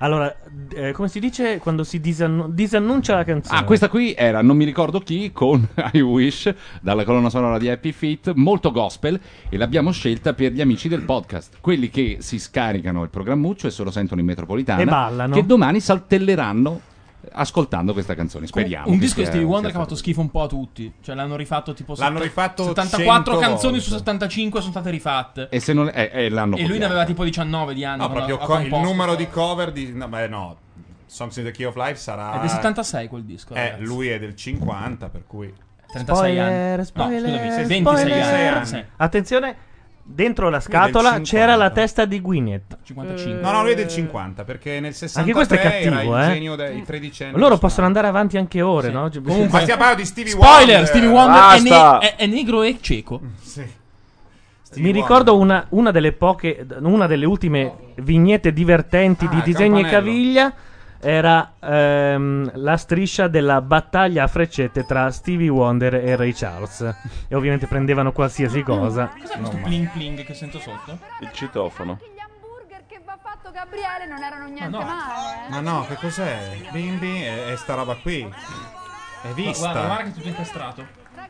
Allora, come si dice quando si disannuncia la canzone? Ah, questa qui era non mi ricordo chi con I Wish dalla colonna sonora di Happy Feet, molto gospel, e l'abbiamo scelta per gli amici del podcast, quelli che si scaricano il programmuccio e se lo sentono in metropolitana E ballano. che domani saltelleranno ascoltando questa canzone, speriamo. Un che disco di sia- Stevie Wonder sia che ha fatto schifo un po' a tutti. Cioè l'hanno rifatto tipo L'hanno rifatto 74 100 canzoni volte. su 75 sono state rifatte. E se non l'hanno E lui ne copiato. aveva tipo 19 di anni. No, quando proprio ha il composto. numero di cover di... No, beh, no. Songs in the Key of Life sarà... È del 76 quel disco. ragazzi. Lui è del 50, per cui... 36 anni. No, scusami, 26 anni. Sì. Attenzione, dentro la scatola 50. c'era la testa di Gwyneth. 55. No, lui è del 50, perché nel 63 Anche questo è cattivo, era il eh. genio dei 13 anni. Loro possono andare avanti anche ore, no? Comunque, Ma stiamo parlando di Stevie Spoiler, Wonder. Stevie Wonder Basta. è negro e cieco. Sì. Mi ricordo una delle ultime vignette divertenti di Disegni e Campanello. Caviglia. Era la striscia della battaglia a freccette tra Stevie Wonder e Ray Charles. E ovviamente prendevano qualsiasi cosa. Cos'è questo pling pling che sento sotto? Il citofono. Che va fatto Gabriele non erano niente no. male. Ma no, che cos'è? Bimbi è sta roba qui. È vista. Guarda che è tutto incastrato.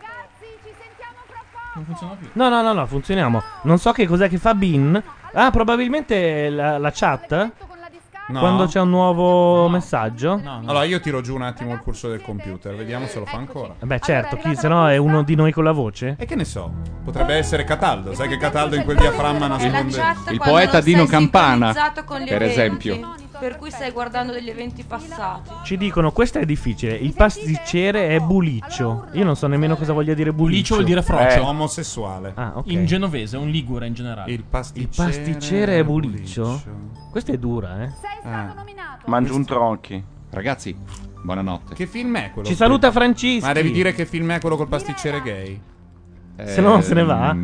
Non funziona più. No, funzioniamo. Non so che cos'è che fa Bin. Ah, probabilmente la chat. No. Quando c'è un nuovo messaggio. Allora io tiro giù un attimo il cursore del computer, vediamo se lo fa ancora. Beh, certo, chi se no è uno di noi con la voce. E che ne so? Potrebbe essere Cataldo, sai che Cataldo in quel diaframma nasconde Il poeta Dino Campana, con gli per eventi, esempio. Per cui stai guardando degli eventi passati. Ci dicono, questo è difficile. Il pasticcere è buliccio. Io non so nemmeno cosa voglia dire buliccio. Buliccio vuol dire frocio. omosessuale. Ah, ok. In genovese, un ligure in generale. Il Il pasticcere è buliccio? Questa è dura, Mangio un tronchi. Ragazzi, buonanotte. Che film è quello? Ci saluta Francischi. Ma devi dire che film è quello col pasticcere gay? Se no non se ne va.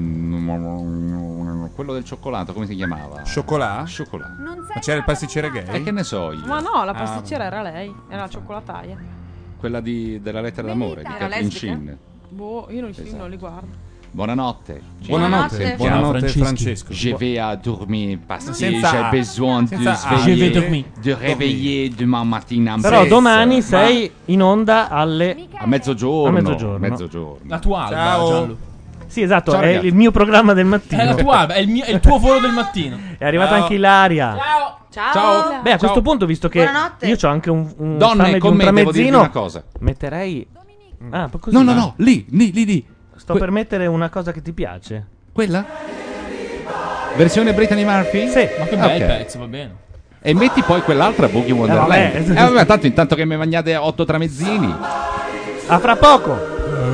Quello del cioccolato, come si chiamava? Chocolat? Chocolat. Ma c'era il pasticcere gay? E che ne so io? Ma no, la pasticcera era lei, era la cioccolataia. Quella della lettera d'amore di Era Kathleen lesbica? Shin. Boh, io i film non li guardo. Buonanotte. Buonanotte. Buonanotte, Francesco. Je vais à dormir parce que Senza j'ai A. besoin de Senza A. sveglier, Je vais dormir. de réveiller demain matin un Però peu. domani Ma- sei in onda alle... a mezzogiorno. A mezzogiorno. Mezzogiorno. La tua alba, Ciao. Giallo. Sì, esatto, Ciao, è ragazzi. il mio programma del mattino. È la tua alba, è il tuo volo del mattino. È arrivata Ciao. anche Ilaria. Ciao. Beh, a questo punto, visto che Buonanotte. io ho anche un Donne, fame di con un me devo dirvi tramezzino, una cosa. metterei... Ah, così. No, lì. Sto per mettere una cosa che ti piace. Quella? Versione Brittany Murphy? Sì. Ma che Ok. bel pezzo, va bene. E metti poi quell'altra Boogie Wonderland. vabbè. Vabbè, tanto intanto che mi mangiate 8 tramezzini. A fra poco.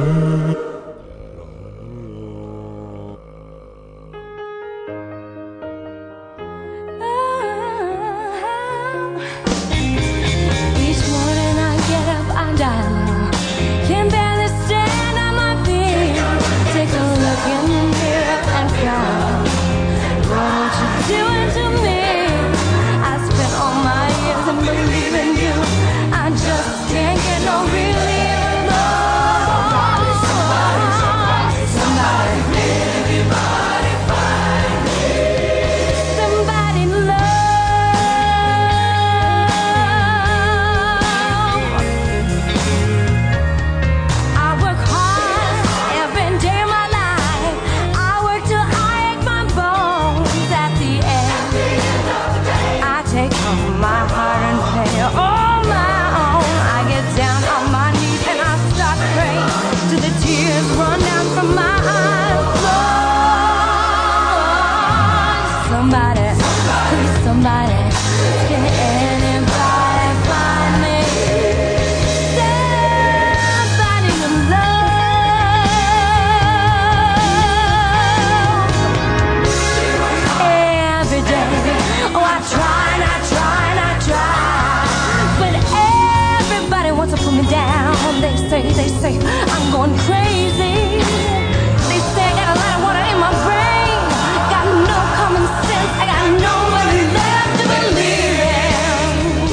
Each morning I get up, I dial. Can barely stand on my feet. Take a look in the mirror and cry. What are you doing to me? I spent all my years in believing you. I just can't get no relief. Somebody, somebody, somebody, anybody find me? Somebody love. I work hard every day of my life. I work till I ache my bones. At the end of the day, I take home my heart and pay all my own. I get down on my knees and I start praying till the tears run down from my eyes. Lord, somebody, please somebody, can anybody find me? Somebody to love. Every day, oh I try and I try and I try, but everybody wants to put me down. They say I'm going crazy. They say I got a lot of water in my brain. Got no common sense. I got nobody left to believe in.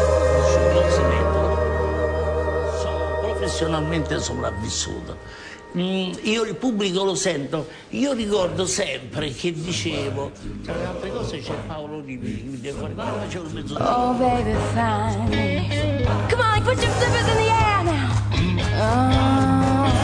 Sono professionalmente sopravvissuto io il pubblico lo sento. Io ricordo sempre che dicevo, tra le altre cose c'è Paolo Ripoli, quando facevo il mezzo. Oh baby, find me. Come on, put your slippers in the air now.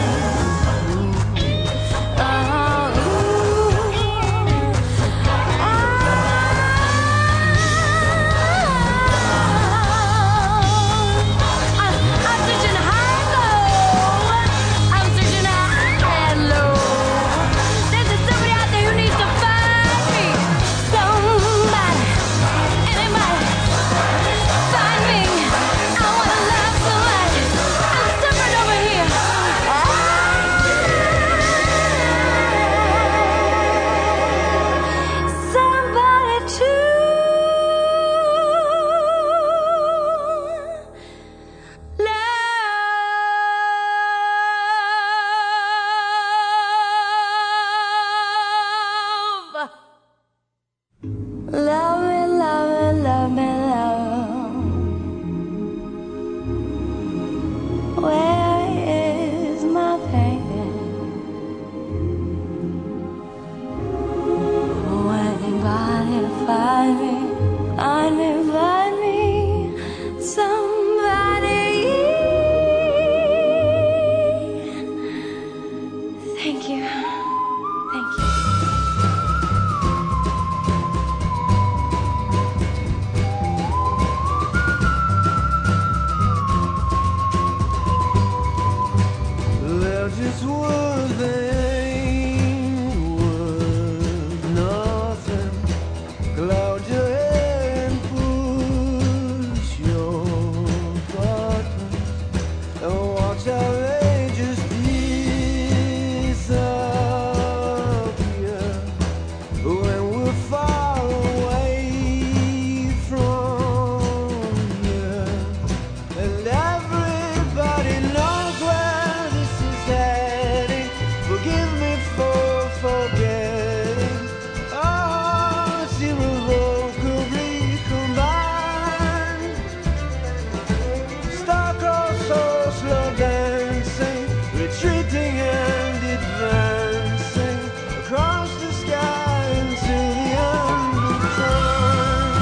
Love me, love me, love me, love. Where is my pain? Oh, anybody find me, find me, find me, somebody. Thank you, thank you. There just was worth nothing. Cloud your head and push your buttons and watch how they just disappear when we're far away from here. And everybody knows where this is heading. Forgive me for forgetting. Oh, it's irrevocably combined. Stuck or so slow dancing, retreating and advancing across the sky into the end of time.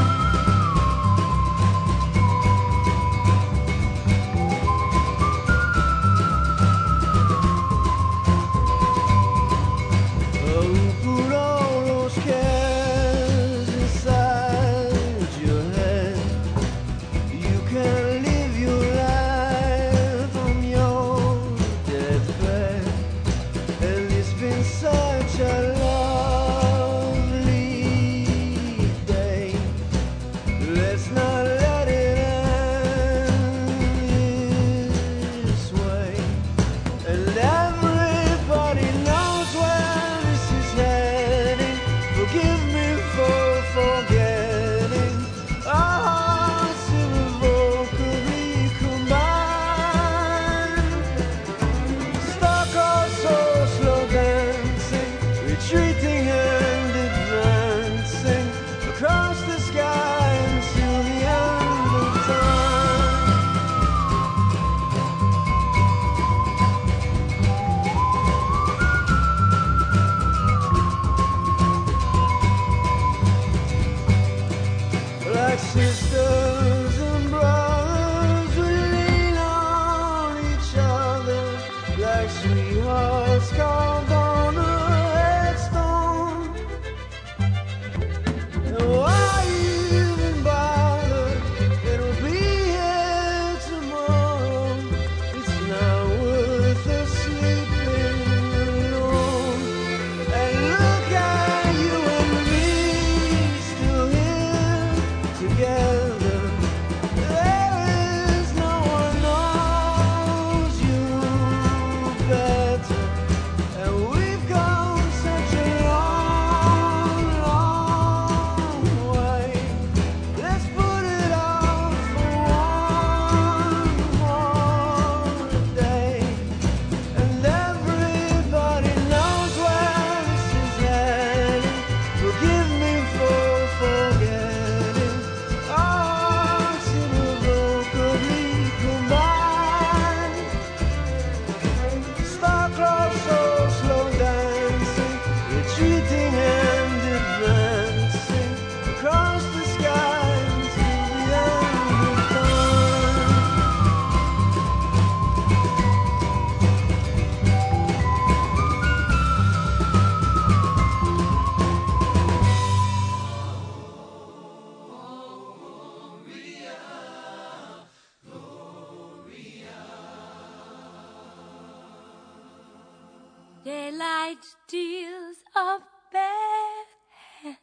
Oh, put all those cares inside your head. You can live your life on your deathbed. And it's been such a lovely day. Let's not let it end this way. And everybody knows where this is heading. Forgive me for forgetting. Oh, it's irrevocably combined. Stuck or so slow dancing, retreating and advancing across the sky until the Daylight deals a bad hand.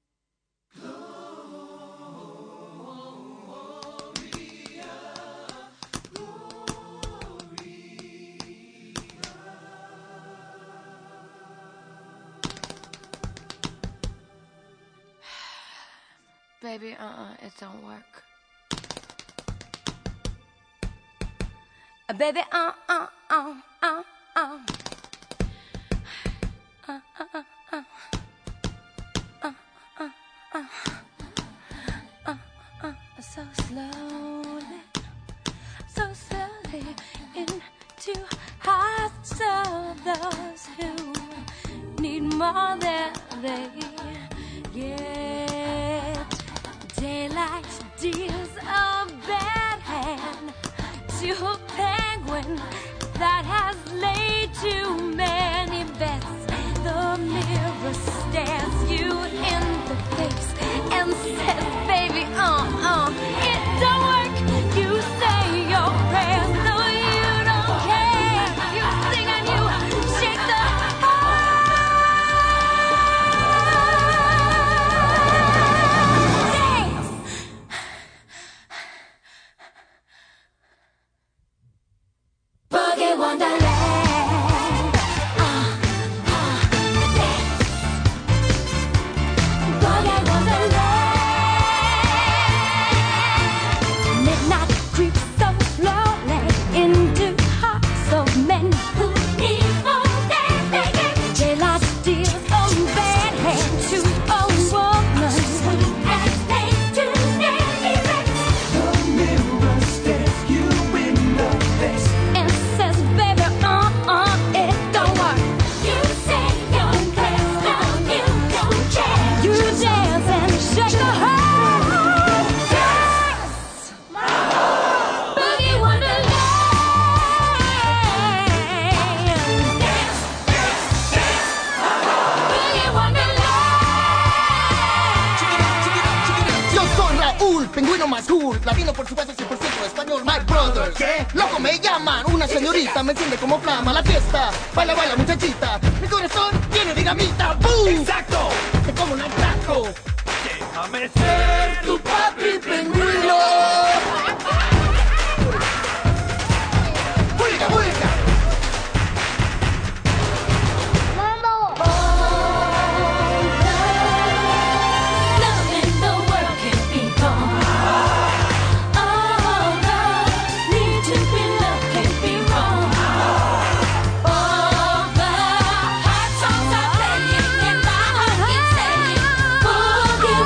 Baby, it don't work. Baby, so slowly into hearts of those who need more than they get. Daylight deals a bad hand to a penguin that has laid too many bets. The mirror stares you in the face and says, baby, it don't work. You say your prayers, no, you don't care. You sing and you shake the Boogie Wonderland. Boogie Wonderland. Midnight creeps so slowly into hearts of men who need more than they get. Daylight deals a bad hand to a woman who has paid too many rents. The mirror stares you in the face and says, baby, it don't work. You say your prayers, no, you don't care. You dance and shake the heart. Dance, Boogie Wonderland. Dance, Boogie Wonderland. Yo soy Raúl, pingüino más cool, latino por supuesto 100% español, my brother. ¿Qué? Loco me llaman, una señorita me enciende como flama la fiesta. Baila, baila muchachita, mi corazón tiene dinamita. ¡Boom! ¡Exacto! Te como un atraco. Déjame ser tu papi pingüino. ¡Vuelca, vuelca! Loving the working people. All the need to be loved can be wrong. All the hard songs are playing and my heart keeps saying, Boogie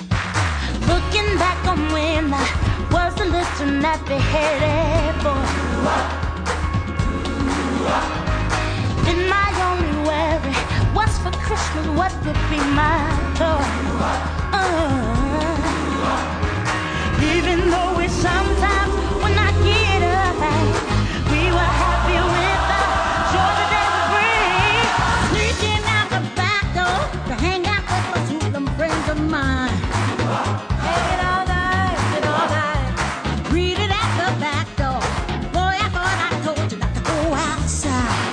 nappy headed boy. And my only worry, what's for Christmas, what would be my toy? Even though we sometimes will not get along, we were happy with the joy that they would bring. Sneaking out the back door to hang out with my Zulu friends of mine. Hanging all night and all night. Read it at the back door. Boy, I thought I told you not to go outside.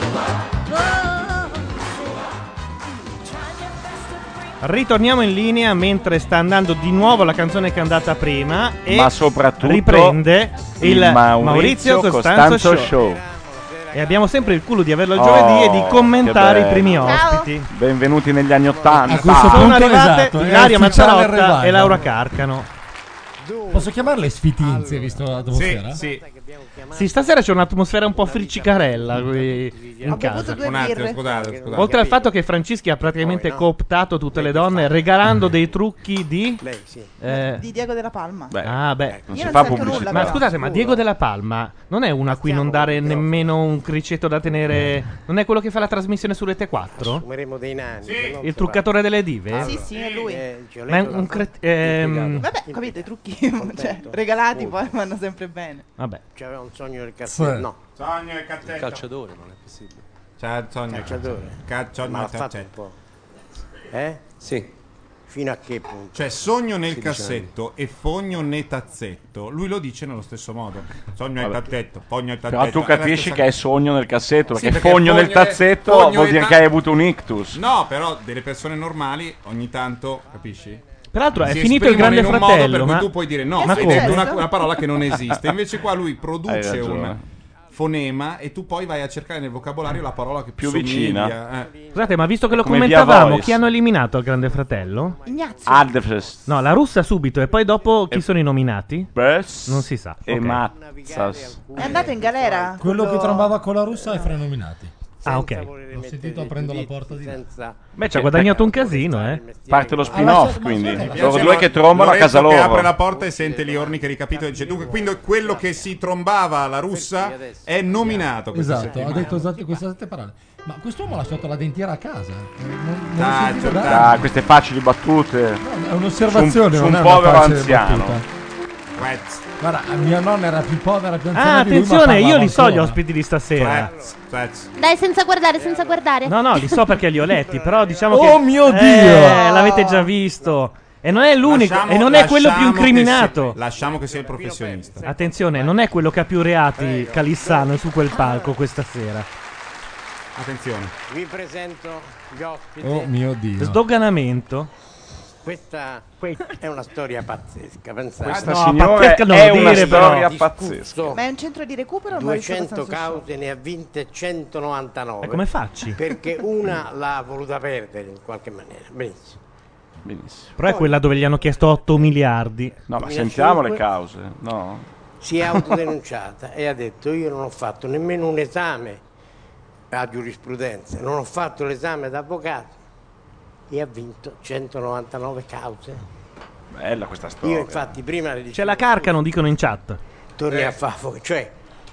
Ritorniamo in linea mentre sta andando di nuovo la canzone che è andata prima e Ma soprattutto riprende il Maurizio Costanzo Show. E abbiamo sempre il culo di averlo il giovedì e di commentare i primi ospiti. Benvenuti negli anni '80. A questo Sono punto, arrivate esatto, è Ilaria ufficiale il Mazzarotta revival. e Laura Carcano. Posso chiamarle sfitinze visto l'atmosfera? Sì. Sì, stasera c'è un'atmosfera un po' friccicarella qui in casa. Un attimo, scusate. Oltre al fatto che Francischi ha praticamente cooptato tutte le donne regalando dei trucchi di Di Diego della Palma. non si fa pubblicità. Ma scusate, ma Diego della Palma non è uno a cui non dare nemmeno un criceto da tenere. Non è quello che fa la trasmissione su Rete 4? Assumeremo dei nani. Il truccatore delle dive? Sì, è lui. Ma è un Vabbè, capite, i trucchi cioè, regalati poi vanno sempre bene. Vabbè. C'aveva un sogno del cassetto. Sì. No. Sogno del cassetto. Calciatore, non è possibile. C'ha il sogno del Calciatore. Calciatore. Ma l'ha fatto un po'. Sì. Fino a che punto? Cioè, sogno nel 16 cassetto e fogno ne tazzetto. Lui lo dice nello stesso modo. Sogno nel cassetto, fogno nel Però tazzetto. tu capisci che è sogno nel cassetto, Sì, perché fogno nel tazzetto fogno vuol e dire che hai avuto un ictus. No, però delle persone normali ogni tanto, capisci? Peraltro è Si finito il esprimono Grande in un Fratello, modo per cui ma tu puoi dire no, ma hai come? detto una parola che non esiste. Invece qua lui Hai produce ragione. un fonema e tu poi vai a cercare nel vocabolario la parola che Più somiglia, vicina. Scusate, ma visto che lo Come Via commentavamo, Voice. chi hanno eliminato al Grande Fratello? Ignazio. Adfest. No, la russa subito e poi dopo chi sono i nominati? Bess Non si sa. e Ok. Mazzas. È andato in galera? Quello che trombava con la russa è fra i nominati. Ah, ok. L'ho sentito aprendo la porta di là. Beh, ci ha guadagnato un casino, eh. Parte lo spin-off, quindi. Mi piace Loro due che trombano a Lorenzo casa che loro. apre la porta e sente Liorni che ricapitola e dice dunque quindi quello che si trombava la russa è nominato questa Esatto, ha settimana. detto esatto queste 7 parole. Ma quest'uomo ha lasciato la dentiera a casa. Non Dai, l'ho sentito cioè, dare. Ah, queste facili battute. È un'osservazione, su non un è una povero facile anziano. battuta. Guarda, mia nonna era più povera, più Ah, anziana di lui, ma attenzione, io parlava li so gli ancora. ospiti di stasera. Dai, senza guardare, senza guardare. No, li so perché li ho letti, però diciamo che Oh mio Dio! l'avete già visto. E non è l'unico, e non è quello più incriminato. Lasciamo che sia il professionista. Attenzione, non è quello che ha più reati Calissano su quel palco questa sera. Attenzione. Vi presento gli ospiti. Oh mio Dio. Sdoganamento. Questa è una storia pazzesca. Pensate. Questa No, signora pazzesca non è lo una dire, storia però. pazzesca. Ma è un centro di recupero o 200 cause ne ha vinte 199. E come facci? Perché una l'ha voluta perdere in qualche maniera. Benissimo. Benissimo. Però è quella dove gli hanno chiesto 8 miliardi. No, ma sentiamo le cause. No. Si è autodenunciata e ha detto io non ho fatto nemmeno un esame a giurisprudenza, non ho fatto l'esame d'avvocato e ha vinto 199 cause. Bella questa storia. Io infatti prima le C'è dicevo, la Carcano, dicono in chat. torni a Fafo, cioè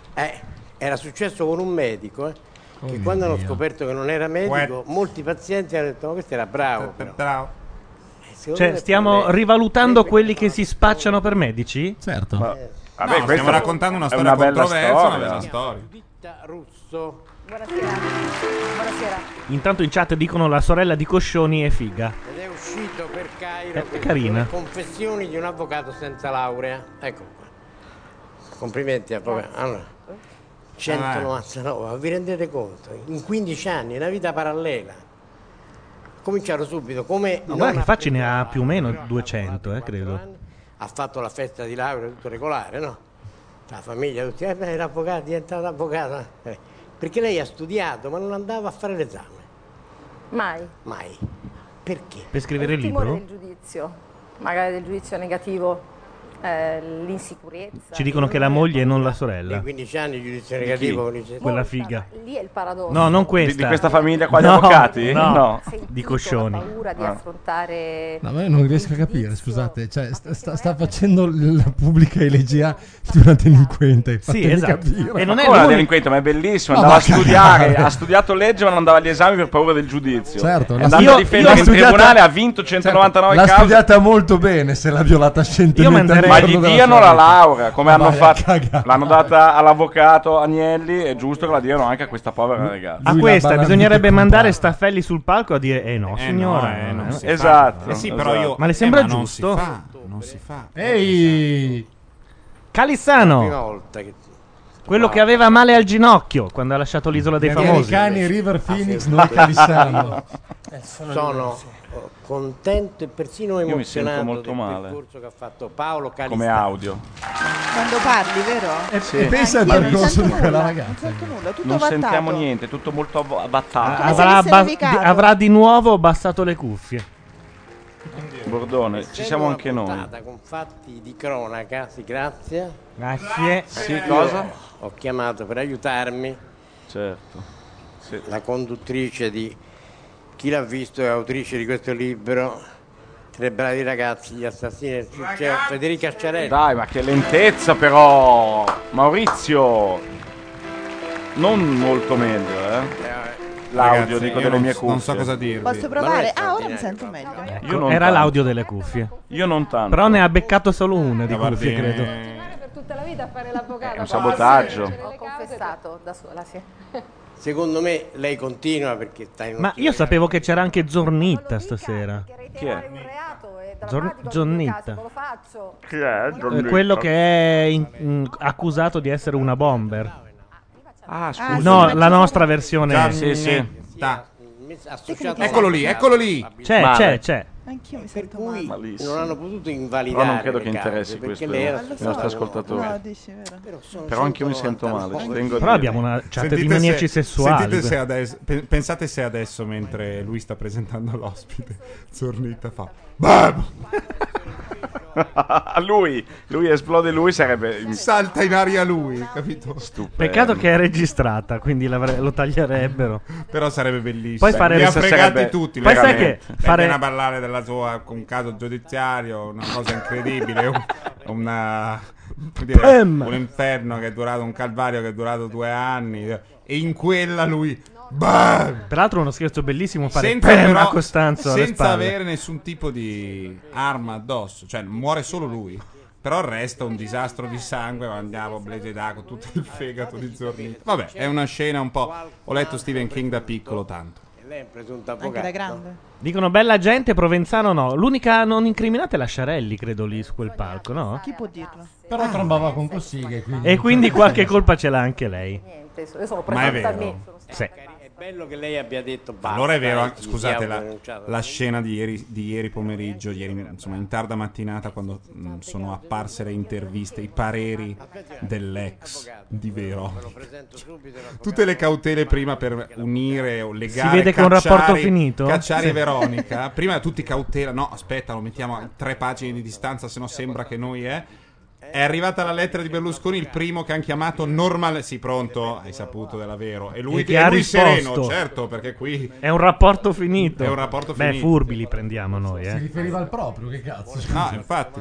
era successo con un medico che quando hanno scoperto che non era medico, molti pazienti hanno detto ma questo era bravo. Però. Cioè, stiamo rivalutando quelli che si spacciano per medici? Certo. Vabbè, No, stiamo raccontando una è storia bella controversa, storia. una bella storia. Vita Russo. Buonasera. Buonasera. Intanto in chat dicono la sorella di Coscioni è figa. Ed è uscito per Cairo È carina. le confessioni di un avvocato senza laurea. Ecco qua. Complimenti avvocato. Allora, 199, ma vi rendete conto? In 15 anni, una vita parallela. Cominciarono subito come No, guarda che Facci ne ha più o meno 200, credo. ha fatto la festa di laurea tutto regolare, no? La famiglia tutti, era avvocato, è diventato avvocato. Perché lei ha studiato, ma non andava a fare l'esame. Mai. Perché? Per scrivere il timore libro? del giudizio, magari del giudizio negativo l'insicurezza. Ci dicono che la moglie e non la sorella. 15 anni giudizio negativo. Quella figa. Lì è il paradosso. No, non questa. Di questa famiglia qua di No, avvocati? No, Sentito di coscioni. la paura di affrontare. No, ma io non riesco a capire, scusate, cioè sta facendo la pubblica elegia di una delinquente. Sì, fatemi esatto. capire. E non è una l'unico. delinquente, ma è bellissimo. No, Andava ma a studiare, cagare. ha studiato legge, ma non andava agli esami per paura del giudizio. Certo, è l'ha- andato io- a difendere io in ho studiata- tribunale, ha vinto 199 L'ha cause. studiata molto bene se l'ha violata scientemente. Ma gli diano la laurea, come hanno vai a fatto. cagare. L'hanno data all'avvocato Agnelli, è giusto che la diano anche a questa povera ragazza. A questa bisognerebbe mandare Staffelli sul palco a dire no signora, non si Esatto. fa. Sì, però io. Ma le sembra ma giusto? Non si fa. Ehi! Calissano, volta che quello che aveva male al ginocchio quando ha lasciato l'isola dei Gli famosi. americani River Phoenix, noi Calissano. sono contento e persino Io mi emozionato sento molto del male. percorso che ha fatto Paolo Calistano. Come audio. Quando parli, vero? E pensa al Anch'io non percorso sento di quella nulla, ragazza. Non sento nulla, tutto Non vattato. sentiamo niente, tutto molto abbattato. Avrà di nuovo abbassato le cuffie. Bordone, ci siamo anche noi. Puntata con fatti di cronaca, sì, grazie. Grazie. Sì, Io cosa? Ho chiamato per aiutarmi Certo. Sì. la conduttrice di Chi l'ha visto e autrice di questo libro, Tre bravi ragazzi, gli assassini del Ciuccio, Federica Acciarelli. Dai, ma che lentezza però! Maurizio! Non molto meglio, L'audio, Ragazzi, dico, io delle non mie so- cuffie. non so cosa dirvi. Posso provare? Ah, ora mi sento meglio. Io non Era tanto. l'audio delle cuffie. Io non tanto. Però ne ha beccato solo una di Va cuffie, bene. credo. Per tutta la vita a fare l'avvocato. È un sabotaggio. Ho confessato da sola, sì. Secondo me lei continua perché sta in un Ma io sapevo che c'era anche Zornitta stasera. Chi è? Zornitta. Lo faccio. Chi è? Quello che è accusato di essere una bomber. Ah, scusa. No, la nostra versione. Sì, sì. Eccolo lì, eccolo lì. C'è. Anch'io mi sento cui male. non hanno potuto invalidare Però non credo le che cause, interessi perché questo lei era ai nostri ascoltatori. No, dici, vero. Però anch'io mi sento male. ci tengo a Però dire. abbiamo una chat Sentite di maniaci se- sessuali. sentite se adesso, pensate se adesso, mentre lui sta presentando l'ospite, Zornitta fa BAM! lui esplode, lui sarebbe Salta in aria lui, capito? Stupendo. Peccato che è registrata, quindi lo taglierebbero. Però sarebbe bellissimo. Poi fare li ha le- fregati sarebbe- tutti. Poi sai veramente. che fare- Viene a parlare della sua un caso giudiziario, una cosa incredibile, un inferno che è durato, un calvario che è durato 2 anni, e in quella lui BAM! Peraltro uno scherzo bellissimo fare Senza, Pam però, a Costanzo alle senza spalle. avere nessun tipo di arma addosso, cioè muore solo lui. Però resta un disastro di sangue, andiamo blese d'acqua, tutto il fegato di Zornitta. Vabbè, è una scena un po'. Ho letto Stephen King da piccolo tanto. E lei è un presunto Anche avvocato. da grande. Dicono bella gente, Provenzano no. L'unica non incriminata è la Sciarelli, credo, lì su quel palco, no? Chi può dirlo? Però trombava con Cossiga. E quindi qualche colpa ce l'ha anche lei. Niente, io sono Ma è presente a vero. me. Sì. È bello che lei abbia detto basta. Allora è vero, ci scusate, siamo la, denunciati. la scena di ieri pomeriggio, insomma in tarda mattinata, quando sono apparse le interviste, i pareri dell'ex di Vero. Tutte le cautele prima per unire o legare. Si vede che è un rapporto finito? Cacciari Sì. e Veronica. Prima tutti cautela, no, aspetta, lo mettiamo a 3 pagine di distanza, se no sembra che noi È arrivata la lettera di Berlusconi, il primo che hanno chiamato normale. Sì, pronto, hai saputo della Vero. E lui, E che ha risposto. sereno, certo, perché qui È un rapporto finito. È un rapporto Beh, finito. furbi li prendiamo noi, Si riferiva al proprio, che cazzo. No, infatti.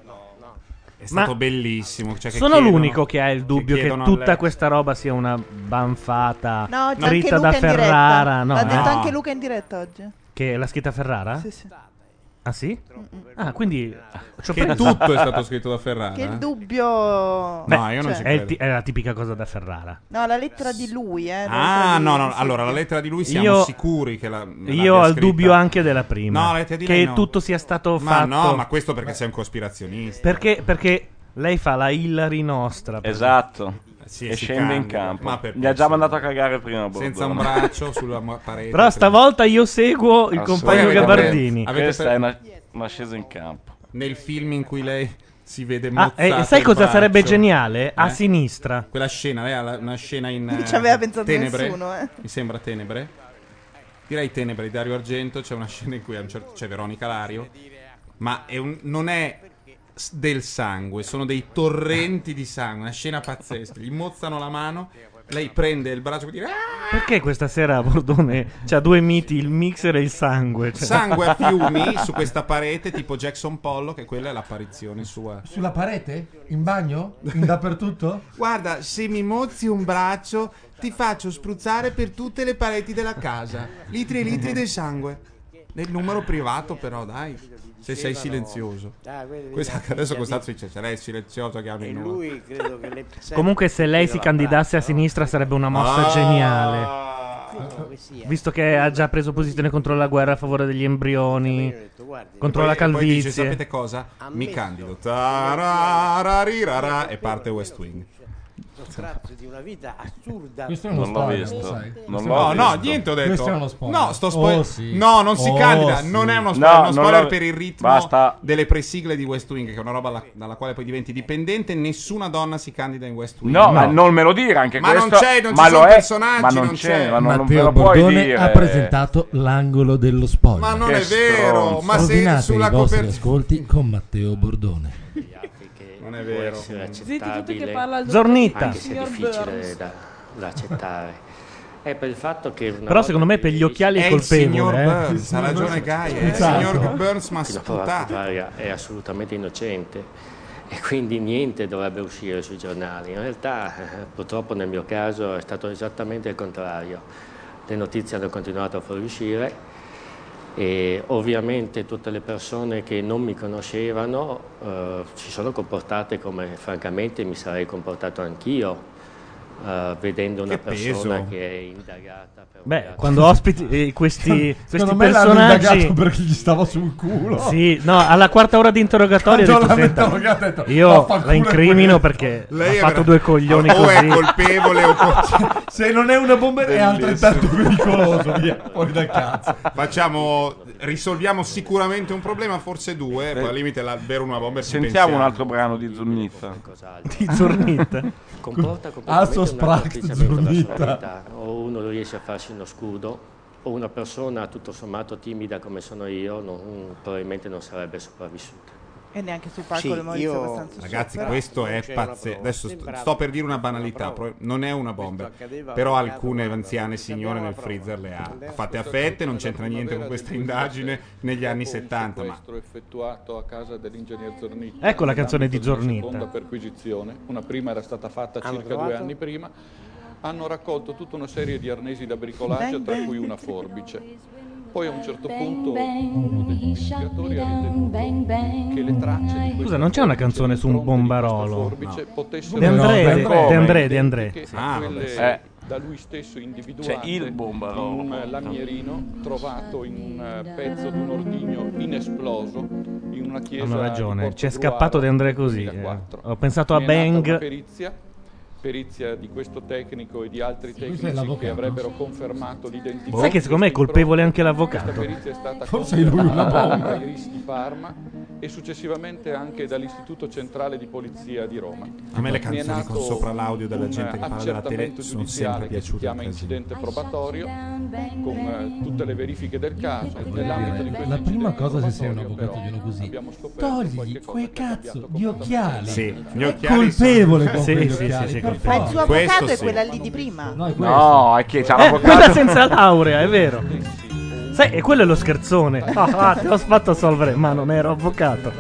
È stato bellissimo. Cioè, che sono chiedono- l'unico che ha il dubbio che chiedono tutta all'ex. questa roba sia una banfata No, c'è anche scritta Luca da in diretta. Ferrara. No, L'ha detto eh? anche Luca in diretta oggi. Che l'ha scritta Ferrara? Sì, sì. Ah sì? Ah, quindi ci ho Che preso. tutto è stato scritto da Ferrara. Che il dubbio... Beh, No, io non cioè- ci è, credo. è la tipica cosa da Ferrara. No, la lettera di lui, Ah, no, no, allora la lettera di lui siamo sicuri che Io ho il dubbio anche della prima. No, la lettera di che lei no. tutto sia stato Ma fatto. no, ma questo perché sei un cospirazionista. Perché lei fa la Hillary nostra. Esatto. Sì, e si scende in candida. campo. Ma per Mi ha già mandato a cagare prima. Bordone. Senza un braccio sulla parete. Però stavolta io seguo il compagno Gabardini. Questa è una scesa in campo. Nel film in cui lei si vede Ah, mozzato e sai il cosa braccio. sarebbe geniale? A sinistra. Quella scena, lei ha una scena in Non ci aveva pensato Tenebre. nessuno, Mi sembra Tenebre. Direi Tenebre di Dario Argento. C'è una scena in cui c'è Veronica Lario. Ma non è del sangue, sono dei torrenti di sangue, una scena pazzesca. Gli mozzano la mano, lei prende il braccio e dice Perché questa sera Bordone c'ha due miti, il mixer e il sangue? Cioè. sangue a fiumi su questa parete tipo Jackson Pollock, che quella è l'apparizione sua. Sulla parete? In bagno? In dappertutto? Guarda, se mi mozzi un braccio ti faccio spruzzare per tutte le pareti della casa litri e litri del sangue. Nel numero privato però, dai, se sei silenzioso. Adesso Costanzo dice, se lei è silenzioso chiama il numero. Lui credo che Comunque se lei si candidasse a sinistra sarebbe una mossa geniale. Visto che ha già preso posizione contro la guerra a favore degli embrioni, contro la Poi dice, calvizie. sapete cosa? Mi candido. Tararirarirara, e parte West Wing. Tratto di una vita assurda. Questo è uno Non l'ho spoiler, visto. lo sai? Non No, l'ho no, visto. niente ho detto. Questo è uno spoiler. No, sto spoiler. Oh, sì. No, non si Oh, candida. sì. Non è uno spoiler. Uno spoiler non per l'ho- il ritmo Basta. delle presigle di West Wing, che è una roba dalla quale poi diventi dipendente. Nessuna donna si candida in West Wing. No, ma non me lo dire anche Ma questo. non c'è, non ci ma sono lo è, personaggi, ma non non c'è. ma non ve Matteo lo puoi Bordone dire. ha presentato l'angolo dello spoiler. Ma non Che è vero. stronzo. Ma se Ordinate sulla i vostri copertina. ascolti con Matteo Bordone. Non è vero. Zitti tutti che parla il Zornitta. anche se è difficile da accettare. È per il fatto che Però secondo me per gli occhiali È è il colpevole. signor Burns, ha ragione Guy, è il Esatto. signor Burns ma Chi lo prova a sputato. scopare è assolutamente innocente e quindi niente dovrebbe uscire sui giornali. In realtà purtroppo nel mio caso è stato esattamente il contrario. Le notizie hanno continuato a fuoriuscire e ovviamente tutte le persone che non mi conoscevano si sono comportate come francamente mi sarei comportato anch'io. Vedendo una Che persona peso. che è indagata per Beh, quando ospiti questi Secondo me l'hanno personaggi, indagato perché gli stava sul culo. sì, no, alla quarta ora di interrogatorio ho Quando detto, l'hanno "Senta, interrogato, ha detto, io "Vaffanculo la incrimino perché Lei ha è fatto vera- due coglioni o così." è colpevole o Se non è una bomba è altrettanto pericoloso. Via, fuori dal cazzo. risolviamo sicuramente un problema, forse due, poi al limite bere una bomba e ci Sentiamo pensiamo. un altro brano di Zornitta. Di Zornitta. comporta Alzo completamente un altro Spracht, atteggiamento verso Zornitta. la vita. O uno riesce a farsi uno scudo o una persona tutto sommato timida come sono io probabilmente non sarebbe sopravvissuta. E neanche sul palco del Maurizio Costanzo. Ragazzi, Però questo non è c'è una pazzesco. prova. Adesso Sembrava sto per dire una una banalità, prova. non è una bomba. Questo accadeva Però appena alcune dopo anziane se signore abbiamo nel una prova. freezer le ha fatte a fette, non c'entra niente con questa indagine negli anni 70, ma effettuato a casa dell'ingegner Zornitta. Ecco la canzone di Nell'ambito della Zornitta. seconda perquisizione, una prima era stata fatta Hanno circa 2 trovato? anni prima. Hanno raccolto tutta una serie di arnesi da bricolaggio, tra cui una forbice. Poi a un certo punto uno degli investigatori ha ritenuto che le tracce di Scusa, non c'è una canzone su un bombarolo? forbice potessero De André, De André. che Ah, quelle da lui stesso individuate C'è il bombarolo. in un lamierino trovato in un pezzo di un ordigno inesploso in una chiesa. Hanno di ragione, Porto c'è Gruaro scappato De André nel così. 2004. Ho pensato a Ne è nata una Bang. perizia di questo tecnico e di altri questo è tecnici l'avvocato. che avrebbero confermato l'identità. Sai che secondo me è colpevole anche Questa l'avvocato. perizia è stata Forse è lui una confermata bomba. dai RIS di Parma e successivamente anche dall'Istituto Centrale di Polizia di Roma. a me le Ne è canzoni con nato sopra l'audio della un gente che parla della tele accertamento sono sempre giudiziale che si piaciute. chiama incidente probatorio con tutte le verifiche del caso. Nell'ambito di questo La prima incidente cosa se sei un probatorio, avvocato glielo così. abbiamo scoperto Togli qualche quei cosa che ha cazzo cambiato di occhiali. Sì, gli È occhiali colpevole sono- con Sì, quegli sì, occhiali. sì, sì, per colpevole. Ma il suo forza. Questo avvocato è sì. quella lì di prima. No, è questo. No, è che c'ha l'avvocato. Quella senza laurea, è vero. Sai, e quello è lo scherzone. Ah, ti ho fatto solvere, ma non ero avvocato.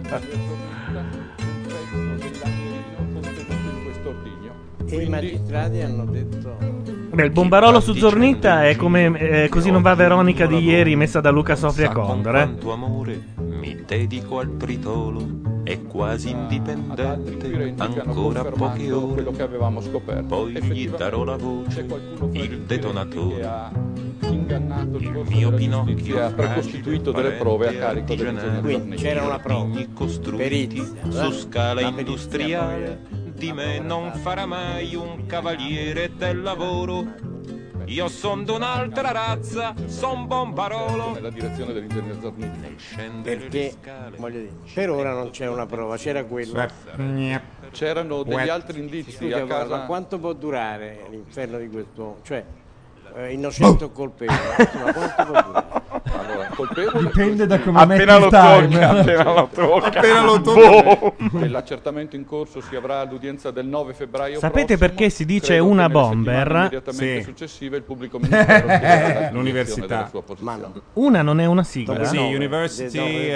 E i magistrati hanno detto Beh, il bombarolo su Zornitta è come Così non va Veronica di ieri, messa da Luca Sofia Condor, Quanto amore mi dedico al tritolo, è quasi indipendente, ancora poche ore, quello che avevamo scoperto. poi gli darò la voce, il detonatore. Ingannato il corso mio della Pinocchio giustizia ha precostituito delle prove a carico dell'ingegner quindi Zornitta. c'era una prova. costruiti Perizia, su scala la perizia, industriale, di me non farà mai un cavaliere del lavoro. Io son d'un'altra razza, son bombarolo. Nella direzione dell'ingegner Zornitta. perché voglio dire, per ora non c'è una prova, c'era quello. C'erano degli altri indizi Scusa, a casa. ma quanto può durare l'inferno di questo, cioè innocente o colpevole? Insomma, quanto può durare? Allora, Dipende da come appena metti lo il timer. tocca, appena lo tocca. Appena lo tocca. E l'accertamento in corso si avrà all'udienza del 9 febbraio Sapete prossimo. perché si dice Credo una che nelle bomber? settimane immediatamente Sì. successive il pubblico ministero chiederà la L'università. della sua posizione. Una non è una sigla? Sì, University.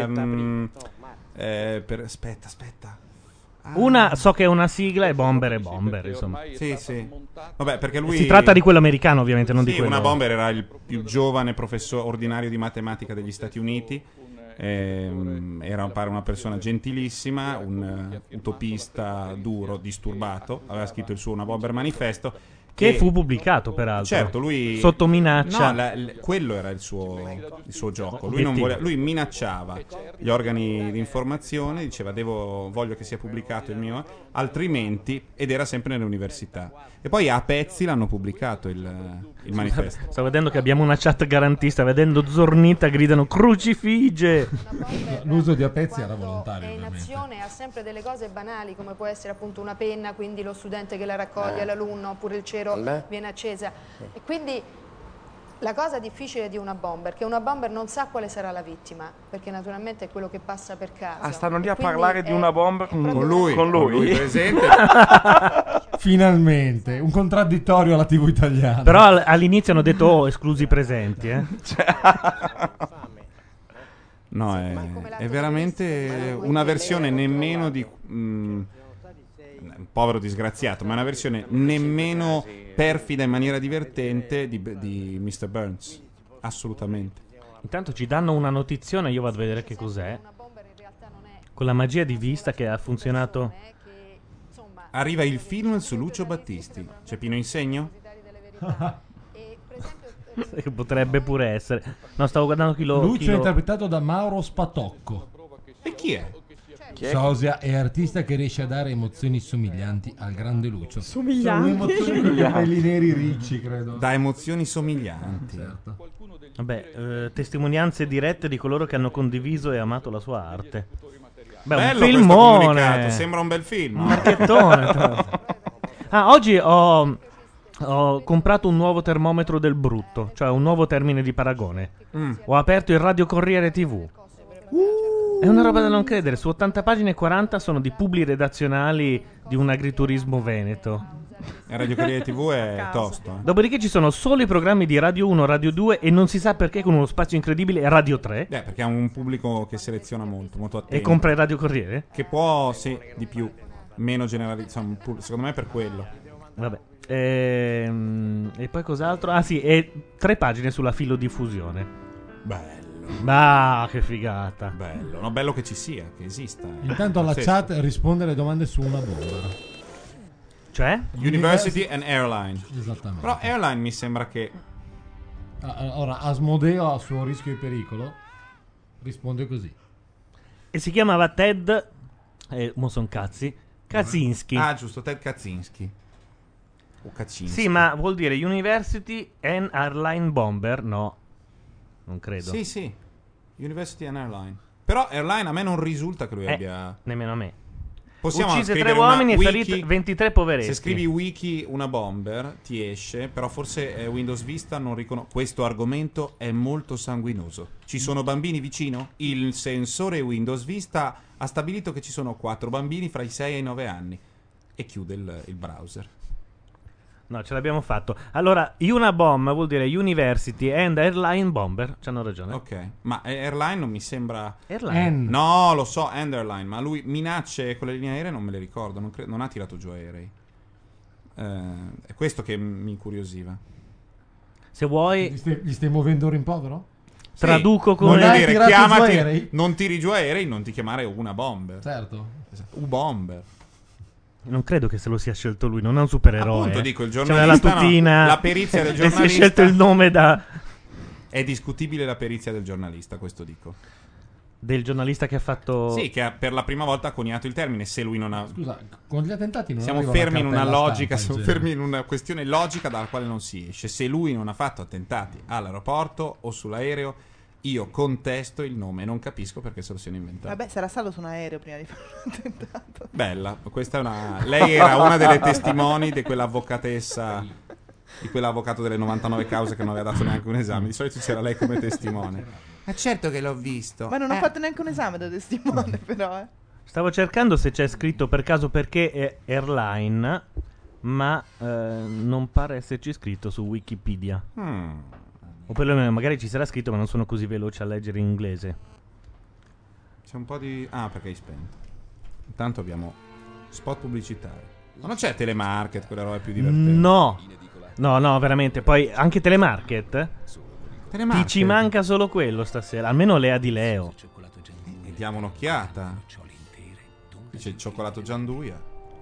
Aspetta. Una so che è una sigla e bomber è bomber, insomma. Sì. Vabbè, perché lui. Si tratta di quello americano, ovviamente, non di Sì, quello. una bomber era il più giovane professore ordinario di matematica degli Stati Uniti. Era pare una persona gentilissima, un utopista duro, disturbato. Aveva scritto il suo Una Bomber Manifesto. Che fu pubblicato, peraltro. Certo, lui sotto minaccia. No, quello era il suo gioco. Lui, Obiettivo. lui minacciava gli organi di informazione, diceva voglio che sia pubblicato il mio, altrimenti, ed era sempre nelle università. E poi a pezzi l'hanno pubblicato il manifesto. Sto vedendo che abbiamo una chat garantista, vedendo Zornita gridano crucifige. L'uso di a pezzi era volontario, è in ovviamente. azione, ha sempre delle cose banali come può essere appunto una penna, quindi lo studente che la raccoglie, l'alunno, oppure il cero viene accesa. E quindi la cosa difficile di una bomber è che una bomber non sa quale sarà la vittima, perché naturalmente è quello che passa per caso. Stanno lì E a quindi parlare di una bomber con lui. Con lui. Presente. Finalmente, un contraddittorio alla TV italiana. Però all'inizio hanno detto esclusi presenti, No, è veramente una versione nemmeno di povero disgraziato, ma è una versione nemmeno perfida in maniera divertente di Mr. Burns. Assolutamente. Intanto ci danno una notizione, io vado a vedere che cos'è. Con la magia di vista che ha funzionato. Arriva il film su Lucio Battisti. C'è Pino Insegno? Potrebbe pure essere. No, stavo guardando chi lo. Lucio è interpretato da Mauro Spatocco. E chi è? Sosia è artista che riesce a dare emozioni somiglianti al grande Lucio. Somiglianti? Sono emozioni con i capelli neri ricci, credo. Da emozioni somiglianti. Certo. Vabbè, testimonianze dirette di coloro che hanno condiviso e amato la sua arte. Beh, Bello un questo filmone. comunicato, sembra un bel film. Un marchettone. Oggi ho comprato un nuovo termometro del brutto, cioè un nuovo termine di paragone. Ho aperto il Radio Corriere TV. È una roba da non credere. Su 80 pagine e 40 sono di publi redazionali di un agriturismo veneto. Il Radio Corriere TV è tosto. Dopodiché ci sono solo i programmi di Radio 1, Radio 2 e non si sa perché con uno spazio incredibile Radio 3. Perché ha un pubblico che seleziona molto attento. E compra il Radio Corriere? Che può, sì, di più. Meno generalizzato. Secondo me è per quello. Vabbè. E poi cos'altro? Ah sì, e 3 pagine sulla filodiffusione. Bello. Ah, che figata. Bello. No, bello che ci sia, che esista. Intanto alla chat risponde alle domande su una bomba. Cioè? University and Airline. Esattamente. Però Airline mi sembra che... Ora, Asmodeo a suo rischio e pericolo risponde così. E si chiamava Ted... mo son cazzi. Kaczynski. Ah, giusto, Ted Kaczynski. O Kaczynski. Sì, ma vuol dire University and Airline Bomber? No, non credo. Sì. University and Airline. Però Airline a me non risulta che lui abbia... Nemmeno a me. Possiamo Uccise 3 scrivere uomini e una ferite wiki, 23 poveretti. Se scrivi wiki una bomber ti esce, però forse Windows Vista non riconosce. Questo argomento è molto sanguinoso. Ci sono bambini vicino? Il sensore Windows Vista ha stabilito che ci sono 4 bambini fra i 6 e i 9 anni. E chiude il browser. No, ce l'abbiamo fatto. Allora, Unabomb vuol dire University and Airline Bomber. C'hanno ragione. Ok, ma Airline non mi sembra... Airline? No, lo so, and Airline, ma lui minacce con le linee aeree non me le ricordo, non ha tirato giù aerei. È questo che mi incuriosiva. Se vuoi... Gli stai muovendo il rimprovero? Sì, traduco come... Non dire, chiamati, aerei? non tiri giù aerei, non ti chiamare una bomber. Certo. U-bomber. Non credo che se lo sia scelto lui, non è un supereroe. Appunto, dico, il C'è giornalista, la tutina, no, la perizia del e si giornalista. è scelto il nome da... È discutibile la perizia del giornalista, questo dico. Del giornalista che ha fatto... Sì, che per la prima volta ha coniato il termine, se lui non ha... Scusa, con gli attentati non Siamo arriva fermi in una una cartella logica, stampa, siamo fermi in una questione logica dalla quale non si esce. Se lui non ha fatto attentati all'aeroporto o sull'aereo, io contesto il nome, non capisco perché se lo siano inventato. Vabbè, sarà stato su un aereo prima di fare un attentato. Bella, questa è una... Lei era una delle testimoni di quell'avvocatessa di quell'avvocato delle 99 cause che non aveva dato neanche un esame. Di solito c'era lei come testimone. Ma certo che l'ho visto. Ma non ho fatto neanche un esame da testimone, però. Stavo cercando se c'è scritto per caso perché è airline, ma non pare esserci scritto su Wikipedia. O perlomeno magari ci sarà scritto, ma non sono così veloce a leggere in inglese. C'è un po' di... Ah, perché hai spento. Intanto abbiamo spot pubblicitari. Ma non c'è telemarket, quella roba più divertente? No, veramente. Poi anche telemarket? Ti ci manca solo quello stasera. Almeno Lea di Leo. E diamo un'occhiata. Qui c'è il cioccolato Gianduia.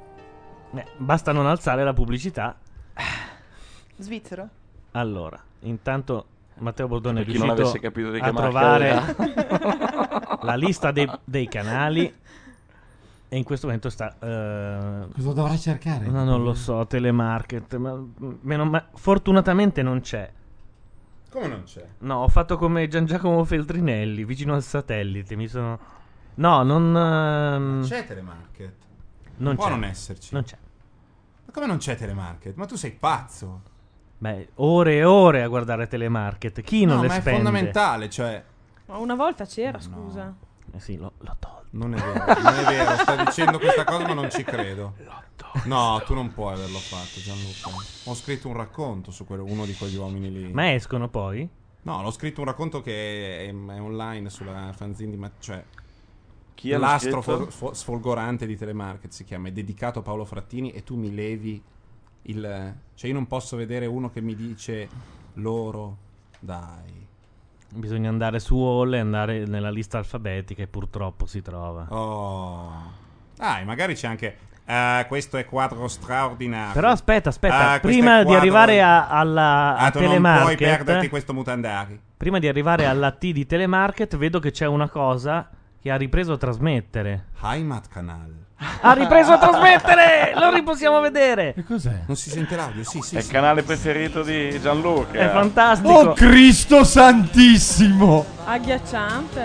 Basta non alzare la pubblicità. Svizzero? Allora, intanto Matteo Bordone è Per chi non riuscito avesse capito di che a marca trovare era. la lista dei canali. E in questo momento sta... Cosa dovrà cercare? No, non lo so, telemarket. Ma fortunatamente non c'è. Come non c'è? No, ho fatto come Gian Giacomo Feltrinelli, vicino al satellite. Mi sono... No, non... C'è telemarket? Non può c'è. non esserci. Non c'è. Ma come non c'è telemarket? Ma tu sei pazzo. Beh, ore e ore a guardare telemarket. Chi non No, le ma spende? è fondamentale, cioè... Ma una volta c'era, scusa. Sì, l'ho tolto. Non è vero, sta dicendo questa cosa ma non ci credo. No, tu non puoi averlo fatto, Gianluca. Ho scritto un racconto su uno di quegli uomini lì. Ma escono poi? No, l'ho scritto un racconto che è online sulla fanzine di... Cioè, Chi l'ha l'astro scritto? sfolgorante di telemarket si chiama, è dedicato a Paolo Frattini e tu mi levi il... Cioè io non posso vedere uno che mi dice loro, dai... Bisogna andare su All e andare nella lista alfabetica e purtroppo si trova. Oh. Dai, magari c'è anche... questo è quadro straordinario. Però aspetta, questo prima è di quadro... arrivare alla tu non telemarket, puoi perderti questo mutandari. prima di arrivare alla T di telemarket, vedo che c'è una cosa che ha ripreso a trasmettere. Heimat Canal. Ha ripreso a trasmettere! Lo possiamo vedere! Che cos'è? Non si sente l'audio? Sì. È il canale preferito di Gianluca. È fantastico. Oh Cristo santissimo! Agghiacciante.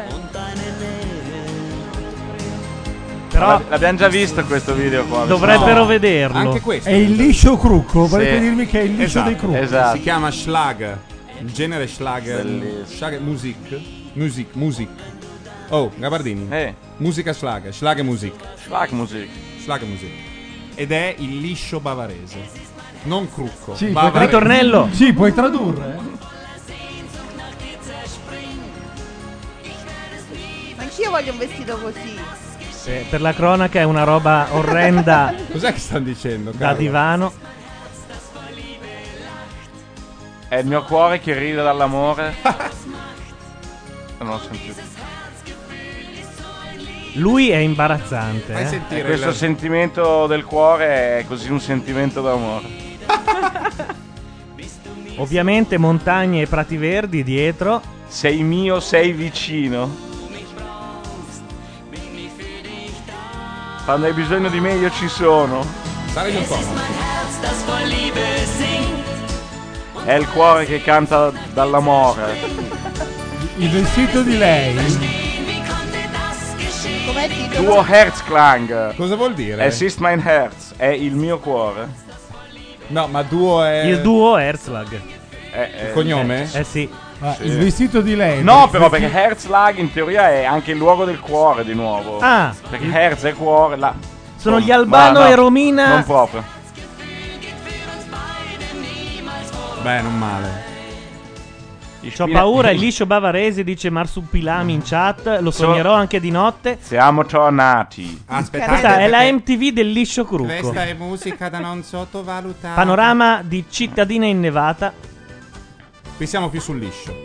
Però l'abbiamo già visto questo video qua. dovrebbero vederlo. Anche questo. È il liscio crucco? Volete Sì. dirmi che è il liscio dei crucchi? Esatto. Si chiama Schlag. Il genere Schlag. Schlag Music. Oh, Gabardini. Musica Schlag. Schlag Music. Ed è il liscio bavarese. Non crucco. Sì, bavarese. Ritornello. Sì, puoi tradurre? Anch'io voglio un vestito così. Per la cronaca è una roba orrenda. Cos'è che stanno dicendo? Da Carlo? divano. È il mio cuore che ride dall'amore. Non ho sentito. Lui è imbarazzante. Fai sentire Questo sentimento del cuore è così un sentimento d'amore. Ovviamente montagne e prati verdi dietro. Sei mio, sei vicino. Quando hai bisogno di me io ci sono. Sarei un tono. È il cuore che canta dall'amore. Il vestito di lei. Com'è il titolo? Duo Herzklang. Cosa vuol dire? Es ist mein Herz. È il mio cuore. No, ma duo è... Il duo Herzlag. Il cognome? Sì. Il vestito di lei. No, però perché Herzlag in teoria è anche il luogo del cuore di nuovo. Ah. Perché Herz è cuore. Sono gli Albano Ma no, e Romina. Non proprio. Beh, non male. C'ho paura, il liscio bavarese, dice Marsupilami in chat. Lo sognerò anche di notte. Siamo tornati. Aspettate, Questa è la perché MTV del liscio crucco. questa è musica da non sottovalutare. Panorama di cittadina innevata. Qui siamo più sul liscio.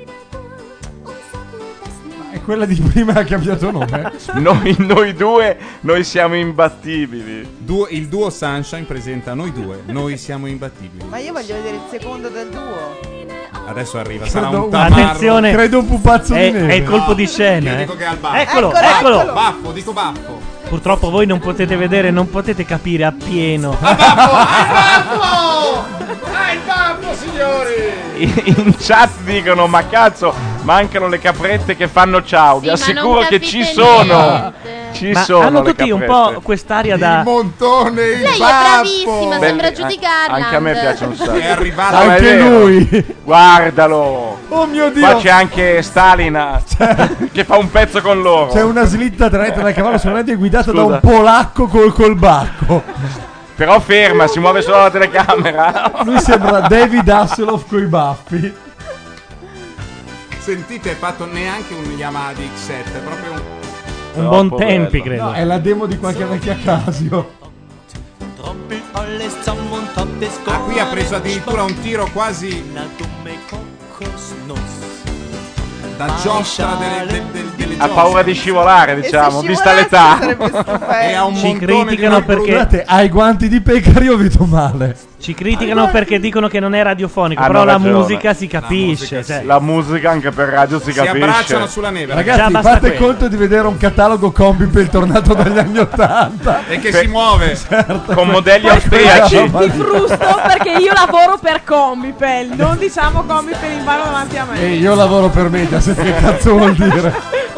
È quella di prima che ha cambiato nome. Noi due, noi siamo imbattibili. Il duo Sunshine presenta noi due. Noi siamo imbattibili. Ma io voglio vedere il secondo del duo. Adesso arriva, sarà un Credo- tamarro. Attenzione. Credo un pupazzo di neve. È il colpo di scena. Io dico che è al baffo. Eccolo, Eccolo, eccolo. eccolo. Baffo, dico baffo. Purtroppo voi non potete vedere, non potete capire appieno. Il baffo, signori! In chat dicono: ma cazzo, mancano le caprette che fanno ciao. Vi Sì, ma assicuro non che capite ci sono. niente. Ci Ma sono hanno le tutti un caprette. po' quest'aria da... Il montone, il Lei è babbo. bravissima, sembra giudicarla. Anche a me piace un sacco. È arrivato No, ma è Anche vero. lui. Guardalo. Oh mio Dio. Qua c'è anche Stalin che fa un pezzo con loro. C'è una slitta tratta da cavallo solamente guidata da Scusa. un polacco col colbacco. Però ferma, si muove solo la telecamera. Lui sembra David Hasselhoff coi baffi. Sentite, è fatto neanche un Yamaha DX7, è proprio Un buon tempi, credo. No, è la demo di qualche vecchia Casio. Ah, qui ha preso addirittura un tiro quasi da giostra delle Ha paura di scivolare, diciamo, vista l'età. E ha un Ci montone criticano di perché... Guardate, ha i guanti di Pecari, ho vedo male. Ci criticano perché dicono che non è radiofonico, Hanno però la ragione. musica si capisce. cioè. La musica anche per radio si capisce. abbracciano sulla neve. Già Ragazzi, basta fate quello. conto di vedere un catalogo Compipel tornato dagli anni 80. E che si muove con modelli austriaci. Ti frusto perché io lavoro per Combipel, non diciamo Combipel in vano davanti a me. E io lavoro per Mediaset, che cazzo vuol dire?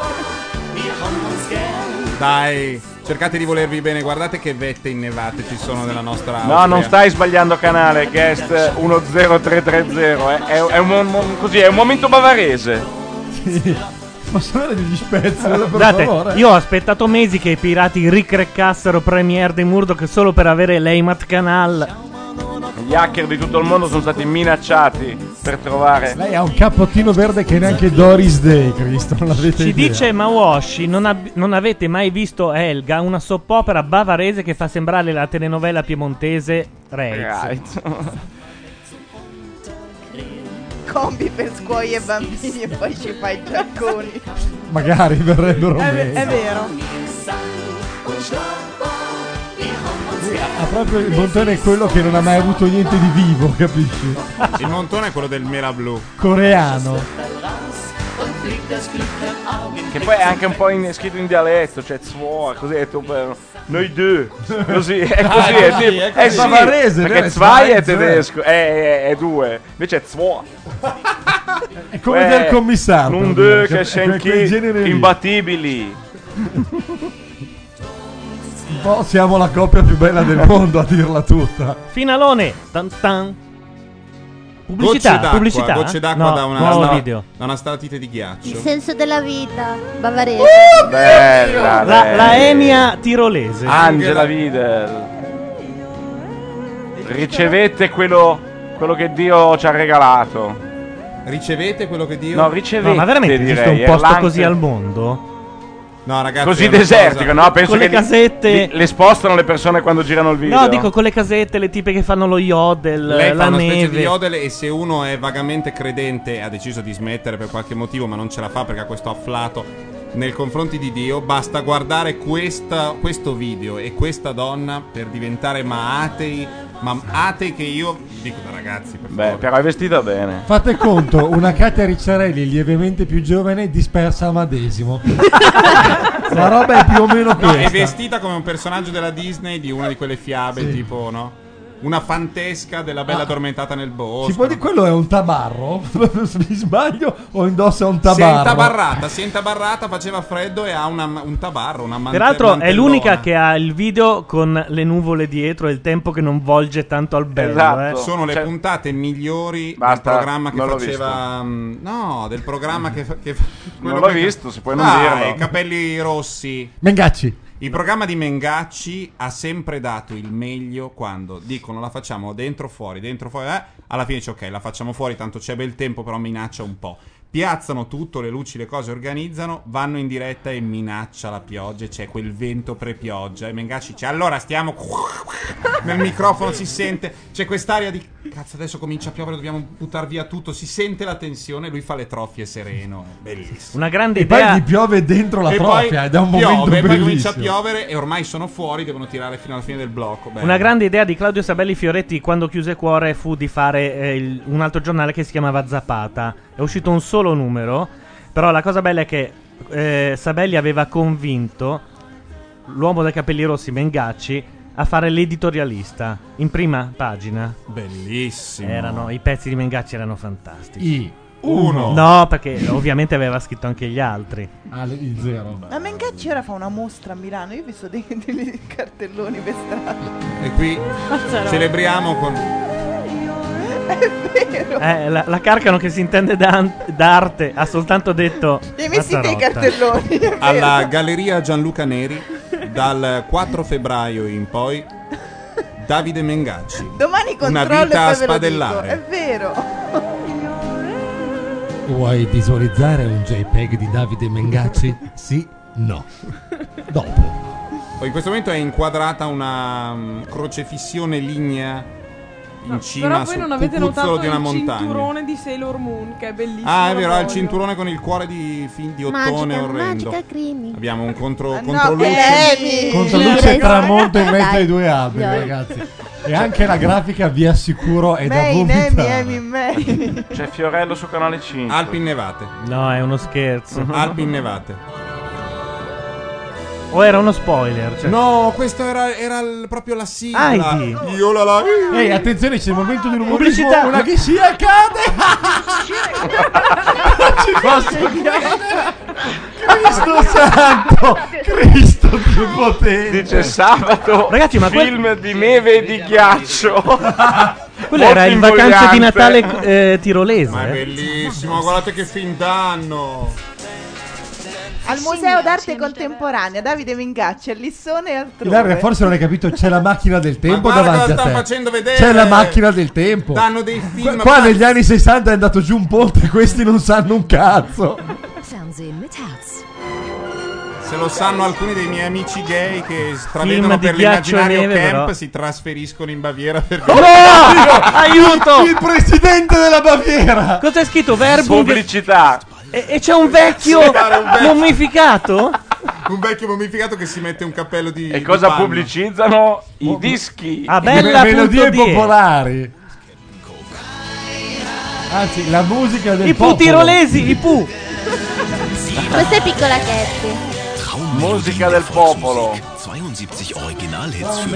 Dai, cercate di volervi bene, guardate che vette innevate ci sono nella nostra No, Austria. non stai sbagliando canale, guest 10330. È così, è un momento bavarese. Sì. Posso avere degli spezzi, per Guardate, favore? io ho aspettato mesi che i pirati ricreccassero Premiere di Murdoch solo per avere l'Eimat Canal. Gli hacker di tutto il mondo sono stati minacciati per trovare. Lei ha un cappottino verde che neanche Doris Day, Cristo, non l'avete Ci idea. dice Mawashi, non avete mai visto Elga, una soppopera bavarese che fa sembrare la telenovela piemontese Reiz. Right. Combi per scuoia e bambini e poi ci fai i giacconi. Magari verrebbero meglio. È vero. Ha proprio il montone è quello che non ha mai avuto niente di vivo, capisci? Il montone è quello del Mela Blu. Coreano. Che poi è anche un po' scritto in dialetto, cioè zwoa, così è per noi due. Così, è così, è così, tipo. è così. Sì, Bavarese, perché vero? zwei è Zwei, tedesco, è due. Invece è zwoa. È come del commissario. Non per due dire, che cioè, quel schenchi genere lì. imbattibili. Un po' siamo la coppia più bella del mondo, a dirla tutta. Finalone. Tan tan. Pubblicità, pubblicità. Gocce d'acqua No, da nuovo video. una statite di ghiaccio. Il senso della vita, bavarese. Bella, La Enia tirolese. Angela Vidal. Ricevete quello che Dio ci ha regalato. Ricevete quello che Dio... No, ricevete. No, ma veramente esiste direi, un posto Erlante. così al mondo? No, ragazzi, Così è una desertico, cosa- no? Penso Con le che casette- le spostano le persone quando girano il video. No, dico con le casette, le tipe che fanno lo yodel, Lei la fa una neve. specie di yodel e se uno è vagamente credente e ha deciso di smettere per qualche motivo ma non ce la fa perché ha questo afflato nei confronti di Dio, basta guardare questo video e questa donna per diventare atei che io dico da ragazzi per Beh, favore. però è vestita bene. Fate conto, una Katia Ricciarelli lievemente più giovane dispersa a Madesimo. La roba è più o meno No, questa. è vestita come un personaggio della Disney di una di quelle fiabe Sì. tipo, no? Una fantesca della bella addormentata nel bosco. Si può dire quello è un tabarro? Mi sbaglio o indossa un Si è tabarro? intabarrata, faceva freddo e ha un tabarro, una Peraltro è mantellona. l'unica che ha il video con le nuvole dietro e il tempo che non volge tanto al bello. Esatto. Sono le Cioè- puntate migliori Basta, del programma che non l'ho faceva. No, del programma che Non l'ho visto, se puoi non Dai, dirlo. Capelli rossi. Mengacci. Il programma di Mengacci ha sempre dato il meglio quando dicono la facciamo dentro fuori, alla fine dice ok, la facciamo fuori, tanto c'è bel tempo, però minaccia un po'. Piazzano tutto, le luci, le cose organizzano, vanno in diretta e minaccia la pioggia, c'è quel vento pre-pioggia e Mengacci dice allora stiamo nel microfono, si sente, c'è quest'aria di cazzo adesso comincia a piovere, dobbiamo buttare via tutto, si sente la tensione, lui fa le troffie sereno, è bellissimo. Una grande E idea. poi gli piove dentro la E trofia ed è un piove, momento poi comincia a bellissimo. piovere e ormai sono fuori, devono tirare fino alla fine del blocco. Bello. Una grande idea di Claudio Sabelli Fioretti quando chiuse Cuore fu di fare un altro giornale che si chiamava Zapata. È uscito un solo numero, però la cosa bella è che Sabelli aveva convinto l'uomo dai capelli rossi Mengacci a fare l'editorialista in prima pagina. Bellissimo. I pezzi di Mengacci erano fantastici. 1. No, perché ovviamente aveva scritto anche gli altri. Ah, il 0. Ma Mengacci ora fa una mostra a Milano. Io ho visto dei cartelloni per strada. E qui celebriamo con... È vero. La Carcano, che si intende d'arte, ha soltanto detto Li hai messi dei Mazzarotta. cartelloni. è vero. alla Galleria Gianluca Neri dal 4 febbraio in poi Davide Mengacci. Domani Una controllo vita e a poi ve lo dico. spadellare. È vero. Vuoi visualizzare un JPEG di Davide Mengacci? Sì, no. Dopo. Poi in questo momento è inquadrata una crocefissione lignea in cima Però voi sul non avete cucuzzolo notato di una il montagna. cinturone di Sailor Moon, che è bellissimo. Ah, è vero, ha il voglio. cinturone con il cuore di ottone orrendo. Magica Creamy. Abbiamo un no, controluce. Controluce tramonto in mezzo ai due Dai. alberi, ragazzi. E anche la grafica, vi assicuro, è da vomitare. C'è Fiorello su Canale 5. Alpi innevate. No, è uno scherzo. Alpi innevate. O era uno spoiler? Cioè... No, questo era proprio la sigla. Heidi. Io la Ehi, attenzione, c'è il momento di umorismo. Pubblicità. Una che si accade. Non ci posso credere. Cristo santo, Cristo più potente. Dice sabato. Ragazzi, ma film di neve e di ghiaccio. Quello era il Molto Vacanze di invogliante. Natale tirolese. Ma è bellissimo, guardate che film danno. Al Museo d'Arte Contemporanea Davide Mengacci a Lissone e altrove. Ilaria, forse non hai capito, c'è la macchina del tempo guarda davanti cosa a te. stanno facendo vedere. C'è la macchina del tempo. Danno dei film. Qua negli anni 60 è andato giù un ponte e questi non sanno un cazzo. Fernsehen mit Herz. Se lo sanno alcuni dei miei amici gay che Film stravedono di per ghiaccio e l'immaginario neve, camp, però. si trasferiscono in Baviera per Aiuto! Il presidente della Baviera. Cosa è scritto? Verbum. Pubblicità. E c'è un vecchio mummificato? un vecchio mummificato che si mette un cappello di E cosa panno. pubblicizzano? I dischi. Ah, bella melodie punto die. popolari. Anzi, la musica del I popolo. pu tirolesi, i pu. Questa è Piccola Chetti. Musica del popolo. 72 Originalhits für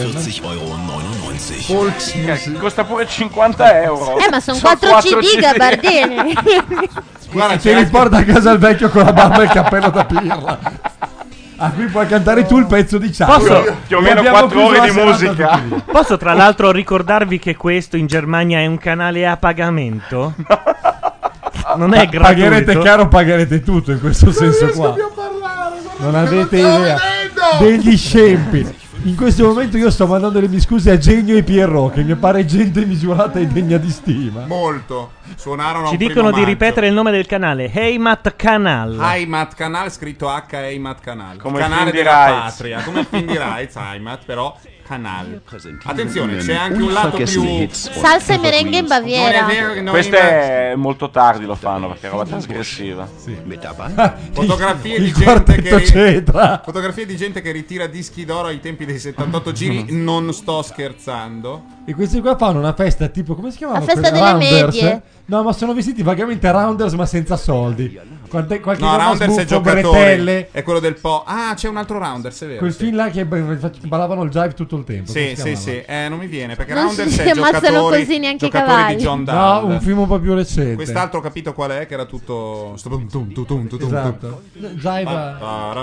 49,99 €. Costa pure 50 euro. Ma sono 4 CD, Gabardini. Guarda, Ti riporta a casa il vecchio con la barba e il cappello da pirla. Ah, qui puoi cantare tu il pezzo di Ciao. Posso? Più o meno 4 ore di musica. Posso tra l'altro ricordarvi che questo in Germania è un canale a pagamento? Non è gratuito. Pagherete caro, pagherete tutto in questo senso qua. Non avete idea degli scempi. In questo momento io sto mandando le mie scuse a Genio e Pierrot, che mi pare gente misurata e degna di stima. Molto. Suonarono Ci un dicono primo di maggio. ripetere il nome del canale, Heimat Canal. Heimat Canal, scritto Heimat Canal. Come il canale il film di della Rights. patria. Come il film di Rights, Heimat, però Canal. Attenzione, c'è anche un lato più... Salsa e merengue in Baviera. Non è vero che noi Queste è molto tardi lo fanno perché è roba trasgressiva. Fotografie di Il gente quartetto che Cetra. fotografie di gente che ritira dischi d'oro ai tempi dei 78 giri, non sto scherzando. E questi qua fanno una festa tipo, come si chiamava? La festa quella? delle Rounders? medie. No, ma sono vestiti vagamente Rounders ma senza soldi. Qualche No, uomo Rounders è sbuffo, giocatore. bretelle. È quello del po'. Ah, c'è un altro Rounders, è vero. Quel sì. film là che ballavano il jive tutto il tempo. come Sì, si sì, chiamava? sì. Non mi viene perché Non Rounders si è ammazzano giocatori, così neanche i giocatori cavalli. di John No, Dahl. un film un po' più recente. Quest'altro ho capito qual è, che era tutto sto tum tum tum tum tum tum. Esatto. Jive.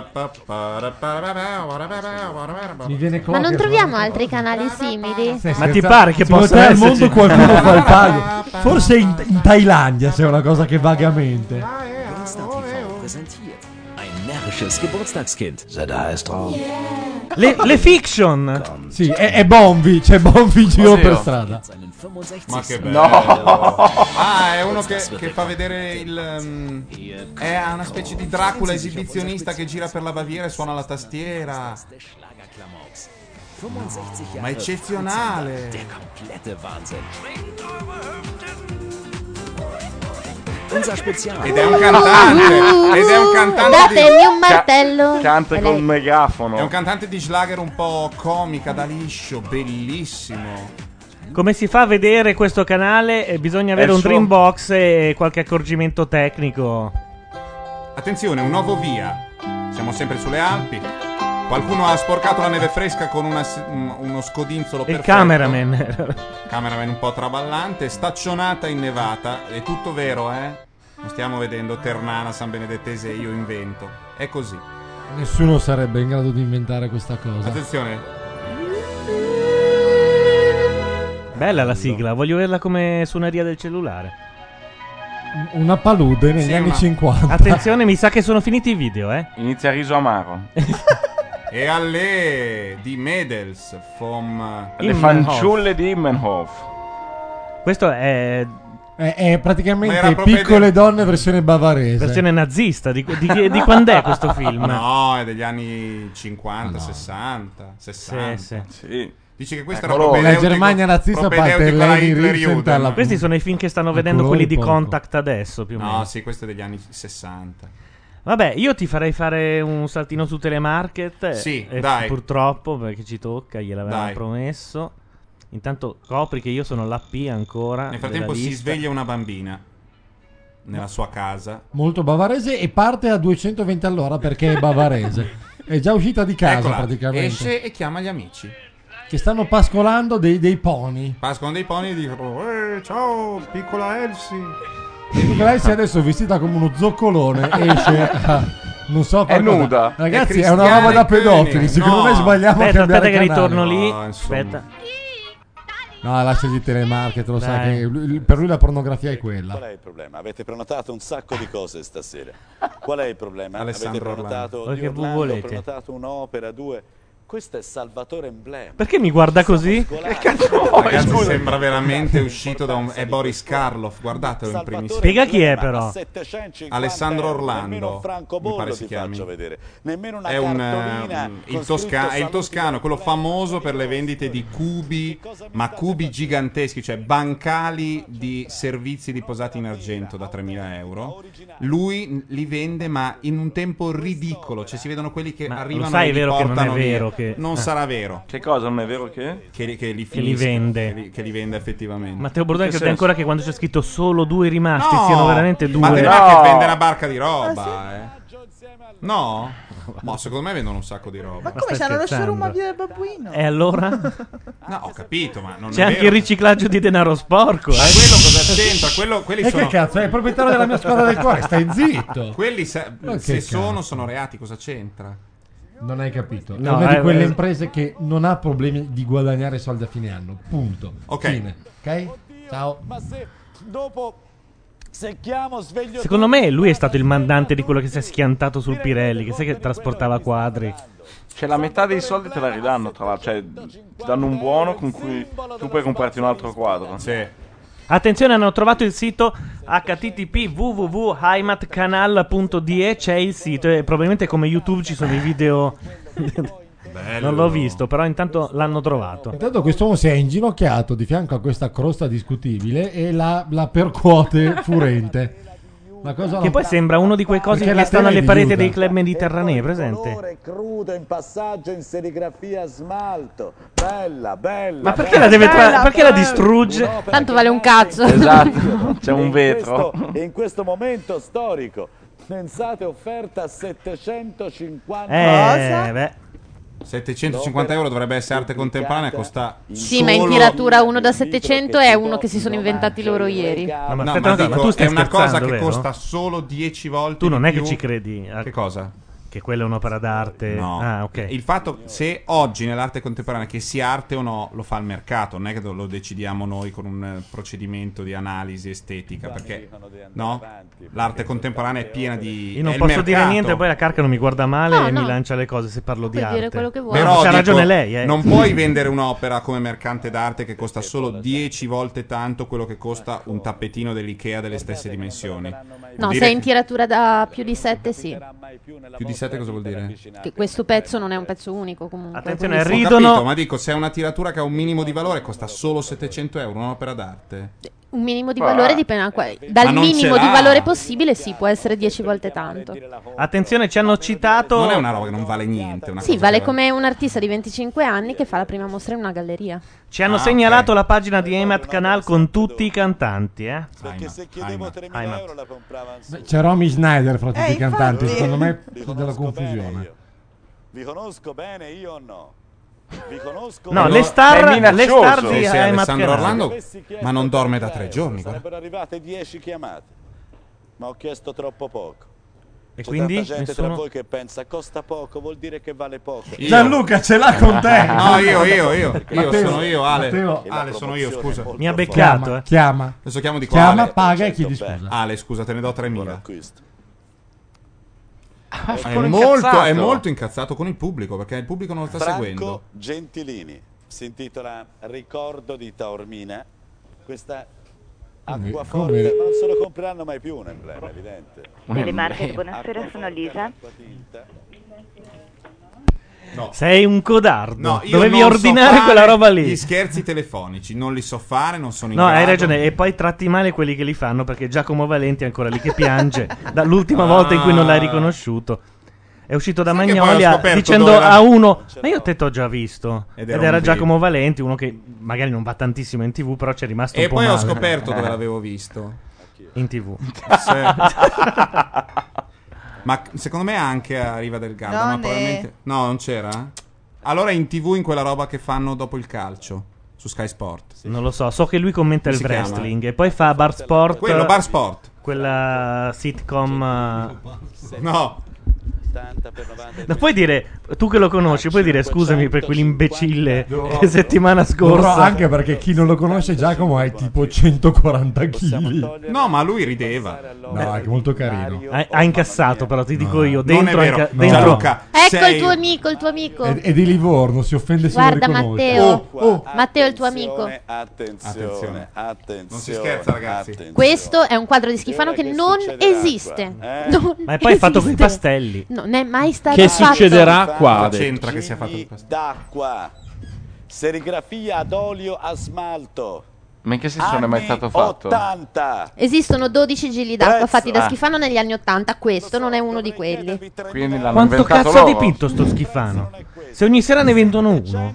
Mi viene Ma non troviamo altri canali simili? Ma ti pare che Secondo possa te al esserci? mondo qualcuno fa il pago? Forse in Thailandia c'è una cosa che vagamente. Rockstar TV präsentiert ein närrisches Geburtstagskind. Sei da heiß drauf. Le fiction. Sì, è Bonvi, c'è Bonvi in giro Oddio. per strada. Ma che bello. Ah, è uno che fa vedere il è una specie di Dracula esibizionista che gira per la Baviera e suona la tastiera. Ma eccezionale. Der komplette Wahnsinn. Unser Spezial. Ed è un cantante. Ed è un cantante Datemi un martello. Canta E col lei- megafono. È un cantante di Schlager un po' comica, da liscio, bellissimo. Come si fa a vedere questo canale? Bisogna avere il un suo- Dreambox e qualche accorgimento tecnico. Attenzione, un nuovo via. Siamo sempre sulle Alpi. Qualcuno ha sporcato la neve fresca con uno scodinzolo Il perfetto. cameraman. Cameraman un po' traballante, staccionata innevata. È tutto vero, eh? Non stiamo vedendo Ternana, San Benedettese e io invento. È così. Nessuno sarebbe in grado di inventare questa cosa. Attenzione. Bella la sigla, voglio averla come suoneria del cellulare. Una palude negli anni 50. Attenzione, mi sa che sono finiti i video, eh. Inizia Riso Amaro. E alle di Mädels from Le fanciulle di Immenhof. Questo è praticamente Ma era proprio Piccole donne versione bavarese. versione nazista. Di quando è questo film? No, è degli anni 50, 60, 60. Sì. Dice che questo Eccolo, era la Germania nazista parte Leni Riefenstahl alla- Questi sono i film che stanno vedendo colori quelli di poco. Contact adesso, più o meno. No, sì, questo è degli anni 60. Vabbè, io ti farei fare un saltino su Telemarket. Sì, e dai. Purtroppo, perché ci tocca, gliel'avevamo Dai. promesso. Intanto copri che io sono l'AP ancora. Nel frattempo della si lista. sveglia una bambina nella sua casa. Molto bavarese e parte a 220 all'ora perché è bavarese. È già uscita di casa Eccola, praticamente. esce e chiama gli amici. Che stanno pascolando dei pony. Pascono dei pony e dicono: ciao, piccola Elsie. Piccola Elsie adesso vestita come uno zoccolone esce non so È qualcosa. nuda. Ragazzi, È è una roba da Cristiane pedofili. Koenig. Secondo No. me sbagliamo a Aspetta, cambiare che canale. ritorno lì. No, insomma. Aspetta. No, lascia di Telemarket, lo sa Dai. che per lui la pornografia è quella. Qual è il problema? Avete prenotato un sacco di cose stasera. Qual è il problema? Alessandro Avete prenotato Orlando. di Che Orlando, volete? prenotato un'opera, due. Questo è Salvatore Emblema. Perché mi guarda così? Ragazzi, sembra veramente uscito da un. È Boris Karloff, guardatelo in primis. Spiega chi è, però. Alessandro Orlando. Nemmeno un francobollo Mi pare si ti chiami. faccio vedere. Nemmeno una È un cartolina il, con scritto è il toscano, quello famoso per le vendite di cubi, ma cubi giganteschi, cioè bancali di servizi di posati in argento da 3.000 euro. Lui li vende, ma in un tempo ridicolo. Cioè, si vedono quelli che Ma arrivano lo sai, e è li vero che non è portano via. vero che- Non sarà vero. Che cosa non è vero che? Che li Che li finisca, vende. che li vende effettivamente. Matteo Bordone In che crede senso? ancora che quando c'è scritto solo due rimasti No, siano veramente due. Ma che vende una barca di roba, No? Ma secondo me vendono un sacco di roba. Ma come c'hanno lo showroom a Via del Babbuino? E allora? No, ho capito, ma non C'è è anche vero. il riciclaggio di denaro sporco, Ma eh. quello cosa c'entra? Quelli E sono. che cazzo, è il proprietario della mia squadra del cuore, stai zitto. Quelli Ma se che sono reati, cosa c'entra? Non hai capito. No, è una di quelle imprese che non ha problemi di guadagnare soldi a fine anno. Punto. Ok. Fine. Ok? Ciao. Ma se dopo secchiamo, sveglio Secondo me lui è stato il mandante di quello che si è schiantato sul Pirelli, che sai che trasportava quadri. Cioè la metà dei soldi te la ridanno, tra l'altro. Cioè ti danno un buono con cui tu puoi comprarti un altro quadro. Sì. Attenzione, hanno trovato il sito http www.heimatcanal.de. C'è il sito e probabilmente come YouTube ci sono i video. Non l'ho visto, però intanto l'hanno trovato. Intanto quest'uomo si è inginocchiato di fianco a questa crosta discutibile e la percuote furente. Una cosa Che poi sembra uno di quei cosi Perché che la stanno tele alle di pareti Utah. dei club mediterranei, presente? colore crudo in passaggio in serigrafia a smalto. Bella, bella. Ma perché bella. la deve perché la distrugge? Tanto vale un cazzo. Esatto, c'è un In vetro. in questo momento storico, pensate, offerta a 750 Beh. 750 euro dovrebbe essere arte contemporanea, costa Sì, ma in tiratura uno da 700 è uno che si sono inventati loro ieri. No, ma No, aspetta, ma ma dico, tu stai è una cosa scherzando, che vero? costa solo 10 volte Tu non di è che più. ci credi. Che cosa? Che quella è un'opera d'arte. No. Ah, ok. Il fatto se oggi nell'arte contemporanea che sia arte o no lo fa il mercato, non è che lo decidiamo noi con un procedimento di analisi estetica, perché no? L'arte contemporanea è piena di Io non è il posso dire mercato. niente, poi la Carca non mi guarda male No, e no. mi lancia le cose se parlo di Puoi arte. dire quello che vuoi. Però c'ha dico, ragione lei, non puoi vendere un'opera come mercante d'arte che costa solo 10 volte tanto quello che costa un tappetino dell'Ikea delle stesse dimensioni. No, Vuol se dire è in tiratura da più di 7 sì. più di 7 cosa vuol dire? Che questo pezzo non è un pezzo unico comunque. Attenzione, Quindi- Ho capito, ma dico, se è una tiratura che ha un minimo di valore costa solo 700 euro, un'opera d'arte. Un minimo di valore dipende da dal Ma non minimo ce di l'ha. valore possibile, sì, può essere 10 volte tanto. Attenzione, ci hanno citato. Non è una roba che non vale niente. Una Sì, cosa vale che- come un artista di 25 anni che fa la prima mostra in una galleria. Ci hanno segnalato la pagina di Heimat Canal con tutti i cantanti, eh? Perché se chiedevo 3.000 euro la compravano. C'è Romy Schneider fra tutti i infatti. cantanti, secondo me c'è della confusione. Vi conosco bene io o no? Vi conosco No, bene? le star di Alessandro Orlando, ma non dorme da 3 giorni. guarda. Sarebbero arrivate 10 chiamate, ma ho chiesto troppo poco. E C'è quindi tanta gente tra nessuno- voi che pensa costa poco, vuol dire che vale poco. Gianluca, ce l'ha con te. No, io. Matteo, Sono io, Ale. Matteo. Ale, sono io, scusa. Mi ha beccato, Chiama. Adesso chiamo di qua. Chiama, Ale. paga e chiedi scusa. Ale, scusa, te ne do 3.000. È Ancora molto incazzato con il pubblico, perché il pubblico non lo sta Franco seguendo. Gentilini, si intitola Ricordo di Taormina. Questa acqua come- forte, non se lo compreranno mai più un emblema, evidente. Telemarket, buonasera, sono Lisa. No. Sei un codardo. No, io Dovevi non so ordinare fare quella roba lì. Gli scherzi telefonici, non li so fare, non sono in No, grado. hai ragione. E poi tratti male quelli che li fanno, perché Giacomo Valenti è ancora lì che piange dall'ultima volta in cui non l'hai riconosciuto. È uscito da Sai che poi ho Magnolia scoperto dicendo dove era- a uno: ma io te t'ho già visto. Ed Ed era era un Giacomo Valenti, uno che magari non va tantissimo in TV, però c'è rimasto E un po' poi ho male. scoperto dove l'avevo visto. In TV. Ma secondo me anche a Riva del Garda. Ma Non è- probabilmente. No, non c'era? Allora in TV in quella roba che fanno dopo il calcio. Su Sky Sport. Non lo so, so che lui commenta Come il si chiama? wrestling e poi fa Bar Sport. Quello, Bar Sport. Quella sitcom. No. No, puoi dire, tu che lo conosci, puoi dire scusami per quell'imbecille No. settimana Dovrò, scorsa. anche perché chi non lo conosce, Giacomo è tipo 140 kg. No, ma lui rideva. No, è che molto carino. Ha incassato, però ti dico io. Non Dentro, è vero. dentro- Gianluca, Ecco il tuo amico, il tuo amico. È di Livorno, si offende se Guarda lo riconosce. Matteo, Matteo è il tuo amico. Attenzione. Non si scherza, ragazzi. Questo è un quadro di Schifano che non esiste. Non Ma poi è fatto con i esiste. pastelli. Non è mai stato Che fatto. succederà qua? Cosa adesso? c'entra che sia fatto il pastello? D'acqua. Serigrafia ad olio a smalto. Ma in che senso non è mai stato fatto? 80. Esistono 12 giri d'acqua Prezzo. fatti da Ah. Schifano negli anni 80. Questo non è uno di quelli. Quindi l'hanno Quanto inventato cazzo ha loro? dipinto sto Schifano? Se ogni sera ne vendono uno.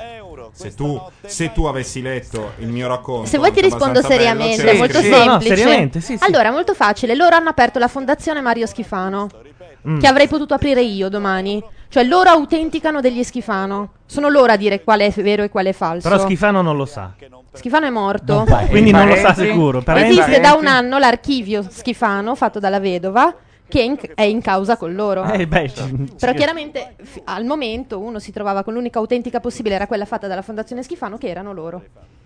Se tu avessi letto il mio racconto, Se vuoi ti che è rispondo abbastanza bello, seriamente, c'era è molto scritto- semplice. seriamente, sì, sì. Allora, molto facile. Loro hanno aperto la fondazione Mario Schifano, che avrei potuto aprire io domani. Cioè, loro autenticano degli Schifano. Sono loro a dire quale è vero e quale è falso. Però Schifano non lo sa. Schifano è morto. Quindi non lo sa sicuro. Esiste da un anno l'archivio Schifano fatto dalla vedova che è in causa con loro. Però chiaramente al momento uno si trovava con l'unica autentica possibile, era quella fatta dalla Fondazione Schifano, che erano loro.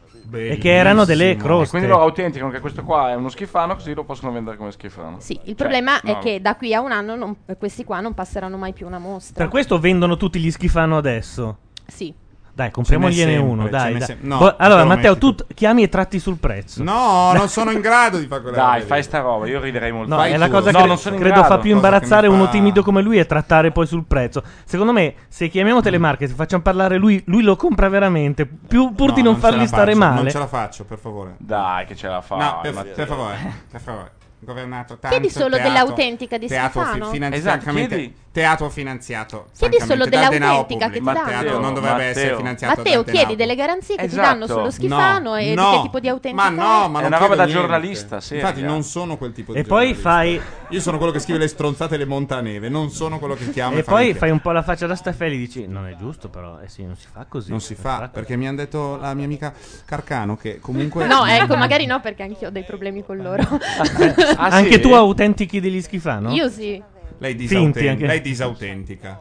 E che erano delle E croste. quindi loro autenticano che questo qua è uno Schifano, così lo possono vendere come Schifano. Sì, il problema è no. che da qui a un anno questi qua non passeranno mai più una mostra. Per questo vendono tutti gli Schifano adesso. Sì. Dai, compriamogliene sempre, uno, ce dai. n'è dai. sempre. No, Allora, te lo Matteo, metti tu chiami e tratti sul prezzo. No, non sono in grado di fare quella roba Dai, lì. fai sta roba, io riderei molto. No, Fai è la tu. cosa No, che non sono in credo grado. fa più Cosa imbarazzare che mi uno fa- timido come lui è trattare poi sul prezzo. Secondo me, se chiamiamo telemarketing, facciamo parlare lui lo compra veramente. Pur di non ce fargli la stare faccio, male. Non ce la faccio, per favore. Dai, che ce la fai. No, per Matteo. favore. Governato tanto. Chiedi solo teatro- dell'autentica di teatro Schifano. finanziariamente- chiedi. Teatro finanziato. Chiedi francamente, solo dal denaro dell'autentica che ti pubblico. danno. Il teatro non dovrebbe Matteo. essere finanziato Matteo, dal denaro chiedi delle garanzie che Esatto. ti danno sullo Schifano e di che tipo di autentica Ma no, ma È non una roba chiedo da niente. giornalista, seria. Infatti non sono quel tipo di E poi giornalista. fai. Io sono quello che scrive le stronzate e le montaneve, non sono quello che chiama E fa poi minchia. fai un po' la faccia da Staffelli e dici: non è giusto, però. Eh sì, non si fa così. Non si fa, perché mi hanno detto la mia amica Carcano che comunque No, ecco, magari no, perché anch'io ho dei problemi con loro. Anche tu autentichi degli Schifano? Io sì. lei, Finti anche. lei disautentica.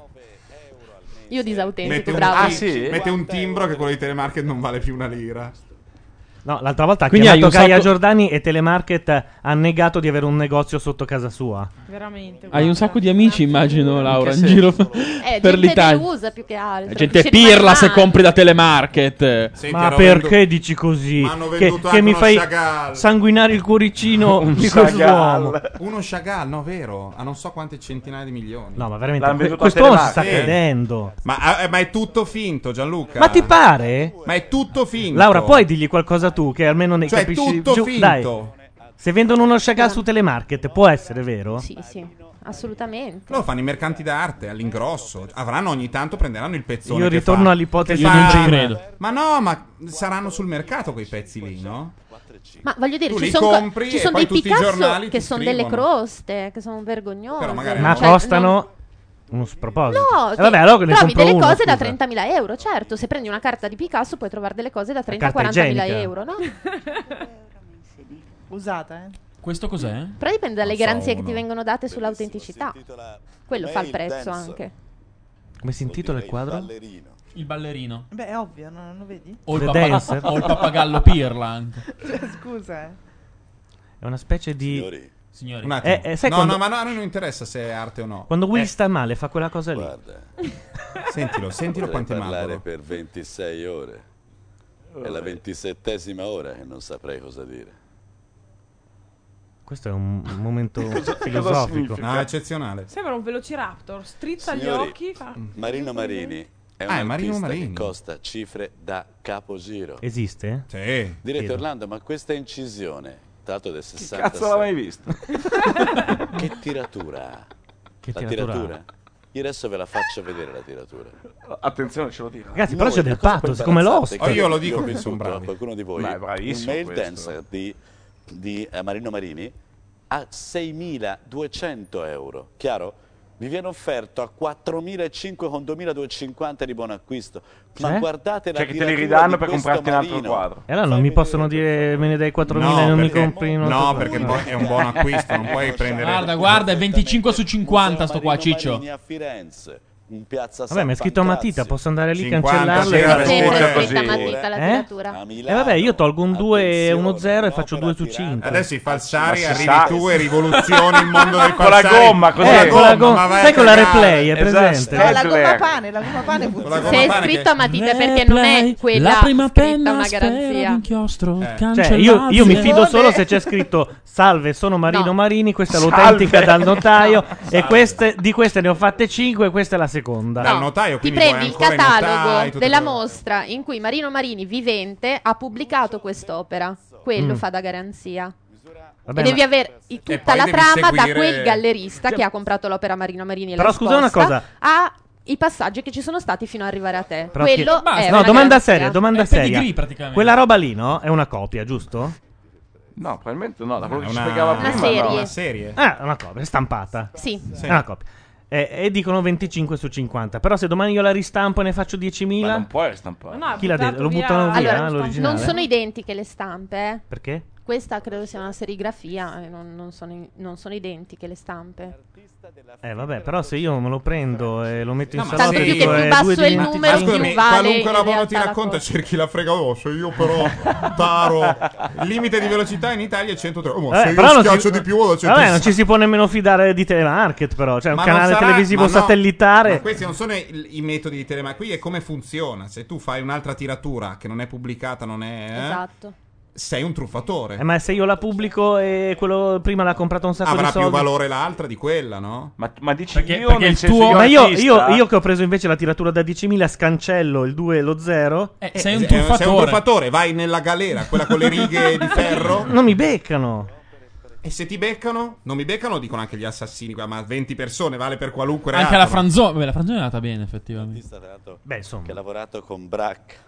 Io disautentico, Mette un, bravo. mette un timbro che quello di Telemarket non vale più una lira. No, l'altra volta ha Quindi chiamato hai un Gaia sacco- Giordani e Telemarket ha negato di avere un negozio sotto casa sua. Veramente. Hai un sacco di amici, immagino, Laura, in che giro senso? per Gente l'Italia. delusa più che altro. Gente Ci rimane pirla se male. compri da Telemarket. Senti, Ma hanno perché dici così? m'hanno Che, venduto che anche mi uno fai Chagall. sanguinare il cuoricino di quest'uomo? Uno Chagall, no, vero? A non so quante centinaia di milioni. No, ma veramente, L'hanno venduto a quest'uomo si sta Telemarket. credendo. Ma è tutto finto, Gianluca. Ma ti pare? Ma è tutto finto. Laura, puoi dirgli qualcosa tu che almeno ne Cioè, capisci tutto giù- finto. Dai. Se vendono uno Chagall su Telemarket, può essere vero? Sì, sì, assolutamente. Loro fanno i mercanti d'arte all'ingrosso. Avranno ogni tanto, prenderanno il pezzone. Io che ritorno fa- all'ipotesi che di fa- non ci credo. Ma no, ma saranno sul mercato quei pezzi lì, no? Ma voglio dire, Tu ci li sono compri dei e poi tutti i Picasso giornali che ti sono delle scrivono. croste, che sono vergognose. Però magari Ma Cioè, costano Uno sproposito. No, vabbè, allora ne trovi compro delle uno, cose da scusa. 30.000 euro, certo. Se prendi una carta di Picasso puoi trovare delle cose da carta 30-40.000 igienica. euro, no? Usata, Questo cos'è? Però dipende dalle Non so, garanzie che uno. ti vengono date sull'autenticità. Quello fa il Male prezzo Dance. anche. Come si intitola il quadro? Il ballerino. Beh, è ovvio, non lo vedi? O il, The Dancer? o il pappagallo pirla anche. Cioè, scusa, È una specie di... Signori. Un attimo. sai no, quando- no, ma no, a noi non interessa se è arte o no. Quando Will sta male fa quella cosa lì. Guarda, Sentilo potrei quanto è parlare magro. per 26 ore. È la 27ª ora che non saprei cosa dire. Questo è un momento Cosa filosofico. significa? No, è eccezionale. Sembra un velociraptor, strizza gli Signori, occhi. Fa... Marino Marini è un Ah, è Marino artista Marini. che costa cifre da capogiro. Esiste? Sì. Direte Chiedo. Orlando, ma questa incisione, tra l'altro del 60. Cazzo l'hai mai visto? Che tiratura ha? Che La tiratura tiratura? Io adesso ve la faccio vedere la tiratura. Attenzione, ce lo dico. Ragazzi, però No, c'è la del cosa più pathos, come imbarazzante l'host. è che io lo dico ho che vissuto sono bravi. a qualcuno di voi Ma è un bravissimo male questo. dancer di Marino Marini a 6.200 euro. Chiaro? Vi viene offerto a 4.500 con 2.250 di buon acquisto. Ma Cioè? guardate la Cioè che te li tiratura ridanno di per questo comprarti un altro Marino. quadro. E allora non mi possono dire me ne dai 4.000 e non mi compri un altro No, quadro? perché poi è un buon acquisto, non puoi prendere. Guarda, è 25 su 50 sto qua, Marino Ciccio. Marini a Firenze, in piazza Vabbè, ma è scritto a San matita, Pancrazio. posso andare lì, 50, cancellarlo sì, e era fare sempre scritta scritto a matita la tiratura. A Milano, vabbè, io tolgo un 2 e uno attenzione, 0 e faccio 2 su un'opera 5. Adesso i falsari, Ma si arrivi sa- tu e rivoluzioni il mondo dei Con la falsari. gomma, così. Con la ma gomma, vai sai a con la cagare. replay, è Esatto. presente? No, la gomma Headler. pane, la gomma pane Con la funziona. gomma Se è pane scritto che- a matita è perché non è quella la prima scritta penna una sfera garanzia. d'inchiostro Cioè, io mi fido solo se c'è scritto salve, sono Marino No. Marini, questa è Salve. l'autentica dal notaio e di queste ne ho fatte 5 e questa è la seconda. Dal notaio, Ti quindi prendi puoi il ancora i notai, catalogo tutto della quello- mostra in cui Marino Marini vivente ha pubblicato quest'opera. Quello fa da garanzia. Vabbè, e devi ma- avere tutta poi la devi trama da seguire- quel gallerista che ha comprato l'opera Marino Marini e Però l'ha scusa una esposta, cosa. ha i passaggi che ci sono stati fino ad arrivare a te. Però Quello Basta. è No, una domanda garanzia. seria, domanda È seria. pedigree, praticamente. Quella roba lì, no? È una copia, giusto? No, probabilmente no, da quello È che ci una- spiegava Una prima. serie. no. Una serie. Ah, è una copia, è stampata. Sì. È una copia. E dicono 25 su 50. Però se domani io la ristampo e ne faccio 10.000, Ma non puoi stampare. No, chi l'ha detto? Lo buttano via Allora, l'originale? non sono identiche le stampe. Perché? Questa credo sia una serigrafia, non sono identiche le stampe. Vabbè, però se io me lo prendo e lo metto in No, ma salotto tanto e più dico, che più è basso due è il di- numero, Ma scusami, più vale qualunque in roba ti realtà la racconta cosa. cerchi la frega. Se io però taro il limite di velocità in Italia è 103. Oh, ma Vabbè, se però io non si- schiaccio di più vado a 106. Vabbè, non ci si può nemmeno fidare di Telemarket, però. Cioè, un Ma canale non sarà- televisivo ma no, satellitare. Ma questi non sono i metodi di telemarketing, qui è come funziona. Se tu fai un'altra tiratura che non è pubblicata, non è Esatto. sei un truffatore. Ma se io la pubblico e quello prima l'ha comprato un sacco Avrà di soldi. più valore l'altra di quella, no? Ma dici Perché- io perché nel il senso tuo- Ma io artista? che ho preso invece la tiratura da 10.000, scancello il 2 e lo 0. sei un Sei un truffatore. truffatore, vai nella galera, quella con le righe di ferro. Non mi beccano. E se ti beccano? Non mi beccano, dicono anche gli assassini, ma 20 persone vale per qualunque reato. Anche la Franzoni. Beh, la Franzoni è andata bene, effettivamente. Artista, tra l'altro, Beh, insomma. che ha lavorato con Brack.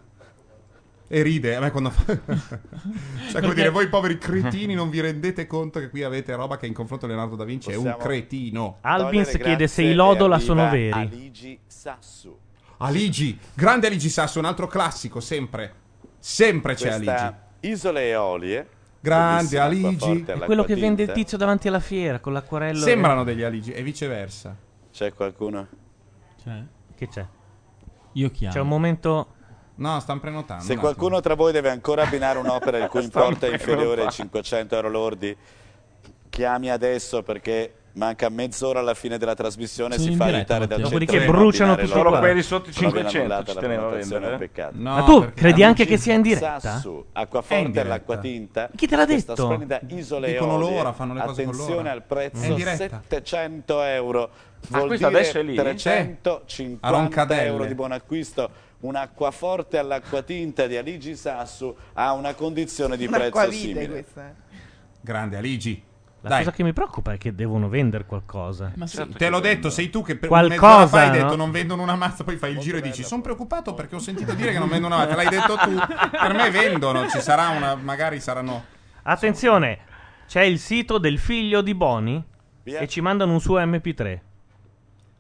E ride, a me quando fa... Cioè, come dire, voi poveri cretini non vi rendete conto che qui avete roba che in confronto a Leonardo da Vinci è un Possiamo cretino. Albins Togliere chiede se grazie i Lodola e sono arriva veri. Aligi Sassu. Aligi, grande Aligi Sasso, un altro classico, sempre. Sempre c'è Questa Aligi. Isole Eolie. Grande bellissima Aligi. acquaforte È quello che vende il all'acquatinta. tizio davanti alla fiera con l'acquarello. Sembrano degli Aligi e viceversa. C'è qualcuno? Cioè, Che c'è? io chiamo. C'è un momento. No, stanno prenotando. Se un qualcuno tra voi deve ancora abbinare un'opera il cui importo è inferiore ai 500 euro lordi, chiami adesso perché manca mezz'ora alla fine della trasmissione, Sono si in fa diretta, aiutare dal Matteo. centro. Dopodiché bruciano tutti Solo qua. quelli sotto i Non viene 500 annullata ci la tenevo a prenotazione, è un vendere. peccato. No, Ma tu perché credi anche Aligi che sia in diretta? Sassu, È in acquaforte diretta. all'acquatinta. Chi te l'ha Questa detto? splendida Isole Dicono Eolie. loro, fanno le cose con Attenzione loro. al prezzo, È in diretta. 700 euro. Vuol questo dire adesso è lì? 350 A Roncadelle. euro di buon acquisto. Un acquaforte all'acquatinta di Aligi Sassu ha una condizione di prezzo Un'acquavite simile. questa. Grande Aligi. La Dai. cosa che mi preoccupa è che devono vendere qualcosa. Ma sì. Te l'ho detto, sei tu che per Qualcosa, mezz'ora fa hai no? detto non vendono una mazza, poi fai il giro e dici sono preoccupato perché ho sentito dire che non vendono una mazza, l'hai detto tu, per me vendono, ci sarà una, magari saranno... Attenzione, c'è il sito del figlio di Boni Via. e ci mandano un suo MP3.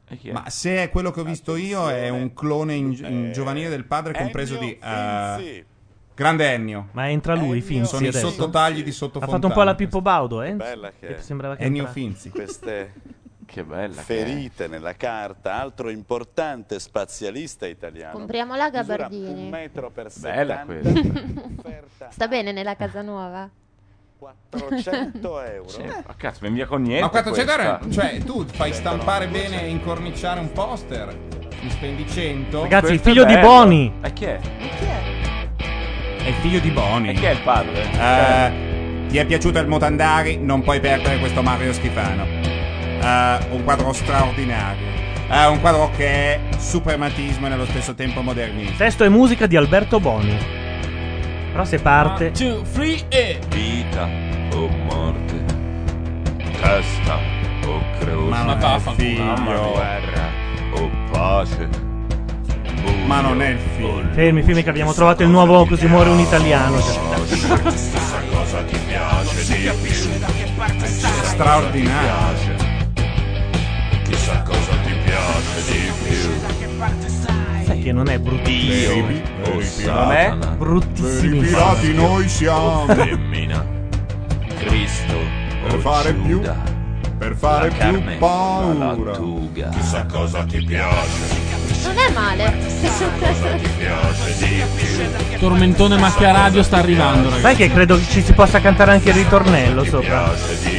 Ma se è quello che ho visto io, è un clone in giovanile del padre, compreso di grande Ennio. Ma entra lui, Finzi, sono adesso? i sottotagli di Sottofontana. Ha fatto un po' la Pippo Baudo, Bella che sembrava che Ennio entrasse. Finzi. Queste che bella ferite nella carta, altro importante spazialista italiano. Compriamo la Misura Gabardini. 1 metro per Bella 70. Sta bene nella casa nuova? 400 euro. Ma cazzo, ven via con niente. Ma 400 questa. euro, cioè tu fai stampare bene e incorniciare un poster, mi spendi 100. Ragazzi, il Questo è figlio di bello. Boni. E chi è? È il figlio di Boni. E chi è il padre? Ti è piaciuto il Motandari? Non puoi perdere questo Mario Schifano. Un quadro straordinario. Un quadro che è suprematismo e nello stesso tempo modernismo. Testo e musica di Alberto Boni. Però se parte... 2, 3 e... Vita o morte, testa o croce, Ma non è il figlio. guerra o pace, Ma non è il figlio. Fermi che abbiamo trovato il nuovo Così muore un italiano. chissà cosa ti piace di più, Straordinario. chissà cosa ti piace di più. Sai che non è bruttissimo. Dio o Non è Satana, bruttissimo. Pirati noi siamo. femmina, Cristo Per o fare più. Giuda, Per fare la più carne, la paura. lattuga, chissà cosa ti piace, Non è male. ti piace di più. Tormentone Macchia Radio sta arrivando, ragazzi. Sai che credo che ci si possa cantare anche il ritornello sopra.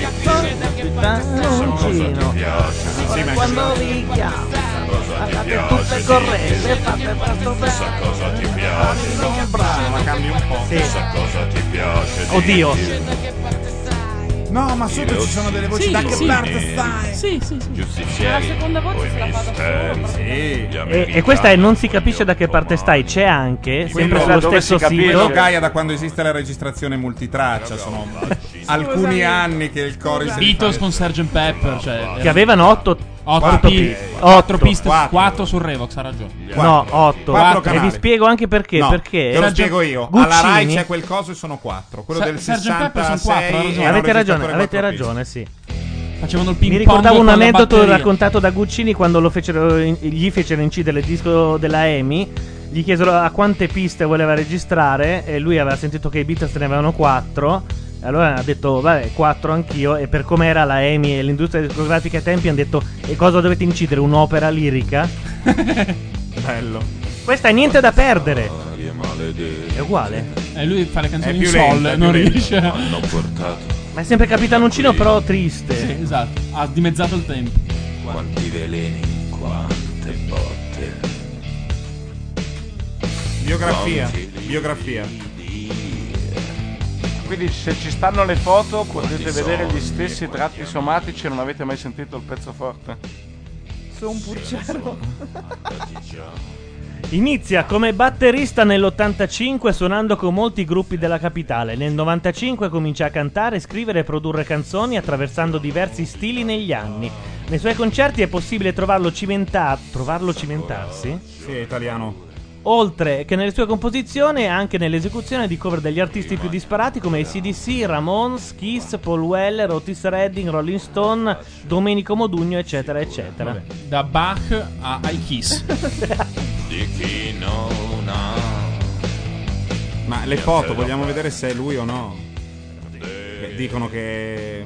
Palloncino. Sì, ma Quando vi chiamo, andate tutte corrette, fate presto per... Cosa ti piace? ma cambi un po'. Sì. Cosa ti piace? Oddio. No, ma sotto ci sono delle voci. Da che parte stai? Sì. Giustizieri La seconda voce se la fa da misteri, Sì. E questa è Non si capisce da che parte stai. C'è anche, sempre Quello sullo dove stesso si capisce. sito. Gaia da quando esiste la registrazione multitraccia. Sono alcuni anni che il chorus Beatles con Sgt. Pepper, cioè... Che avevano 8 4 piste, 4 sul Revox, ha ragione. No, 8. Quattro E canali. vi spiego anche perché. No, perché te lo spiego io. Alla Rai Guccini. c'è quel coso e sono 4. Quello del Sgt. Pepper sono 4, 66 Avete era un ragione, registratore avete 4 ragione, sì. Facevano il ping Mi pong ricordavo un con la aneddoto batteria. raccontato da Guccini quando gli fecero incidere il disco della EMI. Gli chiesero a quante piste voleva registrare e lui aveva sentito che i Beatles ne avevano 4. E allora ha detto, vabbè, 4 anch'io. E per come era la EMI e l'industria discografica ai tempi hanno detto, e cosa dovete incidere? Un'opera lirica? Bello. Questa è Niente da perdere. aria maledetta. È uguale. E lui fa le canzoni È in più sol, lenta, non più lenta. riesce a... Hanno portato Ma è sempre Capitanoncino, però triste. Sì, esatto, ha dimezzato il tempo. quanti veleni, quante botte. Biografia. Quindi se ci stanno le foto potete vedere gli stessi tratti somatici e non avete mai sentito il pezzo forte? Su un pulciano. Inizia come batterista nell'85 suonando con molti gruppi della capitale. Nel 95 comincia a cantare, scrivere e produrre canzoni attraversando diversi stili negli anni. Nei suoi concerti è possibile trovarlo cimentarsi? Sì, è italiano. Oltre che nelle sue composizioni, anche nell'esecuzione di cover degli artisti più disparati come AC/DC, Ramones, Kiss, Paul Weller, Otis Redding, Rolling Stone, Domenico Modugno, eccetera, eccetera. Vabbè, da Bach ai Kiss. Di chi non ha. Ma le foto, vogliamo vedere se è lui o no? Che dicono che...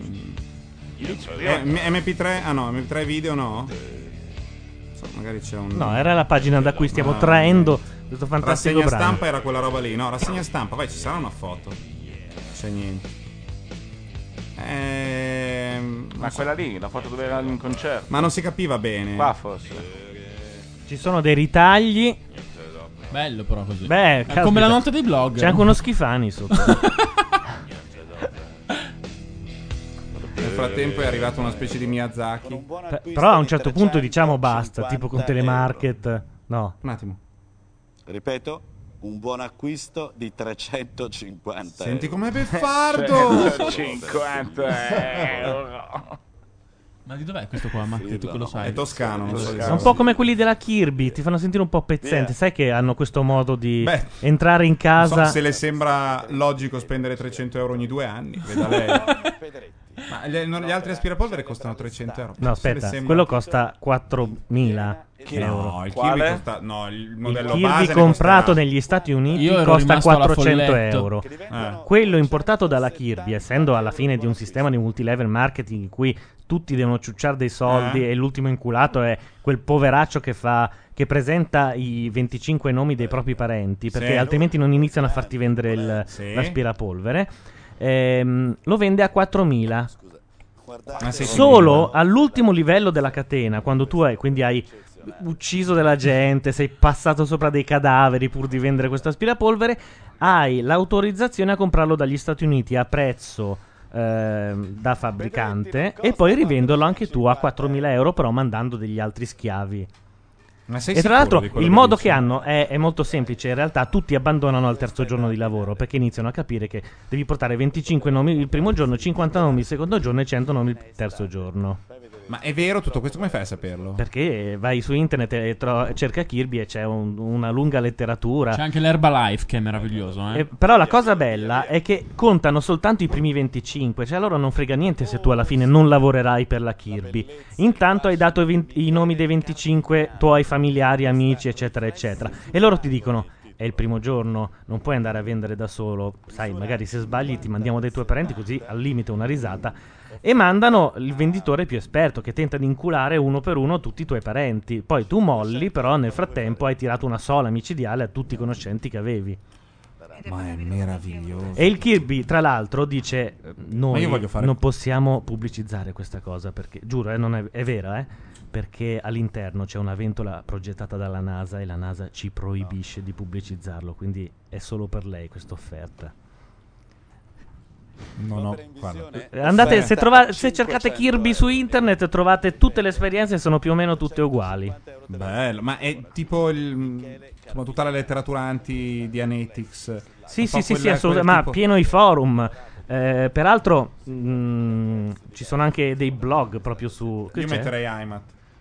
MP3? Ah no, MP3 video no? Magari c'è un... No, era la pagina da cui stiamo traendo questo fantastico Rassegna brano. stampa era quella roba lì. No, rassegna stampa, vai, ci sarà una foto. C'è niente. Ma quella lì, la foto dove era in concerto. Ma non si capiva bene. Qua forse. Ci sono dei ritagli. Bello però così. Beh, è come la nota dei blog. C'è anche uno Schifani sotto. Nel frattempo è arrivata una specie di Miyazaki. Però a un certo punto diciamo basta, tipo con Telemarket. No. Un attimo. Ripeto, un buon acquisto di 350 Senti euro. com'è beffardo! 50 euro. Ma di dov'è questo qua, Macchia? Tu che lo sai? È toscano, non so. È un po' come quelli della Kirby, ti fanno sentire un po' pezzente. Sai che hanno questo modo di Beh, entrare in Non so casa. se le sembra logico spendere 300 euro ogni 2 anni. Veda lei. Ma gli altri aspirapolvere costano 300 euro. No, aspetta, quello costa 4.000 euro. No, il Kirby costa. No, il modello il base Kirby ne comprato costa- negli Stati Uniti Io ero costa rimasto alla 400 folletto. euro. Quello importato dalla Kirby, essendo alla fine di un sistema di multilevel marketing in cui tutti devono ciucciare dei soldi e l'ultimo inculato è quel poveraccio che presenta i 25 nomi dei propri parenti, perché Sì. altrimenti non iniziano a farti vendere l'aspirapolvere. Lo vende a 4.000. Solo all'ultimo livello della catena, quando tu hai ucciso della gente, sei passato sopra dei cadaveri pur di vendere questo aspirapolvere, hai l'autorizzazione a comprarlo dagli Stati Uniti a prezzo da fabbricante e poi rivenderlo anche tu a 4.000 euro, però mandando degli altri schiavi. Ma sei E tra sicuro l'altro di quello il che modo dici? che hanno è molto semplice. In realtà tutti abbandonano al terzo giorno di lavoro, perché iniziano a capire che devi portare 25 nomi il primo giorno, 50 nomi il secondo giorno e 100 nomi il terzo giorno. Ma è vero tutto questo? Come fai a saperlo? Perché vai su internet e cerca Kirby e c'è una lunga letteratura. C'è anche l'Herbalife che è meraviglioso. Però la cosa bella è che contano soltanto i primi 25, cioè loro non frega niente se tu alla fine non lavorerai per la Kirby. Intanto hai dato i nomi dei 25 tuoi familiari, amici, eccetera, eccetera. E loro ti dicono: è il primo giorno, non puoi andare a vendere da solo. Sai, magari se sbagli ti mandiamo dei tuoi parenti, così al limite una risata. E mandano il venditore più esperto che tenta di inculare uno per uno tutti i tuoi parenti. Poi tu molli, però nel frattempo hai tirato una sola micidiale a tutti i conoscenti che avevi. Ma è meraviglioso. E il Kirby, tra l'altro, dice: Ma noi io voglio fare- non possiamo pubblicizzare questa cosa, perché giuro, non è vera, perché all'interno c'è una ventola progettata dalla NASA e la NASA ci proibisce di pubblicizzarlo, quindi è solo per lei questa offerta. Non ho. Guarda. Andate, se cercate Kirby su internet trovate tutte le esperienze, sono più o meno tutte uguali. Bello, ma è tipo insomma, tutta la letteratura anti-Dianetics. Sì, assolutamente, ma pieno i forum. Peraltro ci sono anche dei blog proprio su. Io metterei IMAT.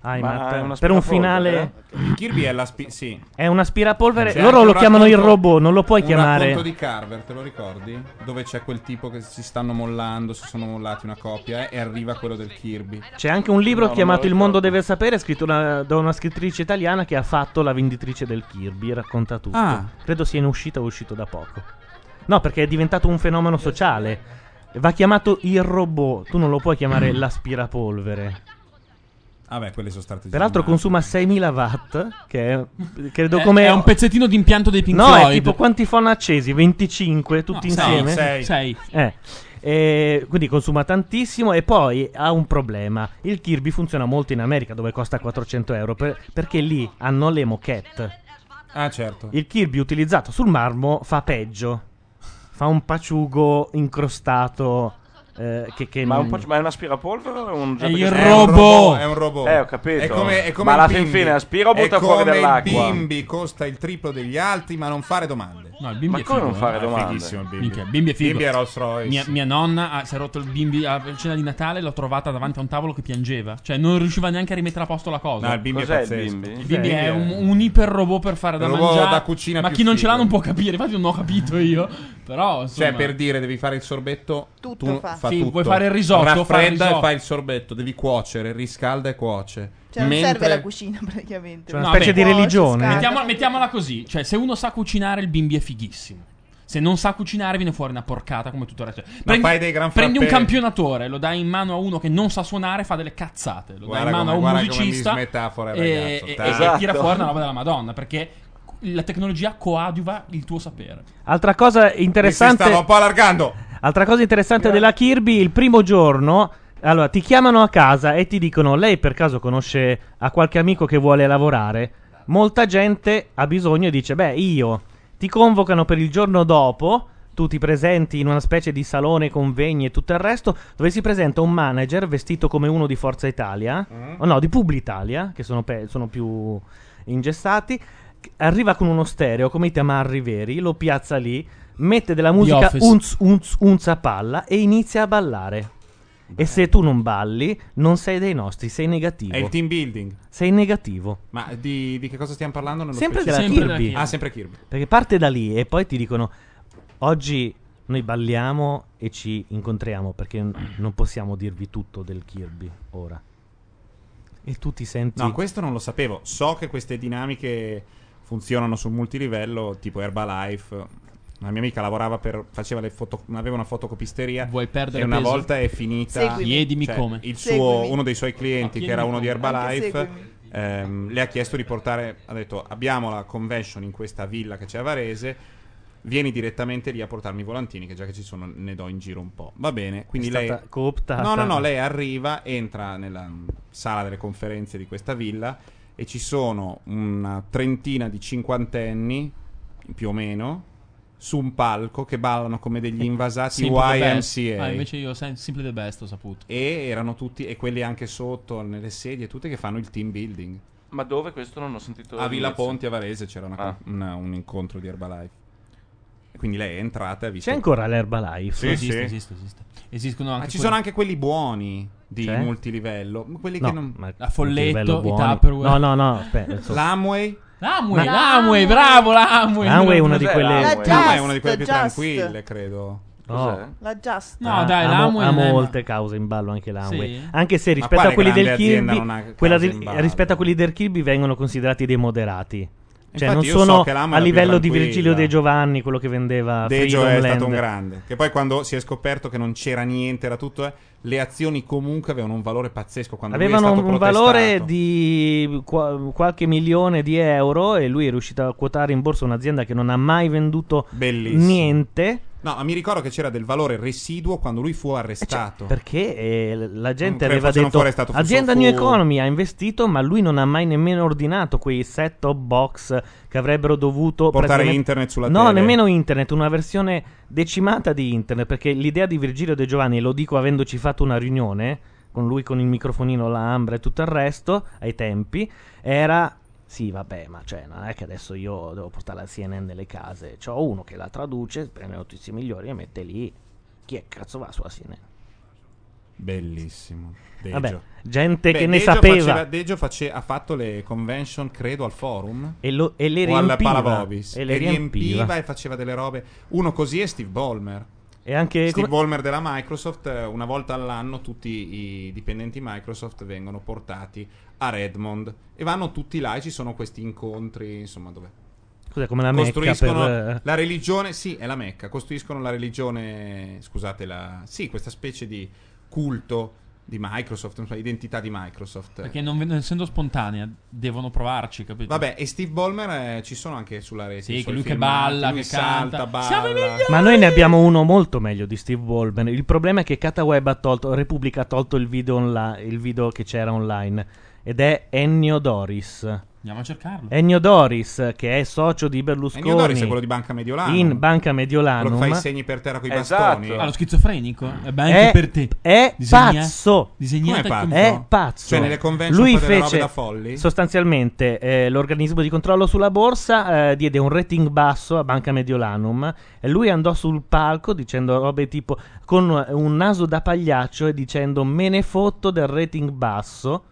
Per un finale. Il Kirby è sì. È un aspirapolvere. C'è Loro anche lo un chiamano il racconto- robot, non lo puoi un chiamare. racconto di Carver, te lo ricordi? Dove c'è quel tipo che si stanno mollando, si sono mollati una coppia e arriva quello del Kirby. C'è anche un libro No, chiamato non Il me lo mondo deve sapere, scritto da una scrittrice italiana che ha fatto la venditrice del Kirby, racconta tutto. Ah. Credo sia in uscita o uscito da poco. No, perché è diventato un fenomeno sociale. Va chiamato il robot, tu non lo puoi chiamare l'aspirapolvere. Vabbè, quelle sono strategie. Peraltro consuma 6.000 watt, che è, credo È come... un pezzettino di impianto dei Pink No, Floyd. è tipo quanti phon accesi? 25 tutti No, insieme? sei. Quindi consuma tantissimo e poi ha un problema. Il Kirby funziona molto in America, dove costa 400 euro, perché lì hanno le moquette. Ah, certo. Il Kirby utilizzato sul marmo fa peggio. Fa un paciugo incrostato. Ma è un aspirapolvere o è un È il robot? È un robot. Ho capito. È come ma alla il fin bimbi. fine aspira o butta È fuori come dell'acqua? Il bimbi costa il triplo degli altri, ma non fare domande. No, il bimbi Ma è come figo, non fare È domande? fighissimo il bimbi. Minchia, il bimbi è figo. Bimbi è Rolls Royce. Mia nonna si è rotto il bimbi a cena di Natale, l'ho trovata davanti a un tavolo che piangeva. Cioè non riusciva neanche a rimettere a posto la cosa. No, il bimbi Cos'è è il pazzesco. bimbi? Il bimbi è un iper robot per fare da Robot mangiare. da cucina ma più chi non ce l'ha figo. non può capire. Infatti non ho capito io. Però insomma, Cioè, per dire, devi fare il sorbetto. Tutto tu fa. Sì, tutto. vuoi fare il risotto, fa il Raffredda e risotto. fai il sorbetto. Devi cuocere, riscalda e cuoce. Cioè, non serve la cucina praticamente. C'è una specie di religione. Mettiamola così. Cioè, se uno sa cucinare, il bimbi è fighissimo. Se non sa cucinare, viene fuori una porcata come tutto il resto. fai dei gran prendi un frappè. campionatore, lo dai in mano a uno che non sa suonare, fa delle cazzate. Lo Guarda dai in mano a un guarda come musicista metafora, e ragazzo. e tira fuori una roba della Madonna. Perché la tecnologia coadiuva il tuo sapere. Altra cosa interessante. Mi si stava un po' allargando. Altra cosa interessante della Kirby, il primo giorno. Allora, ti chiamano a casa e ti dicono: lei per caso conosce a qualche amico che vuole lavorare? Molta gente ha bisogno e dice: beh, io. Ti convocano per il giorno dopo. Tu ti presenti in una specie di salone convegni e tutto il resto, dove si presenta un manager vestito come uno di Forza Italia, o no, di Publitalia, che sono più ingessati. Arriva con uno stereo come i tamarri veri, lo piazza lì, mette della musica unz a palla e inizia a ballare. E se tu non balli, non sei dei nostri, sei negativo. È il team building. Sei negativo. Ma di che cosa stiamo parlando? Nello Sempre della specifico? Kirby. Ah, sempre Kirby. Perché parte da lì e poi ti dicono: oggi Noi balliamo e ci incontriamo perché non possiamo dirvi tutto del Kirby ora. E tu ti senti... No, questo non lo sapevo. So che queste dinamiche funzionano sul multilivello, tipo Herbalife. Una mia amica lavorava faceva le aveva una fotocopisteria. Vuoi perdere e una peso? volta è finita. Seguimi. Chiedimi cioè, come. Uno dei suoi clienti, che era uno di Herbalife, le ha chiesto di portare. Ha detto: abbiamo la convention in questa villa che c'è a Varese. Vieni direttamente lì a portarmi i volantini, che già che ci sono ne do in giro un po'. Va bene, quindi È lei stata cooptata. No, lei arriva, entra nella sala delle conferenze di questa villa e ci sono una trentina di cinquantenni, più o meno, su un palco che ballano come degli invasati YMCA. Invece io Simply the Best ho saputo. E erano tutti, e quelli anche sotto nelle sedie, tutte che fanno il team building. Ma dove? Questo non ho sentito. A Villa Ponti a Varese c'era un incontro di Herbalife. Quindi lei è entrata e ha visto. C'è ancora l'Herbalife? Esiste. Esistono anche ci sono anche quelli buoni di C'è? multilivello. Quelli No, che non. ma La Folletto, multilivello i buoni. Tupperware. No, aspetta. L'Amway. L'Amway, bravo l'Amway. L'Amway è una di quelle... L'Amway è una di quelle più tranquille, credo. No. La Just. No, dai, l'Amway ha non è molte cause in ballo anche l'Amway. Sì? Anche se Ma rispetto a quale quelli del grande azienda Kirby, non ha cause in ballo? rispetto a quelli del Kirby vengono considerati dei moderati. Cioè Infatti non io sono so che l'Amway a è più livello di tranquilla. Virgilio De Giovanni, quello che vendeva Dejo Freedom è stato Land. un grande. Che poi quando si è scoperto che non c'era niente, era tutto. Le azioni comunque avevano un valore pazzesco. Quando Avevano lui è stato un protestato. valore di qualche milione di euro e lui è riuscito a quotare in borsa un'azienda che non ha mai venduto niente. No, ma mi ricordo che c'era del valore residuo quando lui fu arrestato. Perché la gente Non credo, aveva forse non fu detto arrestato, azienda New Economy ha investito, ma lui non ha mai nemmeno ordinato quei set-top box che avrebbero dovuto Portare praticamente- internet sulla no, tele. nemmeno internet, una versione decimata di internet, perché l'idea di Virgilio De Giovanni, e lo dico avendoci fatto una riunione con lui con il microfonino, la Ambra e tutto il resto ai tempi, era sì, vabbè, ma cioè non è che adesso io devo portare la CNN nelle case. C'ho uno che la traduce, prende le notizie migliori e mette lì. Chi è cazzo va sulla CNN? Bellissimo. Dejo. Vabbè, gente che ne Dejo sapeva. Dejo ha fatto le convention, credo, al Forum E le o al riempiva. Palabobis. E le riempiva. E faceva delle robe. Uno così è Steve Ballmer. E anche Steve Ballmer della Microsoft, una volta all'anno tutti i dipendenti Microsoft vengono portati a Redmond e vanno tutti là e ci sono questi incontri, insomma, dove Cos'è, come la Mecca costruiscono per... la religione, sì, è la Mecca, costruiscono la religione, scusate, sì, questa specie di culto di Microsoft, insomma, identità di Microsoft. Perché non essendo spontanea devono provarci, capito? Vabbè, e Steve Ballmer ci sono anche sulla rete. Sì, i che suoi lui che filmati, balla, lui che salta, canta. balla. Siamo i migliori! Ma noi ne abbiamo uno molto meglio di Steve Ballmer. Il problema è che Kataweb ha tolto, Repubblica ha tolto il video il video che c'era online, ed è Ennio Doris. Andiamo a cercarlo. Ennio Doris, che è socio di Berlusconi. Ennio Doris è quello di Banca Mediolanum. In Banca Mediolanum. Quello che fa i segni per terra con i Esatto. bastoni. Ah, lo schizofrenico? È anche per te. È pazzo. Disegnata Come con- È pazzo. Cioè, nelle convention Lui fa delle robe fece da folli? sostanzialmente l'organismo di controllo sulla borsa diede un rating basso a Banca Mediolanum e lui andò sul palco dicendo robe tipo con un naso da pagliaccio e dicendo me ne fotto del rating basso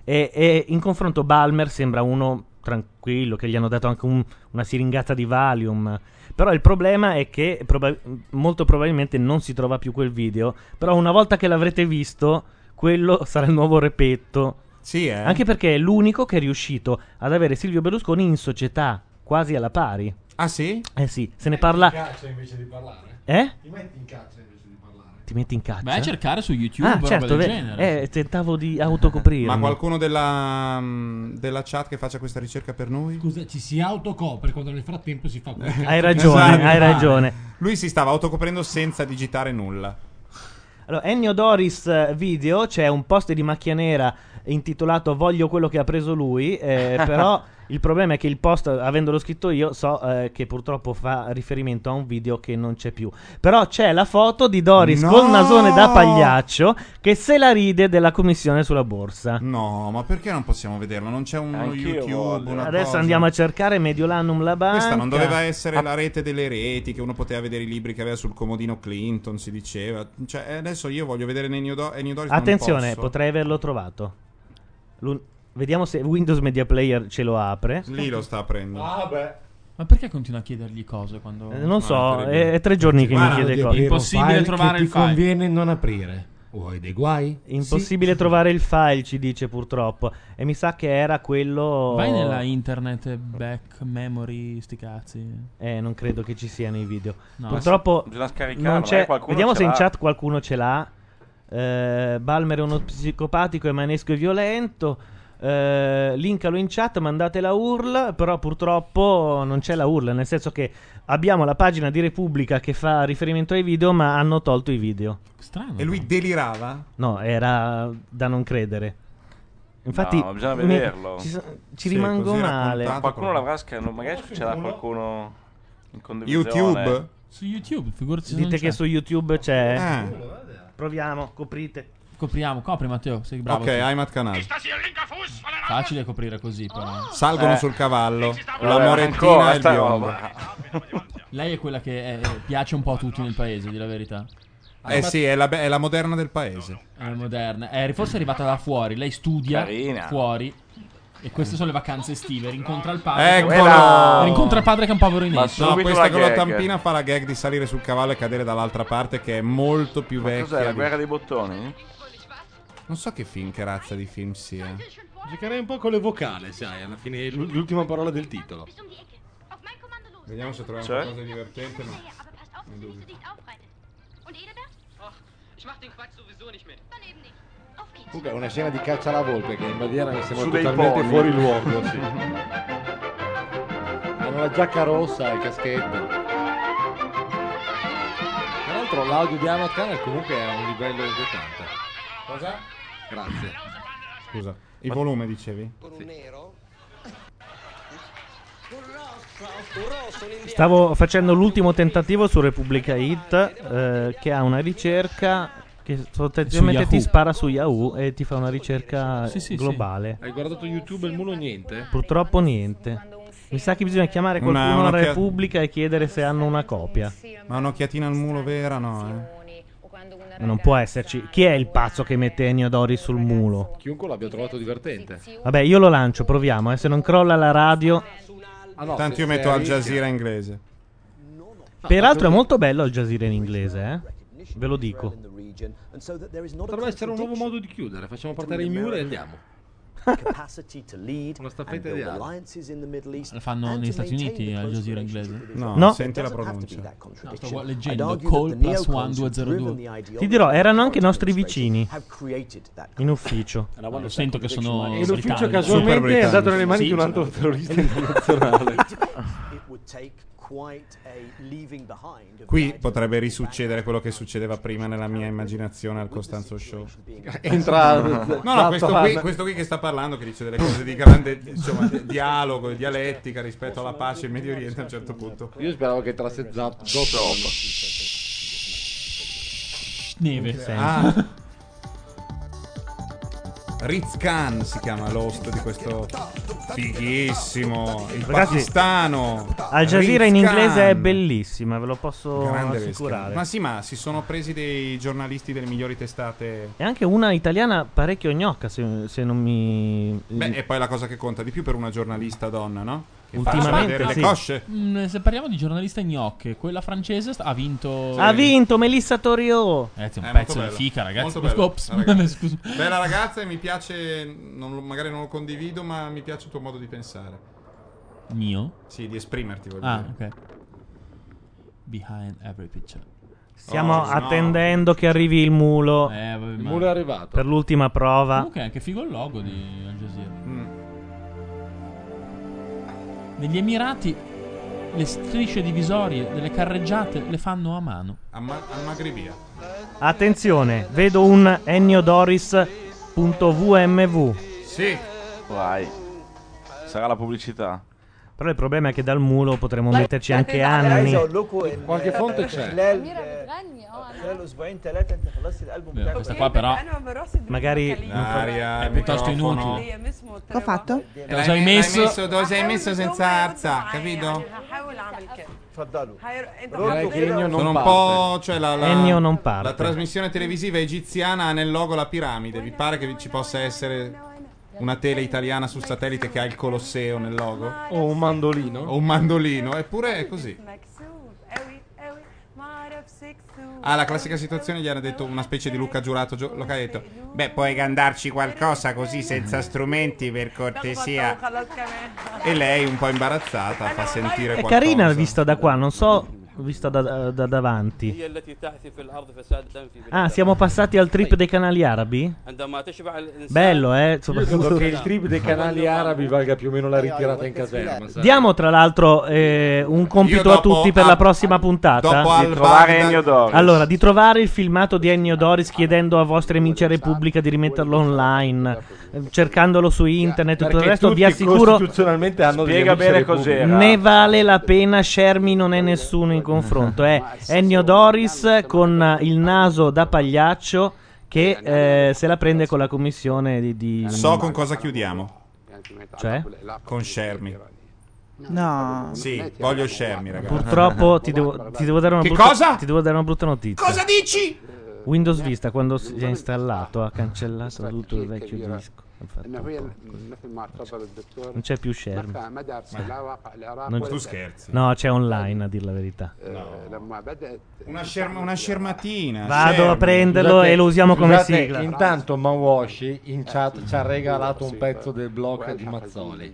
e in confronto Ballmer sembra uno tranquillo, che gli hanno dato anche una siringata di Valium. Però il problema è che molto probabilmente non si trova più quel video. Però una volta che l'avrete visto, quello sarà il nuovo Repetto. Sì, Anche perché è l'unico che è riuscito ad avere Silvio Berlusconi in società, quasi alla pari. Ah sì? Eh sì, se ne parla. Ti caccia invece di parlare? Eh? Ti metti in caccia invece di parlare? Ti metti in caccia? Vai a cercare su YouTube Ah, roba certo, del genere. tentavo di autocoprire. Ma qualcuno della chat che faccia questa ricerca per noi? Scusa, ci si autocopre quando nel frattempo si fa quello che Hai ragione, Esatto. hai ragione. Lui si stava autocoprendo senza digitare nulla. Allora, Ennio Doris video, c'è un post di Macchia Nera intitolato Voglio quello che ha preso lui, però il problema è che il post, avendolo scritto io, so che purtroppo fa riferimento a un video che non c'è più. Però c'è la foto di Doris col nasone da pagliaccio che se la ride della commissione sulla borsa. No, ma perché non possiamo vederlo? Non c'è un YouTube, una Adesso cosa? andiamo a cercare Mediolanum la banca. Questa non doveva essere la rete delle reti, che uno poteva vedere i libri che aveva sul comodino Clinton, si diceva. Cioè, adesso io voglio vedere Ennio Doris. Attenzione, non posso. potrei averlo trovato. Vediamo se Windows Media Player ce lo apre. Lì lo sta aprendo. Ah, beh. Ma perché continua a chiedergli cose quando... Non so, è 3 giorni che mi chiede cose. È impossibile trovare che il ti file. conviene non aprire. Vuoi dei guai? Impossibile trovare il file, ci dice purtroppo. E mi sa che era quello. Vai nella internet back memory, sti cazzi. Non credo che ci siano i video. No. Purtroppo Bisogna scaricarlo, non c'è. qualcuno Vediamo ce se in l'ha. chat qualcuno ce l'ha. Balmer è uno psicopatico e manesco e violento. Linkalo in chat, mandate la URL. Però purtroppo non c'è la URL, nel senso che abbiamo la pagina di Repubblica che fa riferimento ai video, ma hanno tolto i video. Strano. E lui delirava? No, era da non credere. Infatti, No, bisogna vederlo. Ci rimango male. Qualcuno l'avrà scaricato, magari ce l'ha qualcuno in condivisione. YouTube? Su YouTube, figurati se non Dite c'è. che su YouTube c'è. Proviamo, coprite. Copriamo, copri Matteo, sei bravo. Ok, Aymat Canal. Facile coprire così però. Salgono sul cavallo. La Vabbè, morettina ancora e il sta biondo. roba. Lei è quella che piace un po' a tutti nel paese, di la verità. Sì, è la moderna del paese. È moderna. Forse è arrivata da fuori. Lei studia Carina. fuori. E queste sono le vacanze estive. Rincontra il padre. Eccolo! Rincontra il padre che è un povero inizio. No, questa con la tampina fa la gag di salire sul cavallo e cadere dall'altra parte, che è molto più vecchia. Cos'è, la di- guerra dei bottoni? Non so che film, che razza di film sia. Giocherei un po' con le vocali, sai, alla fine l'ultima parola del titolo. Vediamo se troviamo Cioè? qualcosa di divertente. No. Non dubbio. Comunque è una scena di caccia alla volpe che in Baviera mi sembra Su dei totalmente pony. fuori luogo. Sì. Hanno la giacca rossa, il caschetto. Tra l'altro l'audio di Ahmad Khan comunque è a un livello inquietante. Cosa? Grazie. Scusa, il volume dicevi? Stavo facendo l'ultimo tentativo su Repubblica Hit, che ha una ricerca che sostanzialmente Su ti Yahoo. spara su Yahoo e ti fa una ricerca Sì. globale. Hai guardato YouTube e il mulo niente? Purtroppo niente. Mi sa che bisogna chiamare qualcuno alla Repubblica e chiedere se hanno una copia. Ma un'occhiatina al mulo vera, no? Non può esserci. Chi è il pazzo che mette Ennio Doris sul mulo? Chiunque l'abbia trovato divertente. Vabbè, io lo lancio, proviamo. Se non crolla la radio. Ah, no, Tanto se- io se metto Al rischia. Jazeera inglese. Peraltro è molto bello il Jazeera in inglese, ve lo dico. Potrebbe essere un nuovo modo di chiudere. Facciamo partire i mule e andiamo. Una staffetta di ali. La fanno negli Stati Uniti al Jazeera inglese? No. Senti la pronuncia. No, sto leggendo Call +1202. Ti dirò, erano anche nostri vicini in ufficio. Lo sento che sono E l'ufficio britannici. casualmente è andato nelle mani Sì, di un altro terrorista internazionale. Qui potrebbe risuccedere quello che succedeva prima nella mia immaginazione al Costanzo Show. Entra- No, questo qui che sta parlando, che dice delle cose di grande dialogo e dialettica rispetto alla pace in Medio Oriente a un certo punto. Io speravo che entrasse dopo. Neve. Ah. Riz Khan si chiama l'host di questo fighissimo, il Ragazzi, pakistano. Al Jazeera in Riz inglese Khan. è bellissima, ve lo posso Grande Riz assicurare. Khan. Ma sì, ma si sono presi dei giornalisti delle migliori testate. E anche una italiana parecchio gnocca, se non mi... Beh, e poi la cosa che conta di più per una giornalista donna, no? Che Ultimamente fa vedere sì. le cosce. Se parliamo di giornaliste gnocche, quella francese ha vinto. Ha vinto Melissa Torio. È un molto pezzo di bella. fica, ragazzi. Molto bella. Ops, La ragazza. scusa. Bella ragazza e mi piace, magari non lo condivido, ma mi piace il tuo modo di pensare. Mio? Sì, di esprimerti, voglio Ah, dire. ok. Behind every picture. Stiamo attendendo che arrivi il mulo. Vabbè, Il ma- mulo è arrivato. Per l'ultima prova. Comunque è anche figo il logo di Al Jazeera. Negli Emirati le strisce divisorie delle carreggiate le fanno a mano. Al Magribia. Attenzione, vedo un enniodoris.vmv. Sì. Vai. Sarà la pubblicità. Però il problema è che dal mulo potremo metterci anche anni. Qualche fonte c'è. Beh, questa qua però magari L'aria, è il piuttosto microfono. inutile. Che ho fatto? Cosa hai messo? Dove sei messo senza arza, capito? Direi che Ennio non Sono un parte. po', cioè Ennio non parte. la trasmissione televisiva egiziana ha nel logo la piramide. Vi pare che ci possa essere una tele italiana sul satellite che ha il Colosseo nel logo. O un mandolino. O un mandolino, eppure è così. Ah, la classica situazione, gli hanno detto una specie di Luca Giurato locale, ha detto: beh, puoi cantarci qualcosa così senza strumenti, per cortesia. E lei, un po' imbarazzata, fa sentire È qualcosa. carina vista da qua, non so, vista da davanti. Ah, siamo passati al trip dei canali arabi? Bello, Io credo che il trip dei canali arabi valga più o meno la ritirata in caserma. sai? Diamo tra l'altro un compito Io a tutti per la prossima puntata. Di trovare Ennio Doris. Allora, di trovare il filmato di Ennio Doris chiedendo a vostri amici a Repubblica di rimetterlo online, cercandolo su internet, tutto il Perché resto. Vi tutti assicuro, costituzionalmente hanno degli Spiega amici a bene Repubblica. cos'era. ne vale la pena. Shermy non è nessuno in confronto. È Ennio Doris con il naso da pagliaccio che se la prende con la commissione di... So con cosa chiudiamo. Cioè? Con Shermy. No. Sì, voglio Shermy, ragazzi. Purtroppo ti devo dare una Che brutta, cosa? ti devo dare una brutta notizia. Cosa dici? Windows Vista, quando si è installato, ha cancellato tutto il vecchio disco. Ha fatto un po' così. Non c'è più Shermy. Tu scherzi. No, c'è online, a dir la verità. Una scermatina. Vado Shermy. a prenderlo e lo usiamo come sigla. Intanto Mawashi in chat ci ha regalato un pezzo del blog di Mazzoli.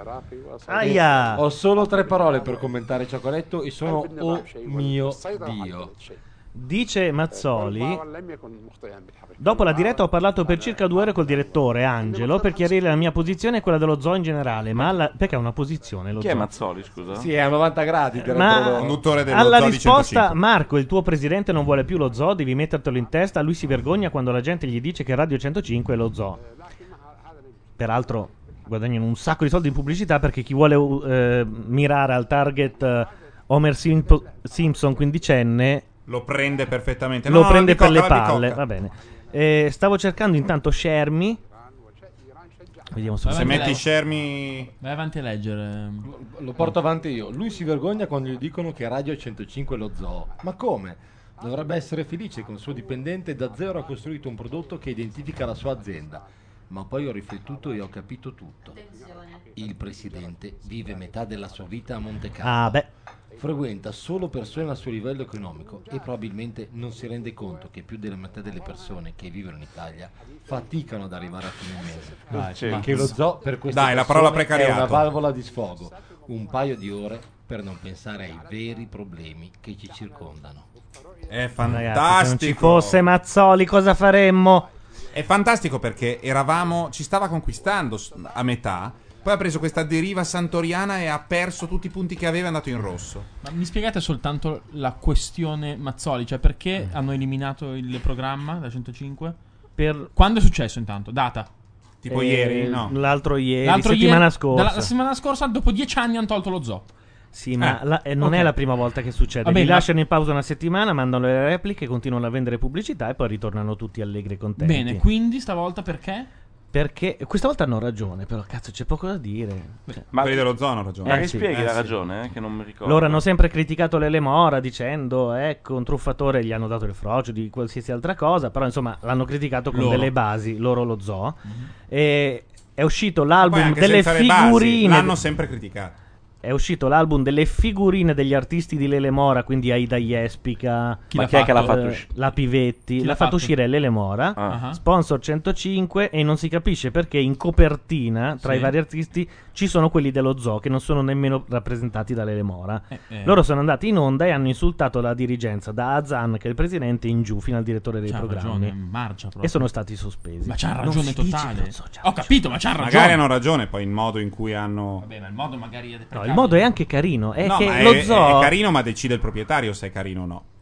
Aia! Ho solo 3 parole per commentare ciò che ho letto e sono oh mio Dio. Dice Mazzoli: dopo la diretta ho parlato per circa 2 ore col direttore Angelo per chiarire la mia posizione e quella dello zoo in generale. Ma perché ha una posizione lo Chi è zoo? Mazzoli, scusa? Sì, è a 90 gradi. Ma Conduttore dello alla zoo di risposta 105. Marco, il tuo presidente non vuole più lo zoo, devi mettertelo in testa. Lui si vergogna quando la gente gli dice che Radio 105 è lo zoo. Peraltro guadagnano un sacco di soldi in pubblicità, perché chi vuole mirare al target Homer Simpson quindicenne Lo prende perfettamente. lo No, prende la per le bicocca, la palle. bicocca. Va bene. Stavo cercando intanto Shermy. Vediamo se Se metti Shermy. Vai avanti a leggere. Lo porto avanti io. Lui si vergogna quando gli dicono che Radio 105 è lo zoo. Ma come? Dovrebbe essere felice che un suo dipendente da zero ha costruito un prodotto che identifica la sua azienda. Ma poi ho riflettuto e ho capito tutto. Il presidente vive metà della sua vita a Monte Carlo. Ah, beh. Frequenta solo persone al suo livello economico e probabilmente non si rende conto che più della metà delle persone che vivono in Italia faticano ad arrivare a fine mese. Ma che lo zoo per queste Dai, la persone parola precariato. è una valvola di sfogo, un paio di ore per non pensare ai veri problemi che ci circondano. È Ragazzi, se non fantastico. ci fosse Mazzoli cosa faremmo? È fantastico perché ci stava conquistando a metà. Poi ha preso questa deriva santoriana e ha perso tutti i punti che aveva, è andato in rosso. Ma mi spiegate soltanto la questione Mazzoli? Cioè, perché hanno eliminato il programma da 105? Quando è successo intanto? Data? Tipo ieri? No. L'altro ieri, settimana scorsa. La settimana scorsa, dopo 10 anni, hanno tolto lo zoo. Sì, ma non ok. è la prima volta che succede. Vabbè, Li ma- lasciano in pausa una settimana, mandano le repliche, continuano a vendere pubblicità e poi ritornano tutti allegri e contenti. Bene, quindi stavolta perché? Perché questa volta hanno ragione, però cazzo c'è poco da dire. Ma quelli dello zoo hanno ragione. Ma mi sì, spieghi la sì. ragione, che non mi ricordo. Loro hanno sempre criticato l'Ele Mora dicendo ecco un truffatore, gli hanno dato il frocio di qualsiasi altra cosa, però insomma l'hanno criticato con Loro. delle basi, loro lo zoo. E è uscito Poi l'album anche delle senza le basi, figurine. l'hanno sempre criticato. È uscito l'album delle figurine degli artisti di Lele Mora, quindi Aida Jespica. Chi l'ha fatto? La Pivetti. Chi L'ha l'ha fatto fatto? uscire Lele Mora. Ah. Sponsor 105, e non si capisce perché in copertina tra Sì. i vari artisti ci sono quelli dello zoo che non sono nemmeno rappresentati da Lele Mora. Eh. Loro sono andati in onda e hanno insultato la dirigenza da Azan, che è il presidente, in giù fino al direttore dei C'ha programmi. ragione, marcia proprio. E sono stati sospesi. Ma c'ha Non ragione si dice totale. lo zoo, c'ha Ho capito, ma c'ha ragione. Magari hanno ragione, poi il modo in cui hanno. Vabbè, ma il modo magari è No, deprecabile. il modo è anche carino. È No, che ma lo zoo è carino, ma decide il proprietario se è carino o no.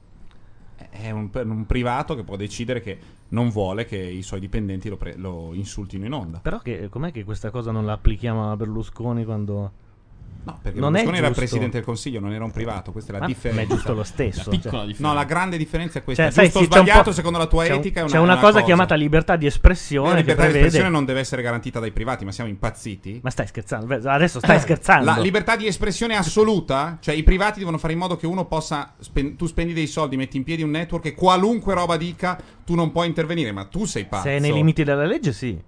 È un privato che può decidere che non vuole che i suoi dipendenti lo insultino in onda. Però com'è che questa cosa non la applichiamo a Berlusconi quando... No, perché non è Berlusconi era giusto. presidente del Consiglio, non era un privato, questa è la Ma differenza. è giusto lo stesso. La piccola cioè. differenza. No, la grande differenza è questa. Cioè, sai, giusto sì, o c'è un sbagliato po'- secondo la tua c'è un- etica è c'è una cosa chiamata libertà di espressione La che libertà di prevede... espressione non deve essere garantita dai privati, ma siamo impazziti? Ma stai scherzando? Adesso stai scherzando. La libertà di espressione è assoluta? Cioè i privati devono fare in modo che uno possa tu spendi dei soldi, metti in piedi un network e qualunque roba dica tu non puoi intervenire, ma tu sei pazzo. Se è nei limiti della legge, sì.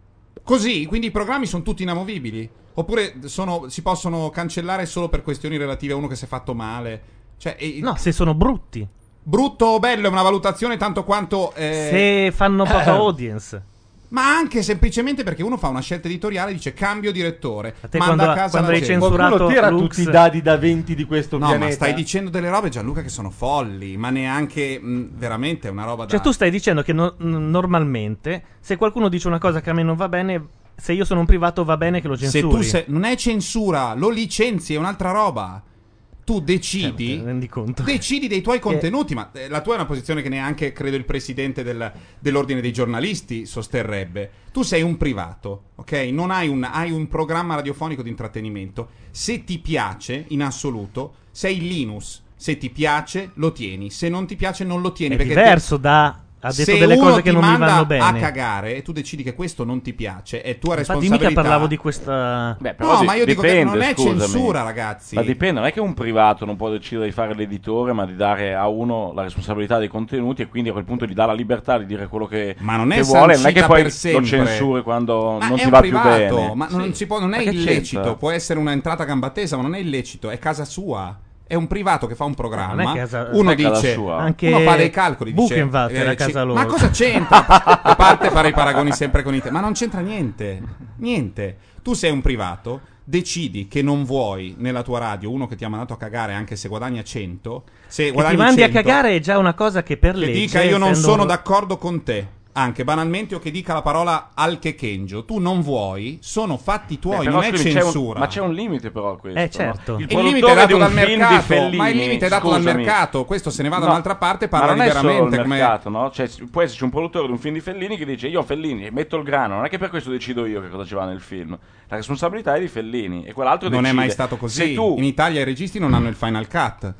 Così, quindi i programmi sono tutti inamovibili? Oppure si possono cancellare solo per questioni relative a uno che si è fatto male? Cioè, No, se sono brutti. brutto o bello è una valutazione tanto quanto... Se fanno poca audience. Ma anche semplicemente perché uno fa una scelta editoriale e dice cambio direttore, te manda quando- a casa quando la hai gente. censurato Qualcuno tira Lux- tutti i dadi da 20 di questo No, pianeta. ma stai dicendo delle robe, Gianluca, che sono folli, ma neanche veramente è una roba da... Cioè tu stai dicendo che normalmente se qualcuno dice una cosa che a me non va bene, se io sono un privato va bene che lo Se censuri. tu non è censura, lo licenzi, è un'altra roba. Tu decidi, rendi conto. decidi dei tuoi contenuti, ma la tua è una posizione che neanche credo il presidente dell'ordine dei giornalisti sosterrebbe. Tu sei un privato, ok? Non hai un programma radiofonico di intrattenimento. Se ti piace, in assoluto, sei Linus. Se ti piace, lo tieni. Se non ti piace, non lo tieni. È perché diverso da... Ha detto se delle uno cose che ti non mi manda vanno bene. a cagare e tu decidi che questo non ti piace, è tua Infatti responsabilità. mica parlavo di questa... Però ma io dico che dipende, non è scusami. censura, ragazzi. Ma dipende, non è che un privato non può decidere di fare l'editore, ma di dare a uno la responsabilità dei contenuti e quindi a quel punto gli dà la libertà di dire quello che, Ma non è che vuole, non è che sancita poi per sempre. lo censuri quando Ma non è ti un va privato, più bene. ma non si può, non è Ma che illecito, c'entra? può essere un'entrata a gamba tesa, ma non è illecito, è casa sua. È un privato che fa un programma. Non è casa- uno non è casa dice, sua. Anche uno fa dei calcoli, dice, Buchenwald era casa loro. ma cosa c'entra? A parte fare i paragoni sempre con ma non c'entra niente. Niente. Tu sei un privato, decidi che non vuoi nella tua radio uno che ti ha mandato a cagare anche se guadagna 100. Se Che guadagni ti mandi 100, a cagare è già una cosa che per che legge... dica io non essendo- sono d'accordo con te, anche banalmente, o che dica la parola al chechenjo, tu non vuoi, sono fatti tuoi, Però, non è scusami, censura. ma c'è un limite però a questo. certo. no? Il limite è produttore dato di un dal film di mercato, Fellini, ma il limite è dato dal scusami. mercato, questo se ne va da No, un'altra parte e parla ma non è solo liberamente il come... mercato, no? Cioè, può esserci un produttore di un film di Fellini che dice io Fellini metto il grano, non è che per questo decido io che cosa ci va nel film. La responsabilità è di Fellini e quell'altro Non è decide. mai stato così. Se tu In Italia i registi non hanno il Final Cut.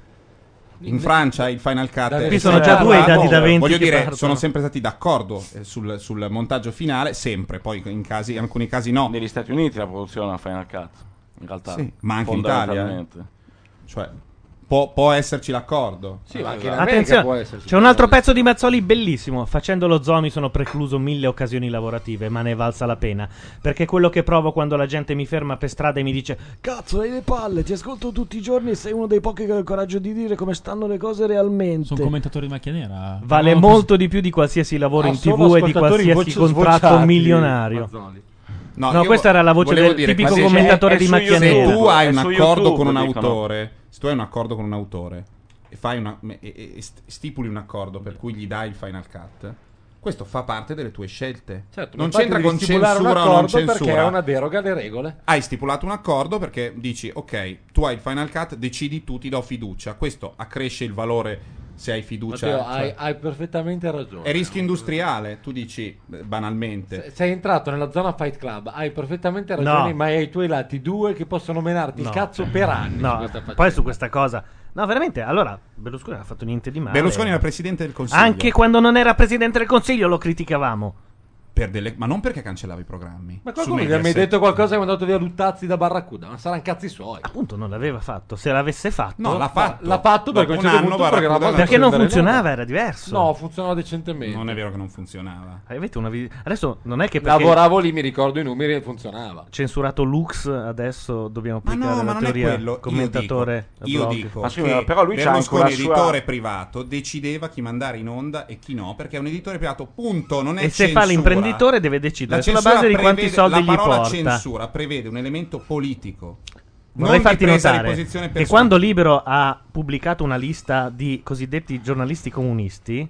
In Francia il Final Cut Qui sono già due i dati da 20 voglio che dire, partono. sono sempre stati d'accordo sul montaggio finale, sempre, poi in alcuni casi no. Negli Stati Uniti la produzione è una Final Cut, in realtà. Sì, ma anche in Italia, fondamentalmente. Cioè, può esserci l'accordo. Sì, ma anche in America Attenzione, può esserci. c'è un altro pezzo di Mazzoli bellissimo. Facendo lo zoo mi sono precluso 1000 occasioni lavorative, ma ne è valsa la pena. Perché quello che provo quando la gente mi ferma per strada e mi dice Cazzo, hai le palle, ti ascolto tutti i giorni e sei uno dei pochi che ha il coraggio di dire come stanno le cose realmente. Sono commentatori di macchia nera. vale No, molto di più di qualsiasi lavoro in TV e di qualsiasi contratto milionario. No, io questa era la voce volevo del dire, tipico ma se commentatore è di su macchia YouTube, nera. se tu hai un Su accordo YouTube, con un dicono. autore, se tu hai un accordo con un autore e fai e stipuli un accordo per cui gli dai il Final Cut, questo fa parte delle tue scelte. Certo, non infatti c'entra devi con stipulare un censura o non accordo censura. perché è una deroga alle regole. Hai stipulato un accordo perché dici ok, tu hai il Final Cut, decidi tu, ti do fiducia. Questo accresce il valore se hai fiducia. Matteo, cioè, hai perfettamente ragione. è rischio industriale, tu dici banalmente. Sei entrato nella zona Fight Club, hai perfettamente ragione, No. ma hai ai tuoi lati due che possono menarti il No. cazzo per anni. su No, questa faccenda. poi su questa cosa. No, veramente, allora Berlusconi non ha fatto niente di male. Berlusconi era presidente del Consiglio. Anche quando non era presidente del Consiglio lo criticavamo. Ma non perché cancellava i programmi. Ma Su qualcuno gli ha mai Mediaset. detto qualcosa e è mandato via Luttazzi da Barracuda? Ma saranno cazzi suoi. Appunto, non l'aveva fatto. Se l'avesse fatto, No, l'ha fatto. L'ha fatto perché a un Dopo certo un punto anno il programma Barracuda perché non andava a funzionava, prendere era diverso. No, funzionava decentemente. Non è vero che non funzionava. Avete una adesso non è che perché Lavoravo lì, mi ricordo i numeri e funzionava. censurato Lux, adesso dobbiamo Ma applicare no, ma la non è teoria quello. commentatore Io blog. dico Ma scusa, che però lui c'ha anche Berlusconi, una sua- editore privato, decideva chi mandare in onda e chi no, perché è un editore privato, punto, non è E se censura. fa l'imprenditore deve decidere La sulla censura base di quanti prevede- soldi la gli parola porta. censura prevede un elemento politico. Vorrei non farti di presa di notare posizione che personale. quando Libero ha pubblicato una lista di cosiddetti giornalisti comunisti,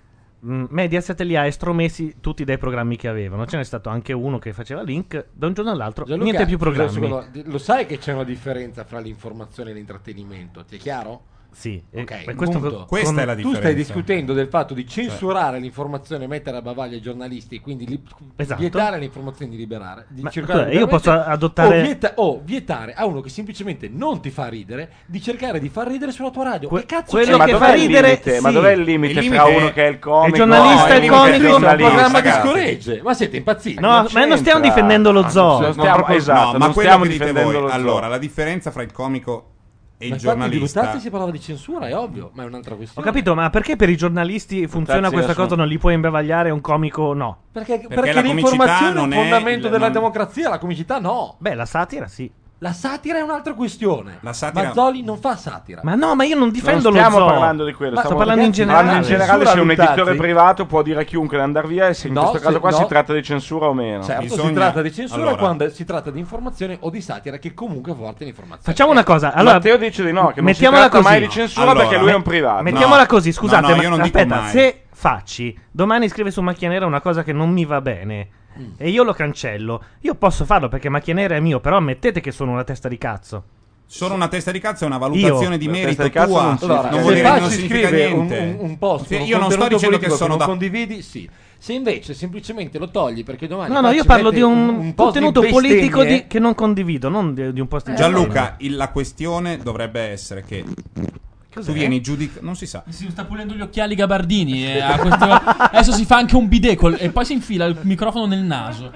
Mediaset li ha estromessi tutti dai programmi che avevano. Ce n'è stato anche uno che faceva link da un giorno all'altro, Gianluca, niente più programmi. secondo- lo sai che c'è una differenza fra l'informazione e l'intrattenimento, ti è chiaro? Sì, Ok, ma questo punto. Questa è la Tu differenza. stai discutendo del fatto di censurare l'informazione e mettere a bavaglio ai giornalisti e quindi Esatto. vietare le informazioni di liberare. Di Ma circolare scusa, io liberamente, posso adottare- o vietare a uno che semplicemente non ti fa ridere di cercare di far ridere sulla tua radio. Che cazzo quello c'è? che ma fa dov'è il ridere, limite? Ma sì. dov'è il limite Il fra limite uno che è il è comico? il giornalista e il limite comico. è È un giornalista, programma di cazzo. scoregge. Ma siete impazziti? No, ma non stiamo difendendo lo zoo. Non stiamo, esatto, No, ma non quello stiamo che dite difendendo voi, lo zoo. allora, la differenza fra il comico e il Ma infatti di giornalista. Luttazzi si parlava di censura, è ovvio, ma è un'altra Ho questione. capito, ma perché per i giornalisti funziona questa cosa? Non li puoi imbavagliare, un comico no? Perché la l'informazione è comicità un non è fondamento il- della non- democrazia, la comicità no. Beh, la satira sì. La satira è un'altra questione. La satira- Mazzoli non fa satira. Ma no, ma io non difendo Non lo stiamo zoo. parlando di quello, Ma stiamo sto parlando in generale. In generale, se un Censura editore Luttazzi? privato può dire a chiunque di andare via, e se in No, questo caso se- qua no. si tratta di censura o meno. Certo, si tratta di censura quando si tratta di informazione o di satira che comunque porta l'informazione. Facciamo una cosa. Allora, Matteo dice di no, che non si mettiamola tratta così. mai di censura perché lui è un privato. Mettiamola così, scusate, no, ma io non dico aspetta, mai. se Facci domani scrive su Macchia Nera una cosa che non mi va bene e io lo cancello, io posso farlo perché Macchia Nera è mio, però ammettete che sono una testa di cazzo. Solo una testa di cazzo è una valutazione di merito tua. non vuol se dire che non Facci significa scrive niente. un post Sì, con un io non sto contenuto dicendo che politico sono non da condividi, sì. Se invece semplicemente lo togli perché domani No, no, io Facci parlo mette di un post contenuto di politico bestemmie, che non condivido, non di un post di Gianluca, la questione dovrebbe essere che Cos'è? tu vieni giudicato, non si sa. Si sta pulendo gli occhiali Gabardini e adesso si fa anche un bidet e poi si infila il microfono nel naso.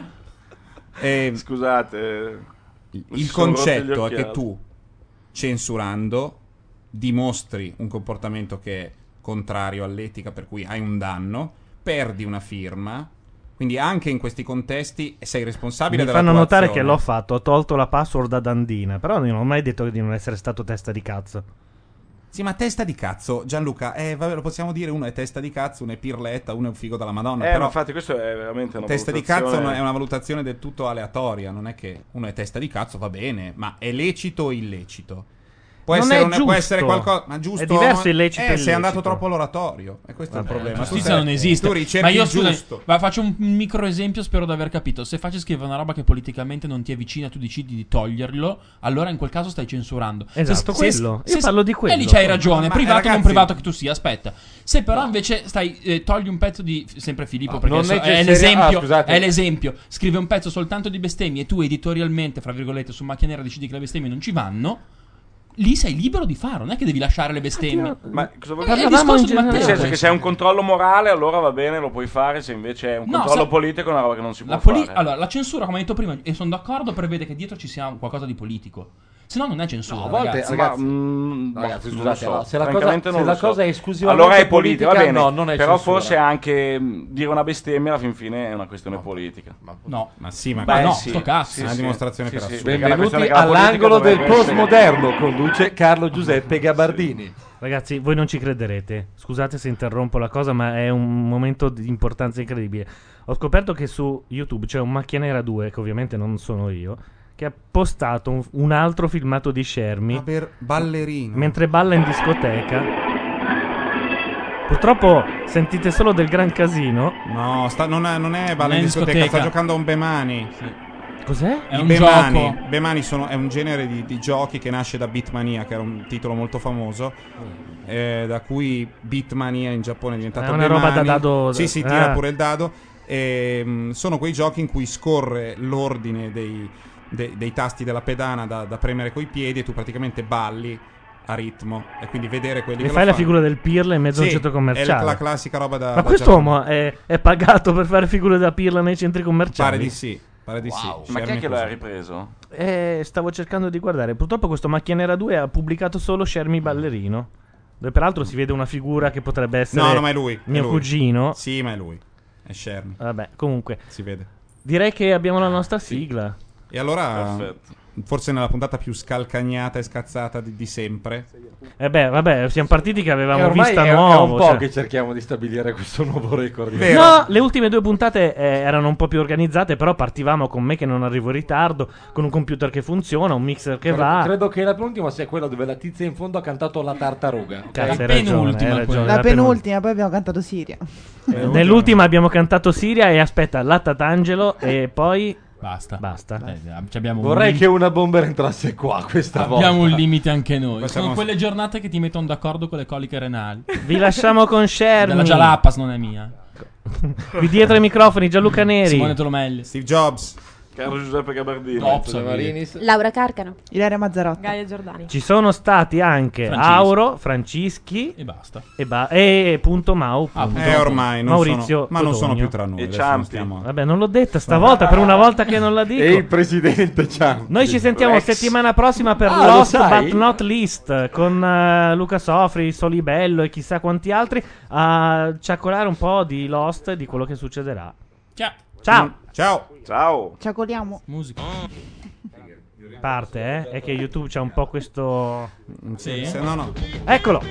Scusate, Il concetto è che tu, censurando, dimostri un comportamento che è contrario all'etica, per cui hai un danno, perdi una firma. Quindi anche in questi contesti sei responsabile Mi della fanno tua notare azione. che l'ho fatto, ho tolto la password ad Andina, però io non ho mai detto di non essere stato testa di cazzo. Sì, ma testa di cazzo, Gianluca, vabbè, lo possiamo dire, uno è testa di cazzo, uno è pirletta, uno è un figo dalla Madonna, ma però infatti questo è veramente una testa di valutazione- cazzo è una valutazione del tutto aleatoria, non è che uno è testa di cazzo, va bene, ma è lecito o illecito? Può Non essere, è giusto. può essere qualcosa, ma giusto. È diverso illecito e sei illecito. andato troppo all'oratorio, e questo è il problema. La Tu giustizia non esiste. Tu ricerchi Ma io il giusto. faccio un micro esempio, spero di aver capito. Se Facci scrive una roba che politicamente non ti è vicina, tu decidi di toglierlo, allora in quel caso stai censurando. Esatto, quello. Io parlo di quello. E lì c'hai ragione, Ma, privato o non ragazzi- privato che tu sia, aspetta. Se però invece togli un pezzo di sempre Filippo, perché non adesso è necessaria- l'esempio, scusate. è l'esempio, scrive un pezzo soltanto di bestemmie e tu editorialmente, fra virgolette, su Macchia Nera decidi che le bestemmie non ci vanno. Lì sei libero di farlo, non è che devi lasciare le bestemmie. Ma cosa vuol È il dire? discorso di Matteo, Nel senso che questo. se hai un controllo morale allora va bene, lo puoi fare, se invece è un No, controllo sa- politico è una roba che non si può La fare. allora, la censura, come hai detto prima, e sono d'accordo, prevede che dietro ci sia qualcosa di politico. Se no, non è censura. No, a volte, ragazzi. ragazzi, boh, ragazzi, non scusate, lo so. no, se la Francamente cosa, non se lo la so. cosa è esclusivamente allora è politica, va bene, no, non è però censura. forse anche dire una bestemmia alla fin fine è una questione politica. No, ma sì, ma Beh, no, sì, sto cazzo. sì, è una sì. dimostrazione Sì, per sì, assurdo. perché la Benvenuti questione che la politica all'angolo del dovrebbe essere- postmoderno, conduce Carlo Giuseppe Gabardini. Ragazzi, voi non ci crederete. Scusate se interrompo la cosa, ma è un momento di importanza incredibile. Ho scoperto che su YouTube c'è un Macchia Nera 2, che ovviamente non sono io, che ha postato un altro filmato di Shermy ballerino mentre balla in discoteca. Purtroppo sentite solo del gran casino. No, non è balla in discoteca, sta giocando a un Bemani. Cos'è? È I un Bemani. gioco. Bemani è un genere di giochi che nasce da Beatmania, che era un titolo molto famoso, da cui Beatmania in Giappone è diventato È una Bemani. roba da dado. Sì, tira pure il dado. Sono quei giochi in cui scorre l'ordine dei tasti della pedana da premere coi piedi e tu praticamente balli a ritmo e quindi vedere quelli E che fai lo la fanno. figura del pirla in mezzo a un Sì, centro commerciale. è la classica roba da Ma da quest'uomo è pagato per fare figure da pirla nei centri commerciali? Pare di sì. Pare di sì. Ma chi è Shermy che così. l'ha ripreso? Stavo cercando di guardare. Purtroppo questo Macchia Nera 2 ha pubblicato solo Shermy Ballerino, dove peraltro si vede una figura che potrebbe essere No, ma è lui. mio è lui. cugino. Sì, ma è lui. È Shermy. Vabbè, comunque. Si vede. Direi che abbiamo la nostra sigla. E allora, Perfetto. forse nella puntata più scalcagnata e scazzata di sempre. Vabbè, siamo partiti che avevamo ormai vista è nuovo. un po' cioè. che cerchiamo di stabilire questo nuovo record. No, le ultime due puntate erano un po' più organizzate, però partivamo con me che non arrivo in ritardo, con un computer che funziona, un mixer che va. Credo che la penultima sia quella dove la tizia in fondo ha cantato La tartaruga. ok? Cazzo, hai ragione, hai ragione, La penultima, poi abbiamo cantato Siria. Nell'ultima abbiamo cantato Siria e aspetta, la Tatangelo e poi Basta. Vorrei che una bomber entrasse qua questa volta. Abbiamo un limite anche noi. Possiamo- Sono quelle giornate che ti mettono d'accordo con le coliche renali. Vi lasciamo con Shermy. Della Jalapas non è mia. Qui dietro ai microfoni Gianluca Neri, Simone Tolomelli. Steve Jobs. Carlo Giuseppe Gabardini. Laura Carcano. Ilaria Mazzarotta. Gaia Giordani. Ci sono stati anche Auro, Francischi e basta. E punto Mau. Ormai non Maurizio sono, ma non sono Codogno. più tra noi. E adesso Ciampi. stiamo- Vabbè, non l'ho detta stavolta, per una volta che non la dico. E il presidente Ciampi. Noi ci sentiamo Rex. settimana prossima per Ah, lo Lost sai? But Not Least con Luca Sofri, Solibello e chissà quanti altri a ciaccolare un po' di Lost e di quello che succederà. Ciao. Ciao. Ciao. Ciao. Ci auguriamo. Musica. Parte, è che YouTube c'ha un po' questo. Sì. Se no. Eccolo.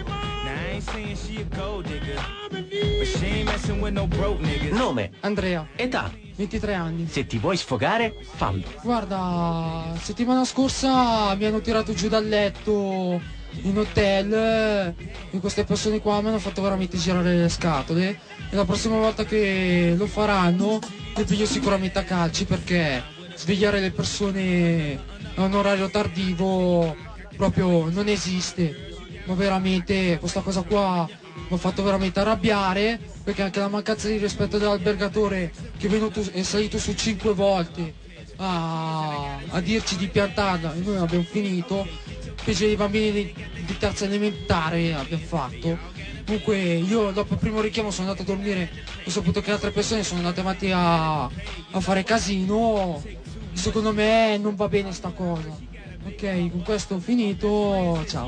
Nome? Andrea. Età? 23 anni. Se ti vuoi sfogare, fallo. Guarda, settimana scorsa mi hanno tirato giù dal letto in hotel e queste persone qua mi hanno fatto veramente girare le scatole e la prossima volta che lo faranno li piglio sicuramente a calci perché svegliare le persone a un orario tardivo proprio non esiste. Ma veramente questa cosa qua mi ha fatto veramente arrabbiare perché anche la mancanza di rispetto dell'albergatore che è salito su 5 volte a dirci di piantarla e noi abbiamo finito, specie i bambini di terza elementare abbiamo fatto. Comunque io dopo il primo richiamo sono andato a dormire, ho saputo che altre persone sono andate avanti a fare casino. Secondo me non va bene sta cosa. Ok, con questo ho finito, ciao.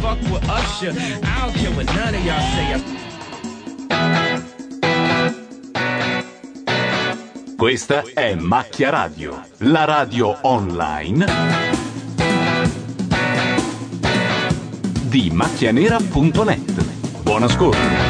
Questa è Macchia Radio, la radio online di macchianera.net. Buon ascolto.